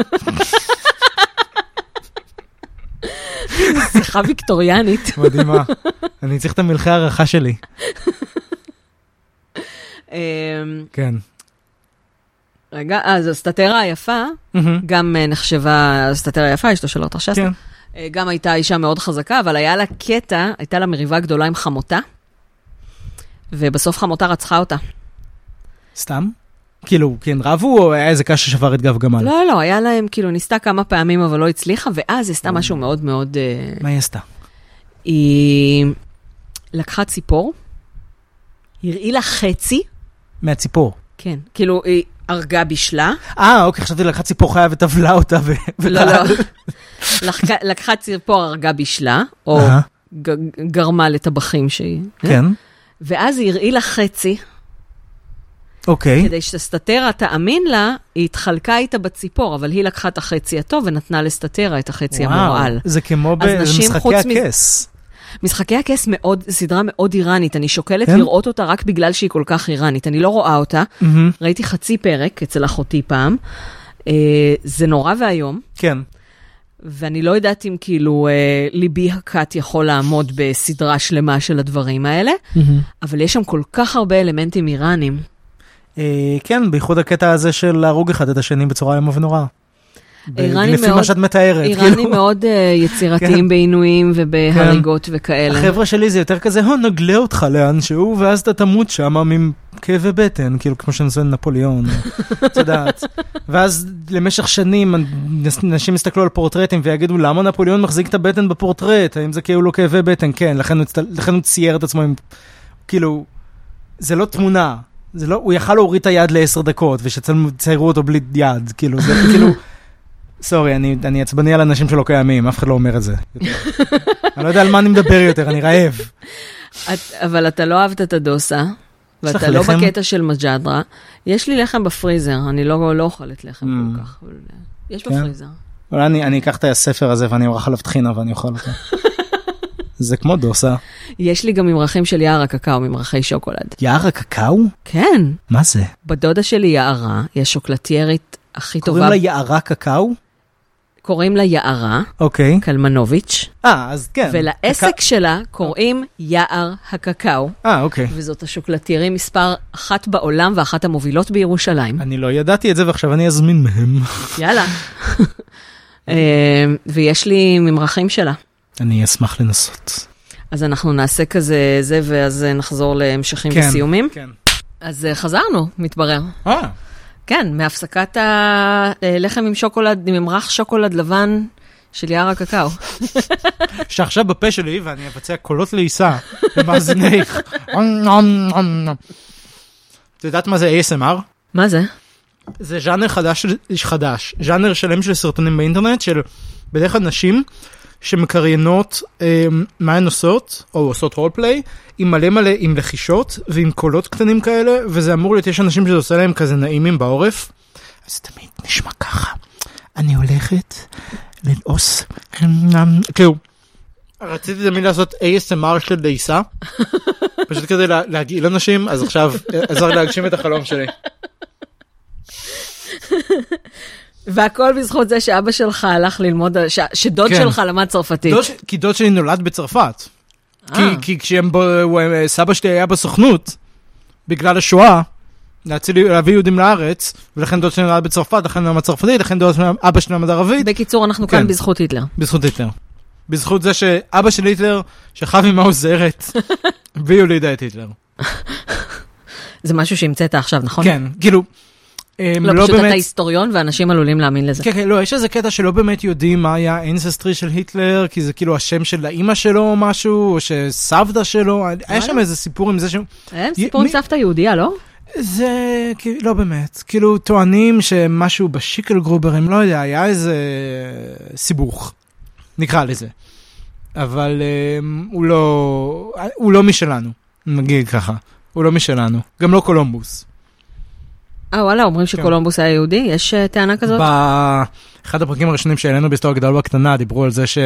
שיחה ויקטוריאנית. מדהימה. אני צריך את המלכי הערכה שלי. כן. רגע, אז הסטטרה היפה, גם נחשבה, הסטטרה היפה, אשתו של ארתרשסטה, כן. גם הייתה אישה מאוד חזקה, אבל היה לה קטע, הייתה לה מריבה גדולה עם חמותה, ובסוף חמותה רצחה אותה. סתם? כאילו, כן, רבו או היה איזה קש ששבר את גב גמל? לא, לא, היה להם, כאילו, ניסתה כמה פעמים, אבל לא הצליחה, ואז היא עשתה משהו מאוד מאוד... מה היא עשתה? היא לקחה ציפור, הרעילה חצי. מהציפור. כן, כאילו, היא הרגה בשלה. אה, אוקיי, חשבתי לקחה ציפור חיה וטבלה אותה ו... לא, לא. לקחה, לקחה ציפור הרגה בשלה, או ג- גרמה לטבחים שהיא. כן. ואז היא הרעילה חצי, אוקיי. כדי שסטטרה תאמין לה, היא התחלקה איתה בציפור, אבל היא לקחה את החצי הטוב ונתנה לסטטרה את החצי המורעל. זה כמו במשחקי הכס. משחקי הכס מאוד, סדרה מאוד איראנית, אני שוקלת כן? לראות אותה רק בגלל שהיא כל כך איראנית, אני לא רואה אותה, ראיתי חצי פרק אצל אחותי פעם, זה נורא והיום, כן. ואני לא יודעת אם כאילו ליבי הקט יכול לעמוד בסדרה שלמה של הדברים האלה, אבל יש שם כל כך הרבה אלמנטים איראנים. כן, בייחוד הקטע הזה של להרוג אחד את השני בצורה יום ונורא. לפי מה שאת מתארת. איראנים מאוד יצירתיים בעינויים ובהריגות וכאלה. החבר'ה שלי זה יותר כזה, הו, נגלה אותך לאנשהו, ואז אתה תמות שם עם כאבי בטן, כאילו כמו שנעשה נפוליאון, את יודעת. ואז למשך שנים אנשים יסתכלו על פורטרטים ויגידו, למה נפוליאון מחזיק את הבטן בפורטרט? האם זה כאילו לא כאבי בטן? כן, לכן הוא צייר את עצמו עם, כאילו, זה לא תמונה. זה לא, הוא יכל להוריד את היד לעשר דקות, ושציירו אותו בלי יד, כאילו, זה כאילו, סורי, אני, אני עצבני על אנשים שלא קיימים, אף אחד לא אומר את זה. אני לא יודע על מה אני מדבר יותר, אני רעב. את, אבל אתה לא אהבת את הדוסה, ואתה לא לחם? בקטע של מג'דרה. יש לי לחם בפריזר, אני לא, לא אוכלת לחם mm. כל כך. אבל, יש כן? בפריזר. אולי אני, אני אקח את הספר הזה, ואני אורח עליו תחינה, ואני אוכל אותו. זה כמו דוסה. יש לי גם ממרחים של יער הקקאו, ממרחי שוקולד. יער הקקאו? כן. מה זה? בדודה שלי יערה, היא השוקלטיירית הכי טובה. קוראים לה יערה קקאו? קוראים לה יערה, אוקיי. קלמנוביץ'. אה, אז כן. ולעסק שלה קוראים יער הקקאו. אה, אוקיי. וזאת השוקולטיירי מספר אחת בעולם ואחת המובילות בירושלים. אני לא ידעתי את זה, ועכשיו אני אזמין מהם. יאללה. ויש לי ממרחים שלה. אני אשמח לנסות. אז אנחנו נעשה כזה זה, ואז נחזור להמשכים כן, וסיומים. כן. אז חזרנו, מתברר. אה. כן, מהפסקת הלחם עם שוקולד, עם ממרח שוקולד לבן של יער הקקאו. שעכשיו בפה שלי, ואני אבצע קולות לעיסה, למאזיניך. את יודעת מה זה איי אס אם אר? מה זה? זה ז'אנר חדש, חדש, ז'אנר שלם של סרטונים באינטרנט, של בדרך כלל נשים שמקריינות אה, מה הן עושות, או עושות רולפליי, עם מלא מלא, עם לחישות, ועם קולות קטנים כאלה, וזה אמור להיות, יש אנשים שזה עושה להם כזה נעימים בעורף, אז תמיד נשמע ככה, אני הולכת ללעוס, כאילו, רציתי תמיד לעשות איי אס אם אר של דייסה, פשוט כדי לה, להגיע לאנשים, אז עכשיו עזר להגשים את החלום שלי. והכל בזכות זה שאבא שלך הלך ללמוד, ש... שדוד כן. שלך למד צרפתית. דוד, כי דוד שלי נולד בצרפת. כי, כי כשהם, סבא שלי היה בסוכנות, בגלל השואה, להציל, להביא יהודים לארץ, ולכן דוד שלי נולד בצרפת, לכן למד צרפתית, לכן דוד שלי, אבא שלי למד ערבית. בקיצור, אנחנו כן. כאן בזכות היטלר. בזכות היטלר. בזכות זה שאבא של היטלר, שחב עם העוזרת, ויוליד את היטלר. זה משהו שהמצאת עכשיו, נכון? כן, כאילו, לא, לא פשוט באמת... אתה היסטוריון, ואנשים עלולים להאמין לזה. כן, כן, לא, יש איזה קטע שלא באמת יודעים מה היה האנססטרי של היטלר, כי זה כאילו השם של האמא שלו או משהו, או שסבתא שלו, היה שם איזה סיפור עם זה ש... היה סיפור עם סבתא יהודיה, לא? זה, לא באמת, כאילו טוענים שמשהו בשיקל גרובר, אם לא יודע, היה איזה סיבוך, נקרא לזה. אבל הוא לא, הוא לא משלנו, נגיד ככה, הוא לא משלנו, גם לא קולומבוס. אה, וואלה, אומרים שקולומבוס היה יהודי? יש טענה כזאת? באחד הפרקים הראשונים שהעלינו בהיסטוריה הגדולה בקטנה, דיברו על זה ש...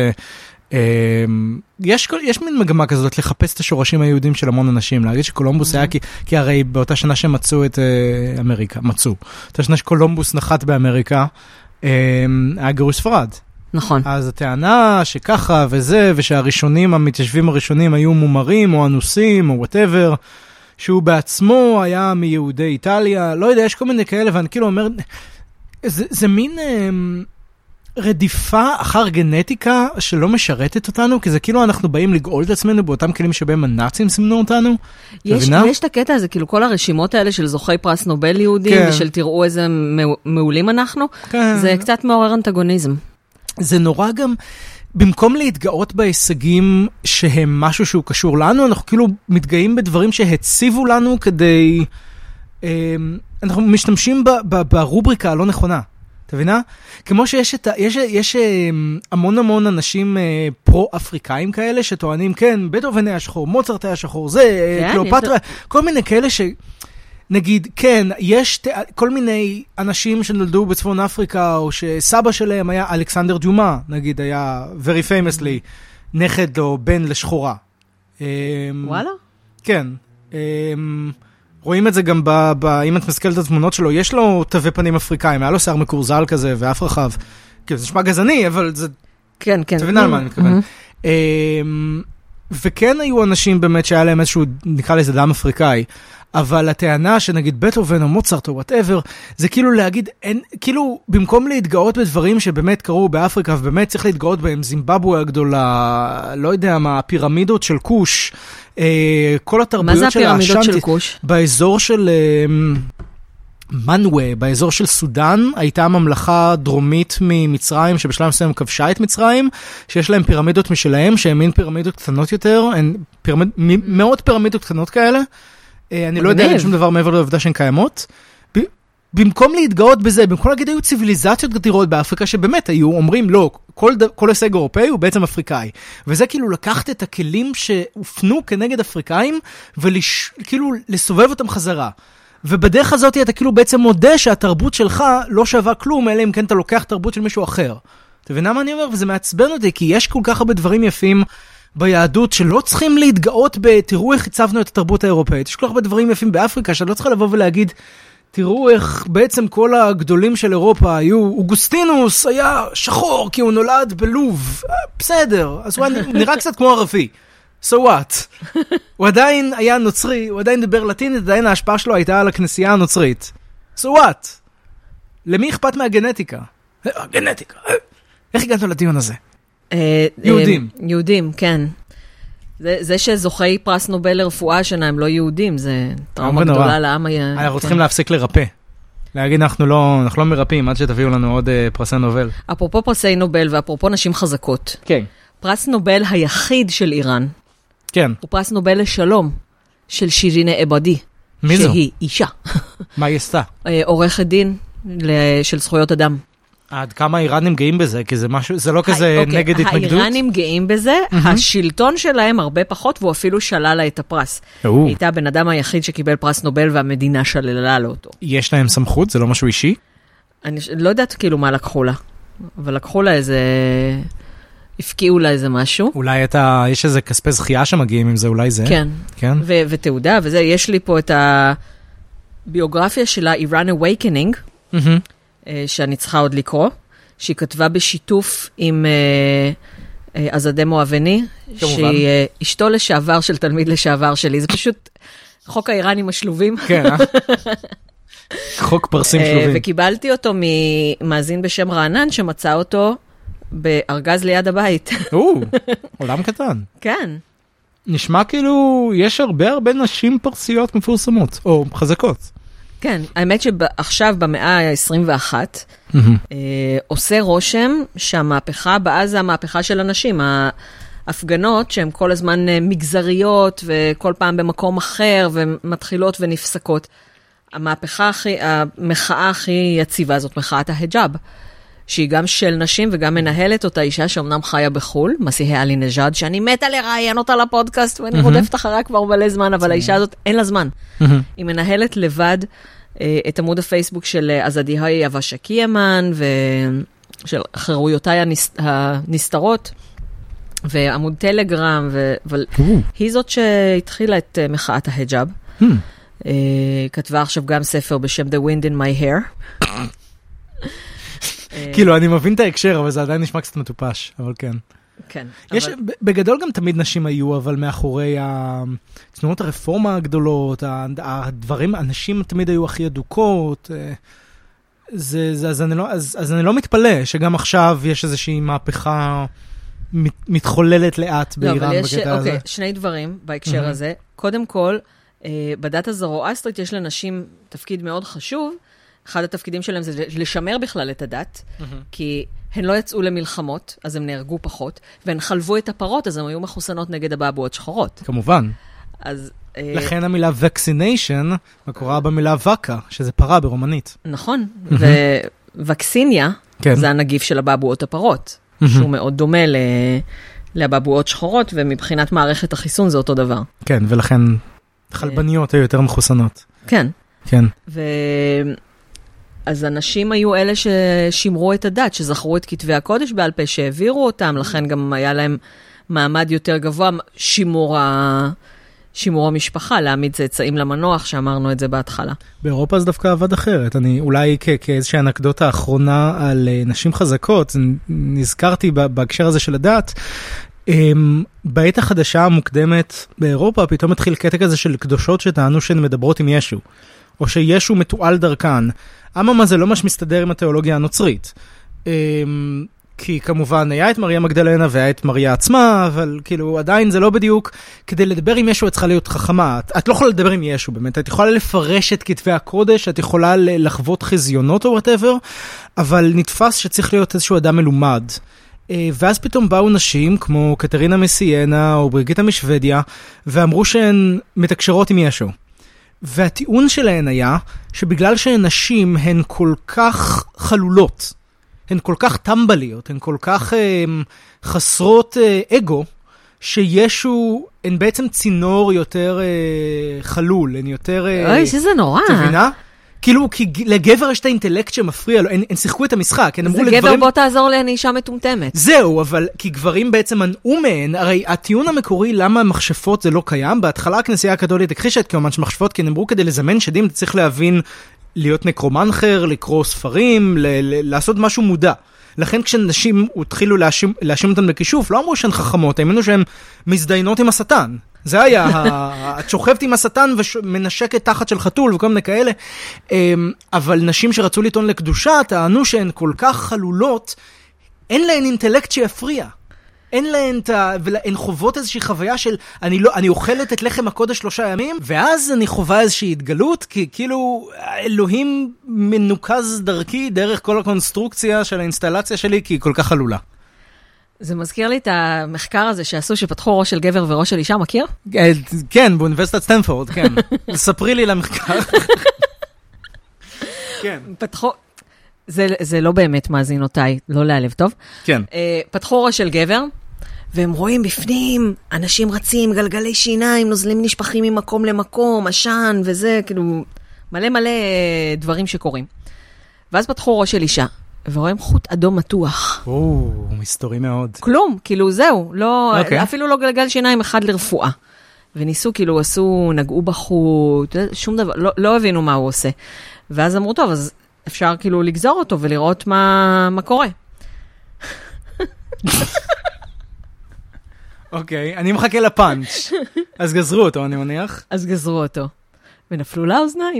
יש, יש מין מגמה כזאת לחפש את השורשים היהודים של המון אנשים, להגיד שקולומבוס היה, כי, כי הרי באותה שנה שמצאו את אמריקה, מצאו. באותה שנה שקולומבוס נחת באמריקה, היה גירוש ספרד. נכון. אז הטענה שככה וזה, ושהראשונים, המתיישבים הראשונים היו מומרים או אנוסים או whatever, שהוא בעצמו היה מיהודי איטליה, לא יודע, יש כל מיני כאלה, ואני כאילו אומר, זה, זה מין אה, רדיפה אחר גנטיקה שלא משרתת אותנו, כי זה כאילו אנחנו באים לגאול את עצמנו באותם כלים שבהם הנאצים סימנו אותנו. יש, יש את הקטע הזה, כאילו כל הרשימות האלה של זוכי פרס נובל יהודים, כן. ושל תראו איזה מעולים אנחנו, כן. זה קצת מעורר אנטגוניזם. זה נורא גם... במקום להתגאות בהישגים שהם משהו שהוא קשור לנו, אנחנו כאילו מתגאים בדברים שהציבו לנו כדי... אנחנו משתמשים ברובריקה הלא נכונה, אתה מבינה? כמו שיש את, יש, יש המון המון אנשים פרו-אפריקאים כאלה שטוענים, כן, בטהובן היה שחור, מוצרט היה שחור, זה, כן, קליאופטרה, כל מיני כאלה ש... נגיד, כן, יש ת... כל מיני אנשים שנולדו בצפון אפריקה, או שסבא שלהם היה אלכסנדר דומה, נגיד, היה very famously, נכד או בן לשחורה. וואלה? כן. רואים את זה גם, ב... ב... אם את מסתכלת את התמונות שלו, יש לו תווי פנים אפריקאים, היה לו שיער מקורזל כזה, ואף רחב. כאילו, זה נשמע גזעני, אבל זה... כן, כן. תבינה על מה אני מתכוון. וכן היו אנשים באמת שהיה להם איזשהו, נקרא לזה דם אפריקאי, אבל הטענה שנגיד בטהובן או מוצרט או whatever, זה כאילו להגיד, אין, כאילו במקום להתגאות בדברים שבאמת קרו באפריקה, ובאמת צריך להתגאות בהם, זימבבואה הגדולה, לא יודע מה, הפירמידות של קוש, אה, כל התרבויות של האשנטי. מה זה הפירמידות של קוש? באזור של... אה, מנווה, באזור של סודן, הייתה ממלכה דרומית ממצרים, שבשלב מסוים כבשה את מצרים, שיש להם פירמידות משלהם, שהן מין פירמידות קטנות יותר, הן פירמיד, מאות פירמידות קטנות כאלה, אני לא יודע שום דבר מעבר לעובדה שהן קיימות, במקום להתגאות בזה, במקום להגיד היו ציוויליזציות גדולות באפריקה, שבאמת היו אומרים, לא, כל, כל הישג אירופאי הוא בעצם אפריקאי, וזה כאילו לקחת את הכלים שהופנו כנגד אפריקאים, וכאילו לסובב אותם חזרה. ובדרך הזאת אתה כאילו בעצם מודה שהתרבות שלך לא שווה כלום, אלא אם כן אתה לוקח תרבות של מישהו אחר. אתה מבין מה אני אומר? וזה מעצבן אותי, כי יש כל כך הרבה דברים יפים ביהדות שלא צריכים להתגאות בתראו איך הצבנו את התרבות האירופאית. יש כל כך הרבה דברים יפים באפריקה שלא צריכה לבוא ולהגיד, תראו איך בעצם כל הגדולים של אירופה היו, אוגוסטינוס היה שחור כי הוא נולד בלוב. בסדר, אז הוא נראה קצת כמו ערבי. So what? הוא עדיין היה נוצרי, הוא עדיין דיבר לטינית, עדיין ההשפעה שלו הייתה על הכנסייה הנוצרית. So what? למי אכפת מהגנטיקה? הגנטיקה. איך הגענו לדיון הזה? יהודים. יהודים, כן. זה, זה שזוכי פרס נובל לרפואה השנה הם לא יהודים, זה טראומה גדולה לעם היה... אנחנו צריכים להפסיק לרפא. להגיד, אנחנו לא, אנחנו לא מרפאים עד שתביאו לנו עוד פרסי נובל. אפרופו פרסי נובל ואפרופו נשים חזקות. כן. פרס נובל היחיד של איראן. כן. הוא פרס נובל לשלום של שירין אבדי. מי זו? שהיא אישה. מה היא עשתה? עורכת דין של זכויות אדם. עד כמה האיראנים גאים בזה? כי זה משהו, זה לא כזה נגד התנגדות? האיראנים גאים בזה, השלטון שלהם הרבה פחות, והוא אפילו שלל לה את הפרס. היא הייתה בן אדם היחיד שקיבל פרס נובל, והמדינה שללה לו אותו. יש להם סמכות? זה לא משהו אישי? אני לא יודעת כאילו מה לקחו לה, אבל לקחו לה איזה... הפקיעו לה איזה משהו. אולי אתה, יש איזה כספי זכייה שמגיעים עם זה, אולי זה? כן. כן? ו- ותעודה, וזה, יש לי פה את הביוגרפיה שלה, Iran Awakening, mm-hmm. שאני צריכה עוד לקרוא, שהיא כתבה בשיתוף עם uh, uh, עזדה מואבני, שהיא uh, אשתו לשעבר של תלמיד לשעבר שלי. זה פשוט חוק האיראנים השלובים. כן, אה? חוק פרסים שלובים. וקיבלתי אותו ממאזין בשם רענן, שמצא אותו בארגז ליד הבית. או, עולם קטן. כן. נשמע כאילו יש הרבה הרבה נשים פרסיות מפורסמות, או חזקות. כן, האמת שעכשיו במאה ה-עשרים ואחת, mm-hmm. אה, עושה רושם שהמהפכה הבאה זה המהפכה של הנשים. ההפגנות שהן כל הזמן מגזריות וכל פעם במקום אחר ומתחילות ונפסקות. המהפכה הכי, המחאה הכי יציבה זאת מחאת ההיג'אב. שהיא גם של נשים וגם מנהלת אותה אישה שאומנם חיה בחול, מסיהי עלי נג'אד, שאני מתה לראיין אותה לפודקאסט, ואני רודפת אחריה כבר מלא זמן, אבל האישה הזאת אין לה זמן. היא מנהלת לבד את עמוד הפייסבוק של עזדיהי אבשקיימן, ושל חירויותיי הנסתרות, ועמוד טלגרם, אבל היא זאת שהתחילה את מחאת ההיג'אב. כתבה עכשיו גם ספר בשם The Wind in My Hair. כאילו, אני מבין את ההקשר, אבל זה עדיין נשמע קצת מטופש, אבל כן. כן. יש, בגדול גם תמיד נשים היו, אבל מאחורי תנועות הרפורמה הגדולות, הדברים, הנשים תמיד היו הכי אדוקות, אז אני לא מתפלא שגם עכשיו יש איזושהי מהפכה מתחוללת לאט באיראן בקטע הזה. אוקיי, שני דברים בהקשר הזה. קודם כל, בדת הזרואסטרית יש לנשים תפקיד מאוד חשוב, אחד התפקידים שלהם זה לשמר בכלל את הדת, mm-hmm. כי הן לא יצאו למלחמות, אז הם נהרגו פחות, והן חלבו את הפרות, אז הן היו מחוסנות נגד הבאבואות שחורות. כמובן. אז... לכן המילה vaccination מקורה במילה וקה, שזה פרה ברומנית. נכון, mm-hmm. ווקסיניה, כן. זה הנגיף של הבאבואות הפרות, mm-hmm. שהוא מאוד דומה ל... לבאבואות שחורות, ומבחינת מערכת החיסון זה אותו דבר. כן, ולכן חלבניות היו יותר מחוסנות. כן. כן. ו... אז אנשים היו אלה ששימרו את הדת, שזכרו את כתבי הקודש בעל פה, שהעבירו אותם, לכן גם היה להם מעמד יותר גבוה, שימור, ה... שימור המשפחה, להעמיד צאצאים למנוח, שאמרנו את זה בהתחלה. באירופה זה דווקא עבד אחרת. אני אולי כ- כאיזושהי אנקדוטה האחרונה על נשים חזקות, נזכרתי בהקשר הזה של הדת, בעת החדשה המוקדמת באירופה, פתאום התחיל קטע כזה של קדושות שטענו שהן מדברות עם ישו. או שישו מתועל דרכן. אממה זה לא ממש מסתדר עם התיאולוגיה הנוצרית. כי כמובן היה את מריה מגדלנה והיה את מריה עצמה, אבל כאילו עדיין זה לא בדיוק, כדי לדבר עם ישו את צריכה להיות חכמה. את, את לא יכולה לדבר עם ישו באמת, את יכולה לפרש את כתבי הקודש, את יכולה לחוות חזיונות או whatever, אבל נתפס שצריך להיות איזשהו אדם מלומד. ואז פתאום באו נשים כמו קטרינה מסיינה או בריגיטה משוודיה, ואמרו שהן מתקשרות עם ישו. והטיעון שלהן היה שבגלל שנשים הן כל כך חלולות, הן כל כך טמבליות, הן כל כך אה, חסרות אה, אגו, שישו, הן בעצם צינור יותר אה, חלול, הן יותר... אה, אוי, שזה נורא. תבינה? כאילו, כי לגבר יש את האינטלקט שמפריע לו, הן, הן שיחקו את המשחק. זה גבר, לגברים... בוא תעזור לי, אני אישה מטומטמת. זהו, אבל כי גברים בעצם מנעו מהן, הרי הטיעון המקורי למה מכשפות זה לא קיים, בהתחלה הכנסייה הקתולית הכחישה את קיומן של מכשפות, כי הם אמרו כדי לזמן שדים, אתה צריך להבין להיות נקרומנחר, לקרוא ספרים, ל- ל- לעשות משהו מודע. לכן כשנשים התחילו להאשים, להאשים אותם בכישוף, לא אמרו שהן חכמות, האמינו שהן מזדיינות עם השטן. זה היה, את שוכבת עם השטן ומנשקת תחת של חתול וכל מיני כאלה. אבל נשים שרצו לטעון לקדושה, טענו שהן כל כך חלולות, אין להן אינטלקט שיפריע. אין להן, הן חוות איזושהי חוויה של, אני, לא, אני אוכלת את לחם הקודש שלושה ימים, ואז אני חווה איזושהי התגלות, כי כאילו אלוהים מנוקז דרכי, דרך כל הקונסטרוקציה של האינסטלציה שלי, כי היא כל כך חלולה. זה מזכיר לי את המחקר הזה שעשו, שפתחו ראש של גבר וראש של אישה, מכיר? כן, באוניברסיטת סטנפורד, כן. ספרי לי למחקר. כן. פתחו... זה, זה לא באמת מאזין אותי, לא להלב טוב. כן. פתחו ראש של גבר, והם רואים בפנים, אנשים רצים, גלגלי שיניים, נוזלים נשפכים ממקום למקום, עשן וזה, כאילו, מלא מלא דברים שקורים. ואז פתחו ראש של אישה, ורואים חוט אדום מתוח. או, מסתורי מאוד. כלום, כאילו זהו, לא, okay. אפילו לא גלגל שיניים אחד לרפואה. וניסו, כאילו, עשו, נגעו בחוט, שום דבר, לא, לא הבינו מה הוא עושה. ואז אמרו, טוב, אז אפשר כאילו לגזור אותו ולראות מה, מה קורה. אוקיי, אני מחכה לפאנץ'. אז גזרו אותו, אני מניח. אז גזרו אותו. ונפלו לאוזניים.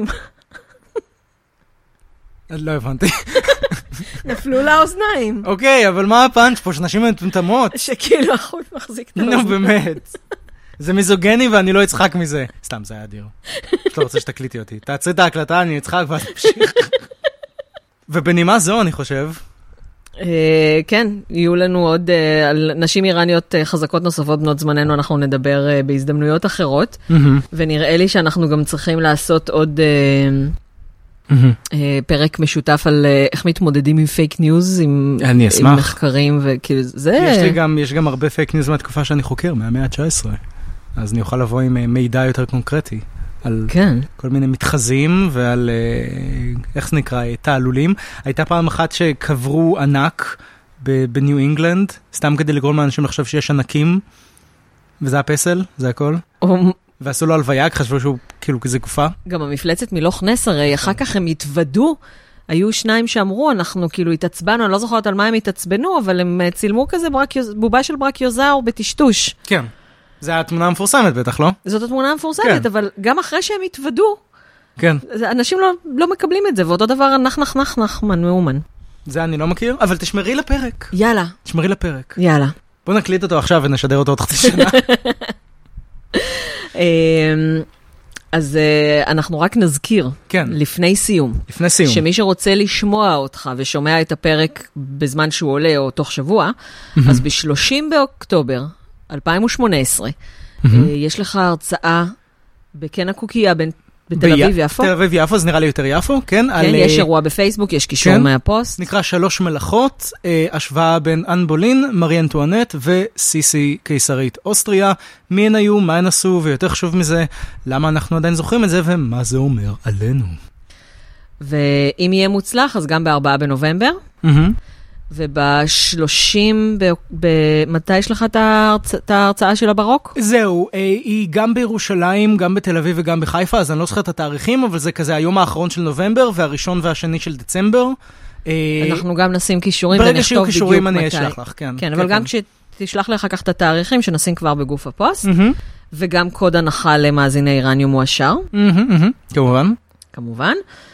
לא הבנתי. נפלו לאוזניים. אוקיי, אבל מה הפאנץ' פה? שנשים מטומטמות? שכאילו החוט מחזיק את האוזניים. נו, באמת. זה מיזוגני ואני לא אצחק מזה. סתם, זה היה אדיר. לא רוצה שתקליטי אותי. תעצרי את ההקלטה, אני אצחק ואז תמשיך. ובנימה זו, אני חושב. כן, יהיו לנו עוד, על נשים איראניות חזקות נוספות בנות זמננו, אנחנו נדבר בהזדמנויות אחרות, ונראה לי שאנחנו גם צריכים לעשות עוד פרק משותף על איך מתמודדים עם פייק ניוז, עם מחקרים, וכאילו זה... יש גם הרבה פייק ניוז מהתקופה שאני חוקר, מהמאה ה-תשע עשרה, אז אני אוכל לבוא עם מידע יותר קונקרטי. על כן. כל מיני מתחזים ועל, איך זה נקרא, תעלולים. הייתה פעם אחת שקברו ענק בניו אינגלנד, סתם כדי לגרום לאנשים לחשוב שיש ענקים, וזה הפסל, זה הכל. ועשו לו הלוויה, חשבו שהוא כאילו כזה גופה. גם המפלצת מלוך נס, הרי אחר כך הם התוודו, היו שניים שאמרו, אנחנו כאילו התעצבנו, אני לא זוכרת על מה הם התעצבנו, אבל הם צילמו כזה בובה של ברקיוזאור בטשטוש. כן. זה התמונה המפורסמת בטח, לא? זאת התמונה המפורסמת, כן. אבל גם אחרי שהם התוודו, כן. אנשים לא, לא מקבלים את זה, ואותו דבר נח נח נח נח מן מאומן. זה אני לא מכיר, אבל תשמרי לפרק. יאללה. תשמרי לפרק. יאללה. בוא נקליט אותו עכשיו ונשדר אותו עוד חצי שנה. אז אנחנו רק נזכיר, כן. לפני סיום, לפני סיום, שמי שרוצה לשמוע אותך ושומע את הפרק בזמן שהוא עולה או תוך שבוע, אז ב-שלושים באוקטובר, אלפיים ושמונה עשרה, יש לך הרצאה בכן הקוקייה בתל אביב יפו. תל אביב יפו, זה נראה לי יותר יפו, כן? כן, יש אירוע בפייסבוק, יש קישור מהפוסט. נקרא שלוש מלאכות, השוואה בין אן בולין, מרי אנטואנט וסיסי קיסרית אוסטריה. מי הן היו, מה הן עשו, ויותר חשוב מזה, למה אנחנו עדיין זוכרים את זה, ומה זה אומר עלינו. ואם יהיה מוצלח, אז גם בארבעה בנובמבר. וב-שלושים, מתי יש לך את ההרצאה של הברוק? זהו, היא גם בירושלים, גם בתל אביב וגם בחיפה, אז אני לא זוכר את התאריכים, אבל זה כזה היום האחרון של נובמבר, והראשון והשני של דצמבר. אנחנו גם נשים קישורים ונכתוב בדיוק מתי. ברגע שיהיו קישורים אני אשלח לך, כן. כן, אבל גם כשתשלח לך כך את התאריכים, שנשים כבר בגוף הפוסט, וגם קוד הנחה למאזיני איראניום מועשר. כמובן. כמובן.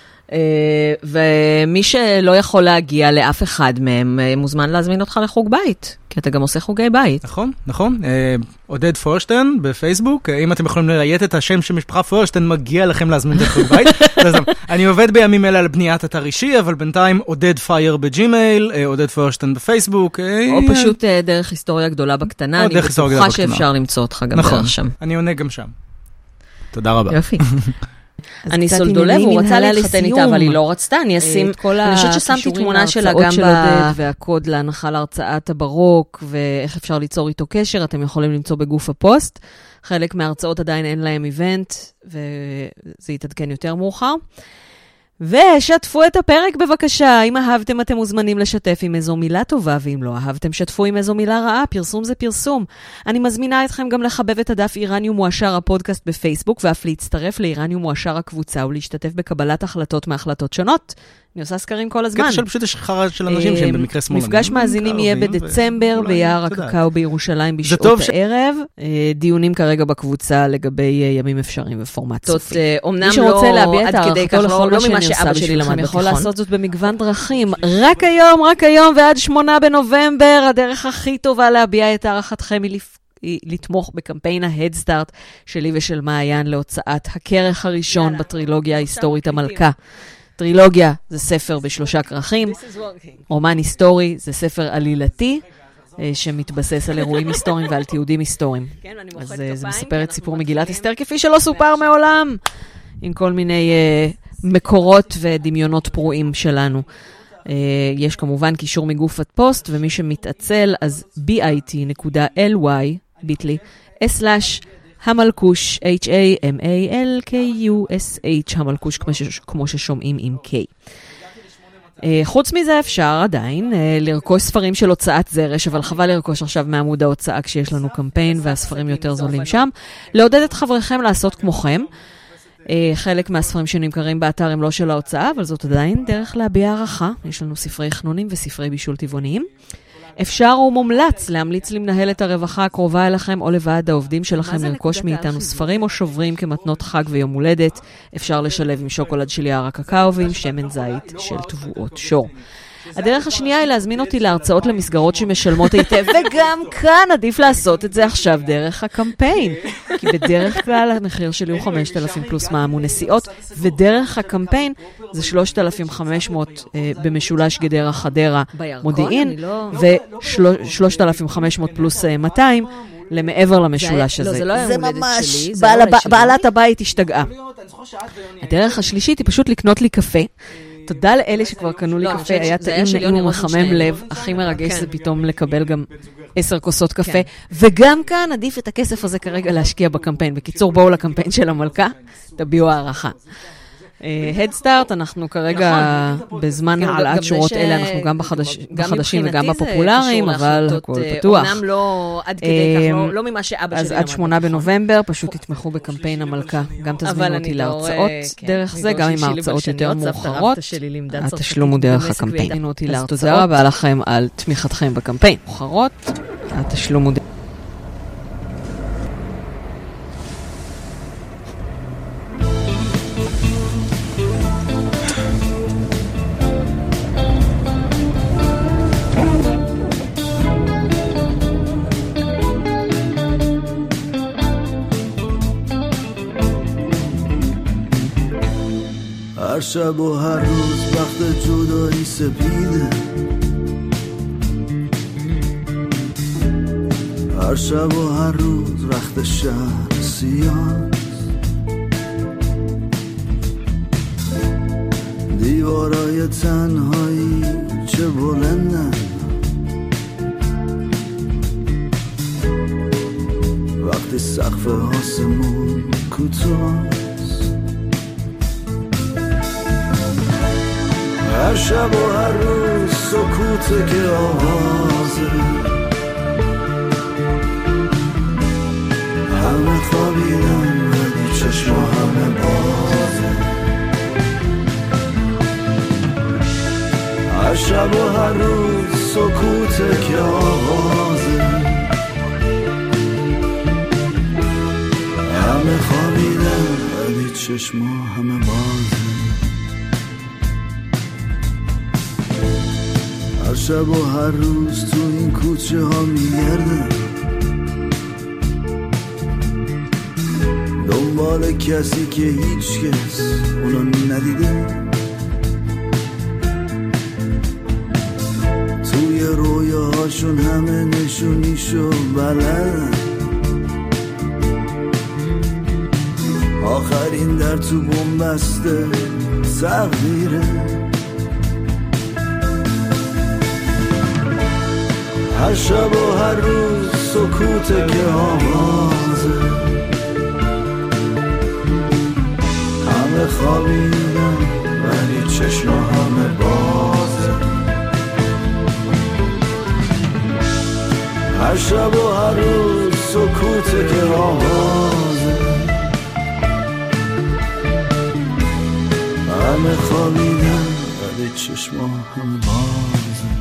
ומי שלא יכול להגיע לאף אחד מהם, מוזמן להזמין אותך לחוג בית, כי אתה גם עושה חוגי בית. נכון, נכון. עודד פורשטיין בפייסבוק, אם אתם יכולים לראיית את השם של משפחה פורשטיין, מגיע לכם להזמין את החוג בית. אני עובד בימים אלה על בניית אתר אישי, אבל בינתיים עודד פייר בג'ימייל, עודד פורשטיין בפייסבוק. או פשוט דרך היסטוריה גדולה בקטנה, אני בטוחה שאפשר למצוא אותך גם דרך שם. אני עונה גם שם. תודה רבה. יופי. אני סולדולב, הוא רצה להתחתן איתה, אבל היא לא רצתה, אני אשים, אני חושבת ששמתי תמונה שלה גם והקוד להנחה להרצאת הברוק, ואיך אפשר ליצור איתו קשר, אתם יכולים למצוא בגוף הפוסט, חלק מההרצאות עדיין אין להם איבנט, וזה יתעדכן יותר מאוחר, ושתפו את הפרק בבקשה. אם אהבתם אתם מוזמנים לשתף עם איזו מילה טובה, ואם לא אהבתם שתפו עם איזו מילה רעה. פרסום זה פרסום. אני מזמינה אתכם גם לחבב את הדף איראניום מועשר הפודקאסט בפייסבוק, ואף להצטרף לאיראניום מועשר הקבוצה ולהשתתף בקבלת החלטות מהחלטות שונות. אני עושה סקרים כל הזמן. קטע של פשוט יש חרה של אנשים שהם במקרה שמאלנים. מפגש מאזינים יהיה בדצמבר ביער הקקאו בירושלים בשעות הערב. דיונים כרגע בקבוצה לגבי ימים אפשריים ופורמט סופי. מי שרוצה להביע את הערכתו לכל מה שאני עושה בשבילכם יכול לעשות זאת במגוון דרכים. רק היום, רק היום ועד שמונה בנובמבר, הדרך הכי טובה להביע את הערכתכם היא לתמוך בקמפיין ההדסטארט שלי ושל מעיין להוצאת הכרך הראשון בטרילוגיה ההיסטורית המלכה. טרילוגיה זה ספר בשלושה כרכים, רומן היסטורי זה ספר עלילתי, שמתבסס על אירועים היסטוריים ועל תיעודים היסטוריים. אז זה מספר את סיפור מגילת אסתר כפי שלא סופר מעולם, עם כל מיני מקורות ודמיונות פרועים שלנו. יש כמובן קישור מגוף הפוסט, ומי שמתעצל אז bit.ly, ביטלי, סלש המלכוש, H-A-M-A-L-K-U-S-H, המלכוש כמו ששומעים עם K. חוץ מזה אפשר עדיין לרכוש ספרים של הוצאת זרש, אבל חבל לרכוש עכשיו מעמוד ההוצאה כשיש לנו קמפיין והספרים יותר זולים שם. לעודד את חבריכם לעשות כמוכם. חלק מהספרים שנמכרים באתר הם לא של ההוצאה, אבל זאת עדיין דרך להביע הערכה. יש לנו ספרי חנונים וספרי בישול טבעוניים. אפשר ומומלץ להמליץ למנהלת הרווחה הקרובה אליכם או לוועד העובדים שלכם לרכוש מאיתנו ספרים או שוברים כמתנות חג ויום הולדת. אפשר לשלב עם שוקולד של יער הקקאו ועם שמן זית של תבואות שור. הדרך השנייה היא להזמין אותי להרצאות למסגרות שמשלמות היטב, וגם כאן עדיף לעשות את זה עכשיו דרך הקמפיין. כי בדרך כלל המחיר שלי הוא חמשת אלפים פלוס מע"מ ונסיעות, ודרך הקמפיין זה שלושת אלפים וחמש מאות אה, במשולש גדרה חדרה מודיעין, ו-שלושת אלפים וחמש מאות פלוס אה, מאתיים למעבר למשולש הזה. זה ממש, בעלת הבית השתגעה. הדרך השלישית היא פשוט לקנות לי קפה. תודה לאלה שכבר קנו לי קפה, היה טעים נעים ומחמם לב, הכי מרגש זה פתאום לקבל גם עשר כוסות קפה, וגם כאן עדיף את הכסף הזה כרגע להשקיע בקמפיין. בקיצור, בואו לקמפיין של המלכה, תביאו הערכה. הדסטארט, אנחנו כרגע בזמן העלאת שורות אלה, אנחנו גם בחדשים וגם בפופולריים, אבל הכל פתוח. אומנם לא עד כדי כך, לא ממה שאבא שלי אז עד שמונה בנובמבר, פשוט תתמכו בקמפיין המלכה. גם תזמינו אותי להרצאות דרך זה, גם עם ההרצאות יותר מאוחרות. התשלום הוא דרך הקמפיין. תודה רבה לכם על תמיכתכם בקמפיין. מאוחרות, התשלום הוא דרך. هر شب و هر روز وقت جدایی سپیده هر شب و هر روز وقت شهر سیاست دیوارای تنهایی چه بلندن وقتی سقف آسمون کوتاه هر شب و هر روز سکوته که آوازه همه خوابیدن ولی چشم همه بازه هر شب و هر روز سکوته که آوازه همه خوابیدن ولی چشم همه بازه هر شب و هر روز تو این کوچه ها میگردم دنبال کسی که هیچ کس اونو ندیده توی رویاهاشون همه نشونیشو بلدن آخرین در تو بنبسته تقدیره هر شب و هر روز سکوته که آوازه همه خوابیدن ولی چشم همه بازه هر شب و هر روز سکوته که آوازه همه خوابیدن ولی چشم همه بازه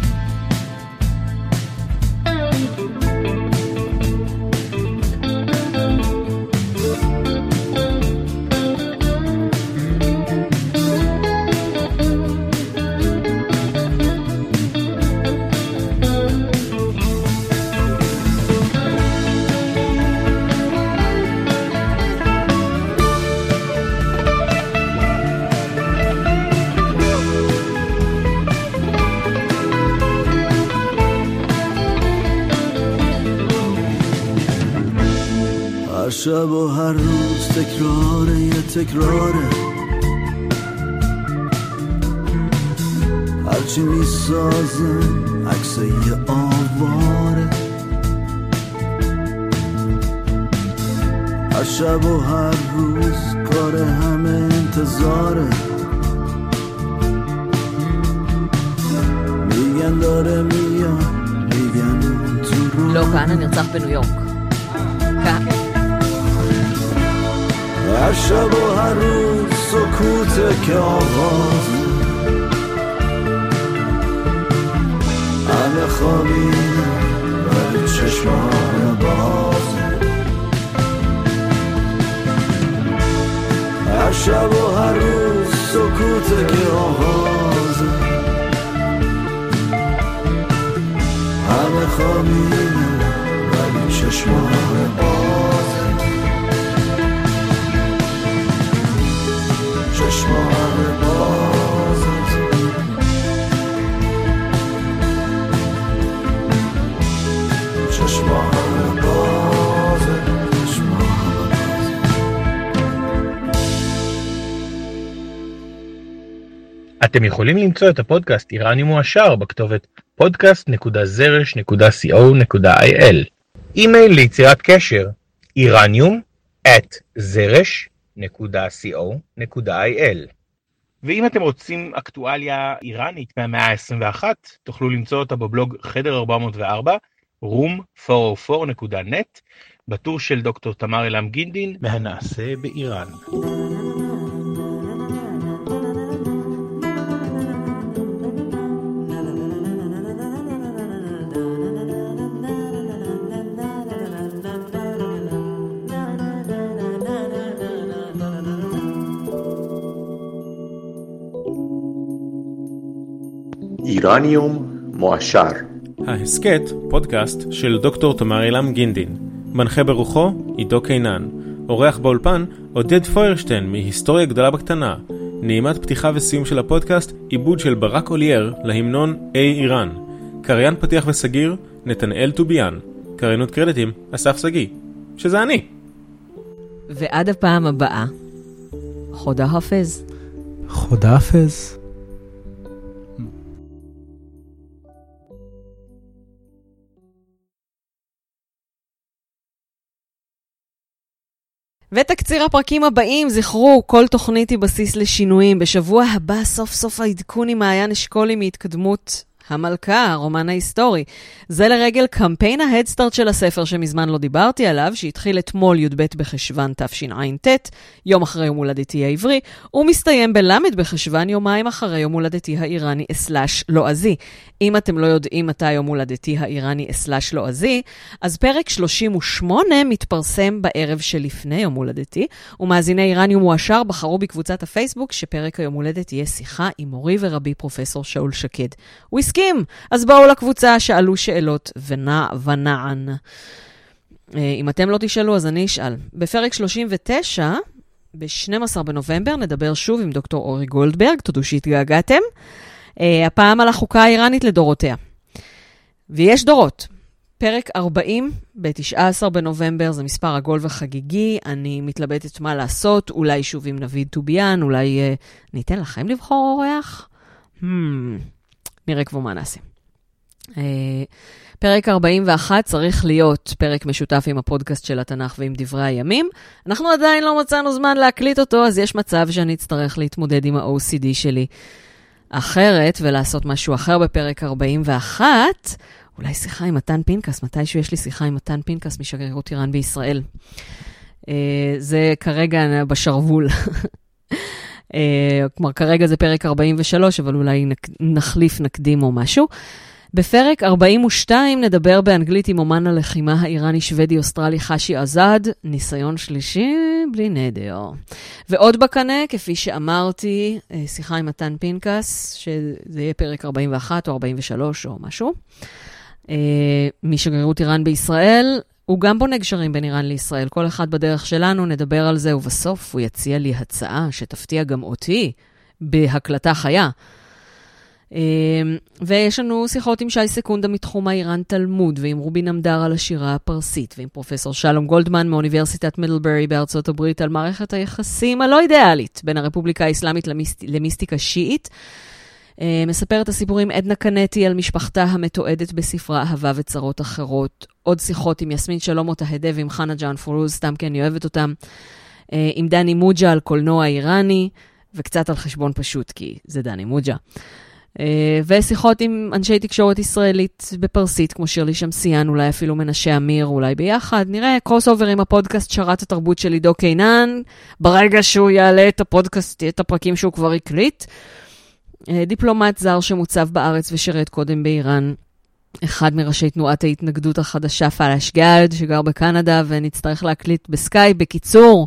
شب و هر روز تکراره یه تکراره هرچی میسازه عکس یه آواره هر شب و هر روز کار همه انتظاره میگن داره میاد میگن اون تو رو לא, כהנא נרצח בניו יורק. هر شب و هر روز سکوته که آوازه همه خوابیدن ولی چشم همه بازه هر شب و هر روز سکوته که آوازه همه خوابیدن ولی چشم همه بازه چشم همه بازه چشم همه بازه چشم همه بازه אתם יכולים למצוא את הפודקאסט איראני מועשר בכתובת פודקאסט נקודה זרש נקודה סי או נקודה איי אל. אימייל ליצירת קשר איראניום את זרש נקודה סי או נקודה איי אל. ואם אתם רוצים אקטואליה איראנית מהמאה ה-עשרים ואחת, תוכלו למצוא אותה בבלוג חדר ארבע מאות וארבע, רום ארבע מאות וארבע נקודה נט, בטור של דוקטור תמר אלעם גינדין, מהנעשה באיראן. איראניום מועשר. ההסקט, פודקאסט של דוקטור תמר אלעם גינדין. מנחה ברוחו, עידו קינן. אורח באולפן, עודד פוירשטיין מהיסטוריה גדולה בקטנה. נעימת פתיחה וסיום של הפודקאסט, עיבוד של ברק אולייר להמנון איי איראן. קריין פתיח וסגיר, נתנאל טוביאן. קריינות קרדיטים, אסף סגי. שזה אני. ועד הפעם הבאה, חודה חפז. חודה חפז. ותקציר הפרקים הבאים, זכרו, כל תוכנית היא בסיס לשינויים. בשבוע הבא סוף סוף העדכון עם מעיין אשכולי מהתקדמות המלכה, הרומן ההיסטורי. זה לרגל קמפיין ההדסטארט של הספר שמזמן לא דיברתי עליו, שהתחיל אתמול י"ב בחשוון תשע"ט, יום אחרי יום הולדתי העברי, ומסתיים בלמד בחשוון יומיים אחרי יום הולדתי האיראני אסלאש לועזי. אם אתם לא יודעים מתי יום הולדתי האיראני אסלאש לועזי, אז פרק שלושים ושמונה מתפרסם בערב שלפני יום הולדתי, ומאזיני איראני ומועשר בחרו בקבוצת הפייסבוק שפרק היום הולדת יהיה שיחה עם מורי ורבי פרופסור שאול שקד. הוא הסכים, אז באו לקבוצה, שאלו שאלות ונע ונען. אם אתם לא תשאלו, אז אני אשאל. בפרק שלושים ותשע, ב-שנים עשר בנובמבר, נדבר שוב עם דוקטור אורי גולדברג, תודו שהתגעגעתם. הפעם על החוקה האיראנית לדורותיה. ויש דורות. פרק ארבעים, ב-תשעה עשר בנובמבר, זה מספר עגול וחגיגי, אני מתלבטת מה לעשות, אולי שוב עם נביד טוביאן, אולי uh, ניתן לכם לבחור אורח? Hmm, נראה כבר מה נעשה. Uh, פרק ארבעים ואחת צריך להיות פרק משותף עם הפודקאסט של התנ"ך ועם דברי הימים. אנחנו עדיין לא מצאנו זמן להקליט אותו, אז יש מצב שאני אצטרך להתמודד עם ה-או סי די שלי. אחרת ולעשות משהו אחר בפרק ארבעים ואחת, אולי שיחה עם מתן פינקס, מתישהו יש לי שיחה עם מתן פינקס משגרירות איראן בישראל. זה כרגע בשרוול. כלומר, כרגע זה פרק ארבעים ושלוש, אבל אולי נחליף, נקדים או משהו. בפרק ארבעים ושתיים נדבר באנגלית עם אומן הלחימה האיראני-שוודי-אוסטרלי חשי עזד, ניסיון שלישי בלי נדר. ועוד בקנה, כפי שאמרתי, שיחה עם מתן פינקס, שזה יהיה פרק ארבעים ואחת או ארבעים ושלוש או משהו. משגרירות איראן בישראל, הוא גם בונה גשרים בין איראן לישראל, כל אחד בדרך שלנו, נדבר על זה, ובסוף הוא יציע לי הצעה שתפתיע גם אותי בהקלטה חיה. ויש לנו שיחות עם שי סקונדה מתחום האיראן תלמוד, ועם רובין עמדר על השירה הפרסית, ועם פרופסור שלום גולדמן מאוניברסיטת מידלברי בארצות הברית על מערכת היחסים הלא אידיאלית בין הרפובליקה האסלאמית למיסט... למיסטיקה שיעית. מספר את הסיפורים עדנה קנטי על משפחתה המתועדת בספרה אהבה וצרות אחרות. עוד שיחות עם יסמין שלום אותהדה ועם חנה ג'אן פורוז, סתם כי אני אוהבת אותם. עם דני מוג'ה על קולנוע איראני, וקצת על חשבון פשוט, כי זה דני מוג'ה. ושיחות עם אנשי תקשורת ישראלית בפרסית, כמו שירלי שמסיין, אולי אפילו מנשה אמיר, אולי ביחד. נראה קרוס אובר עם הפודקאסט שרת התרבות של עידו קינן, ברגע שהוא יעלה את הפודקאסט, את הפרקים שהוא כבר הקליט. דיפלומט זר שמוצב בארץ ושירת קודם באיראן. אחד מראשי תנועת ההתנגדות החדשה, פלש גלד, שגר בקנדה, ונצטרך להקליט בסקייפ. בקיצור,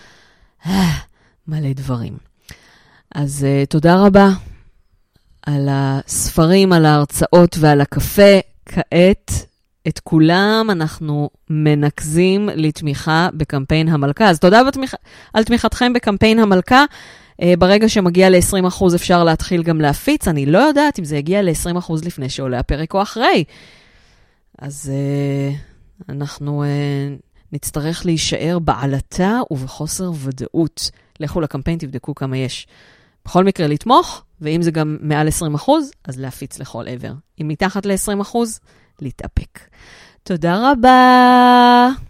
מלא דברים. אז תודה רבה. על הספרים, על ההרצאות ועל הקפה. כעת את כולם אנחנו מנקזים לתמיכה בקמפיין המלכה. אז תודה בתמיכה, על תמיכתכם בקמפיין המלכה. ברגע שמגיע ל-עשרים אחוז אפשר להתחיל גם להפיץ. אני לא יודעת אם זה יגיע ל-עשרים אחוז לפני שעולה הפרק או אחרי. אז אנחנו נצטרך להישאר בעלתה ובחוסר ודאות. לכו לקמפיין, תבדקו כמה יש. בכל מקרה לתמוך, ואם זה גם מעל עשרים אחוז, אז להפיץ לכל עבר. אם מתחת ל-עשרים אחוז, להתאפק. תודה רבה.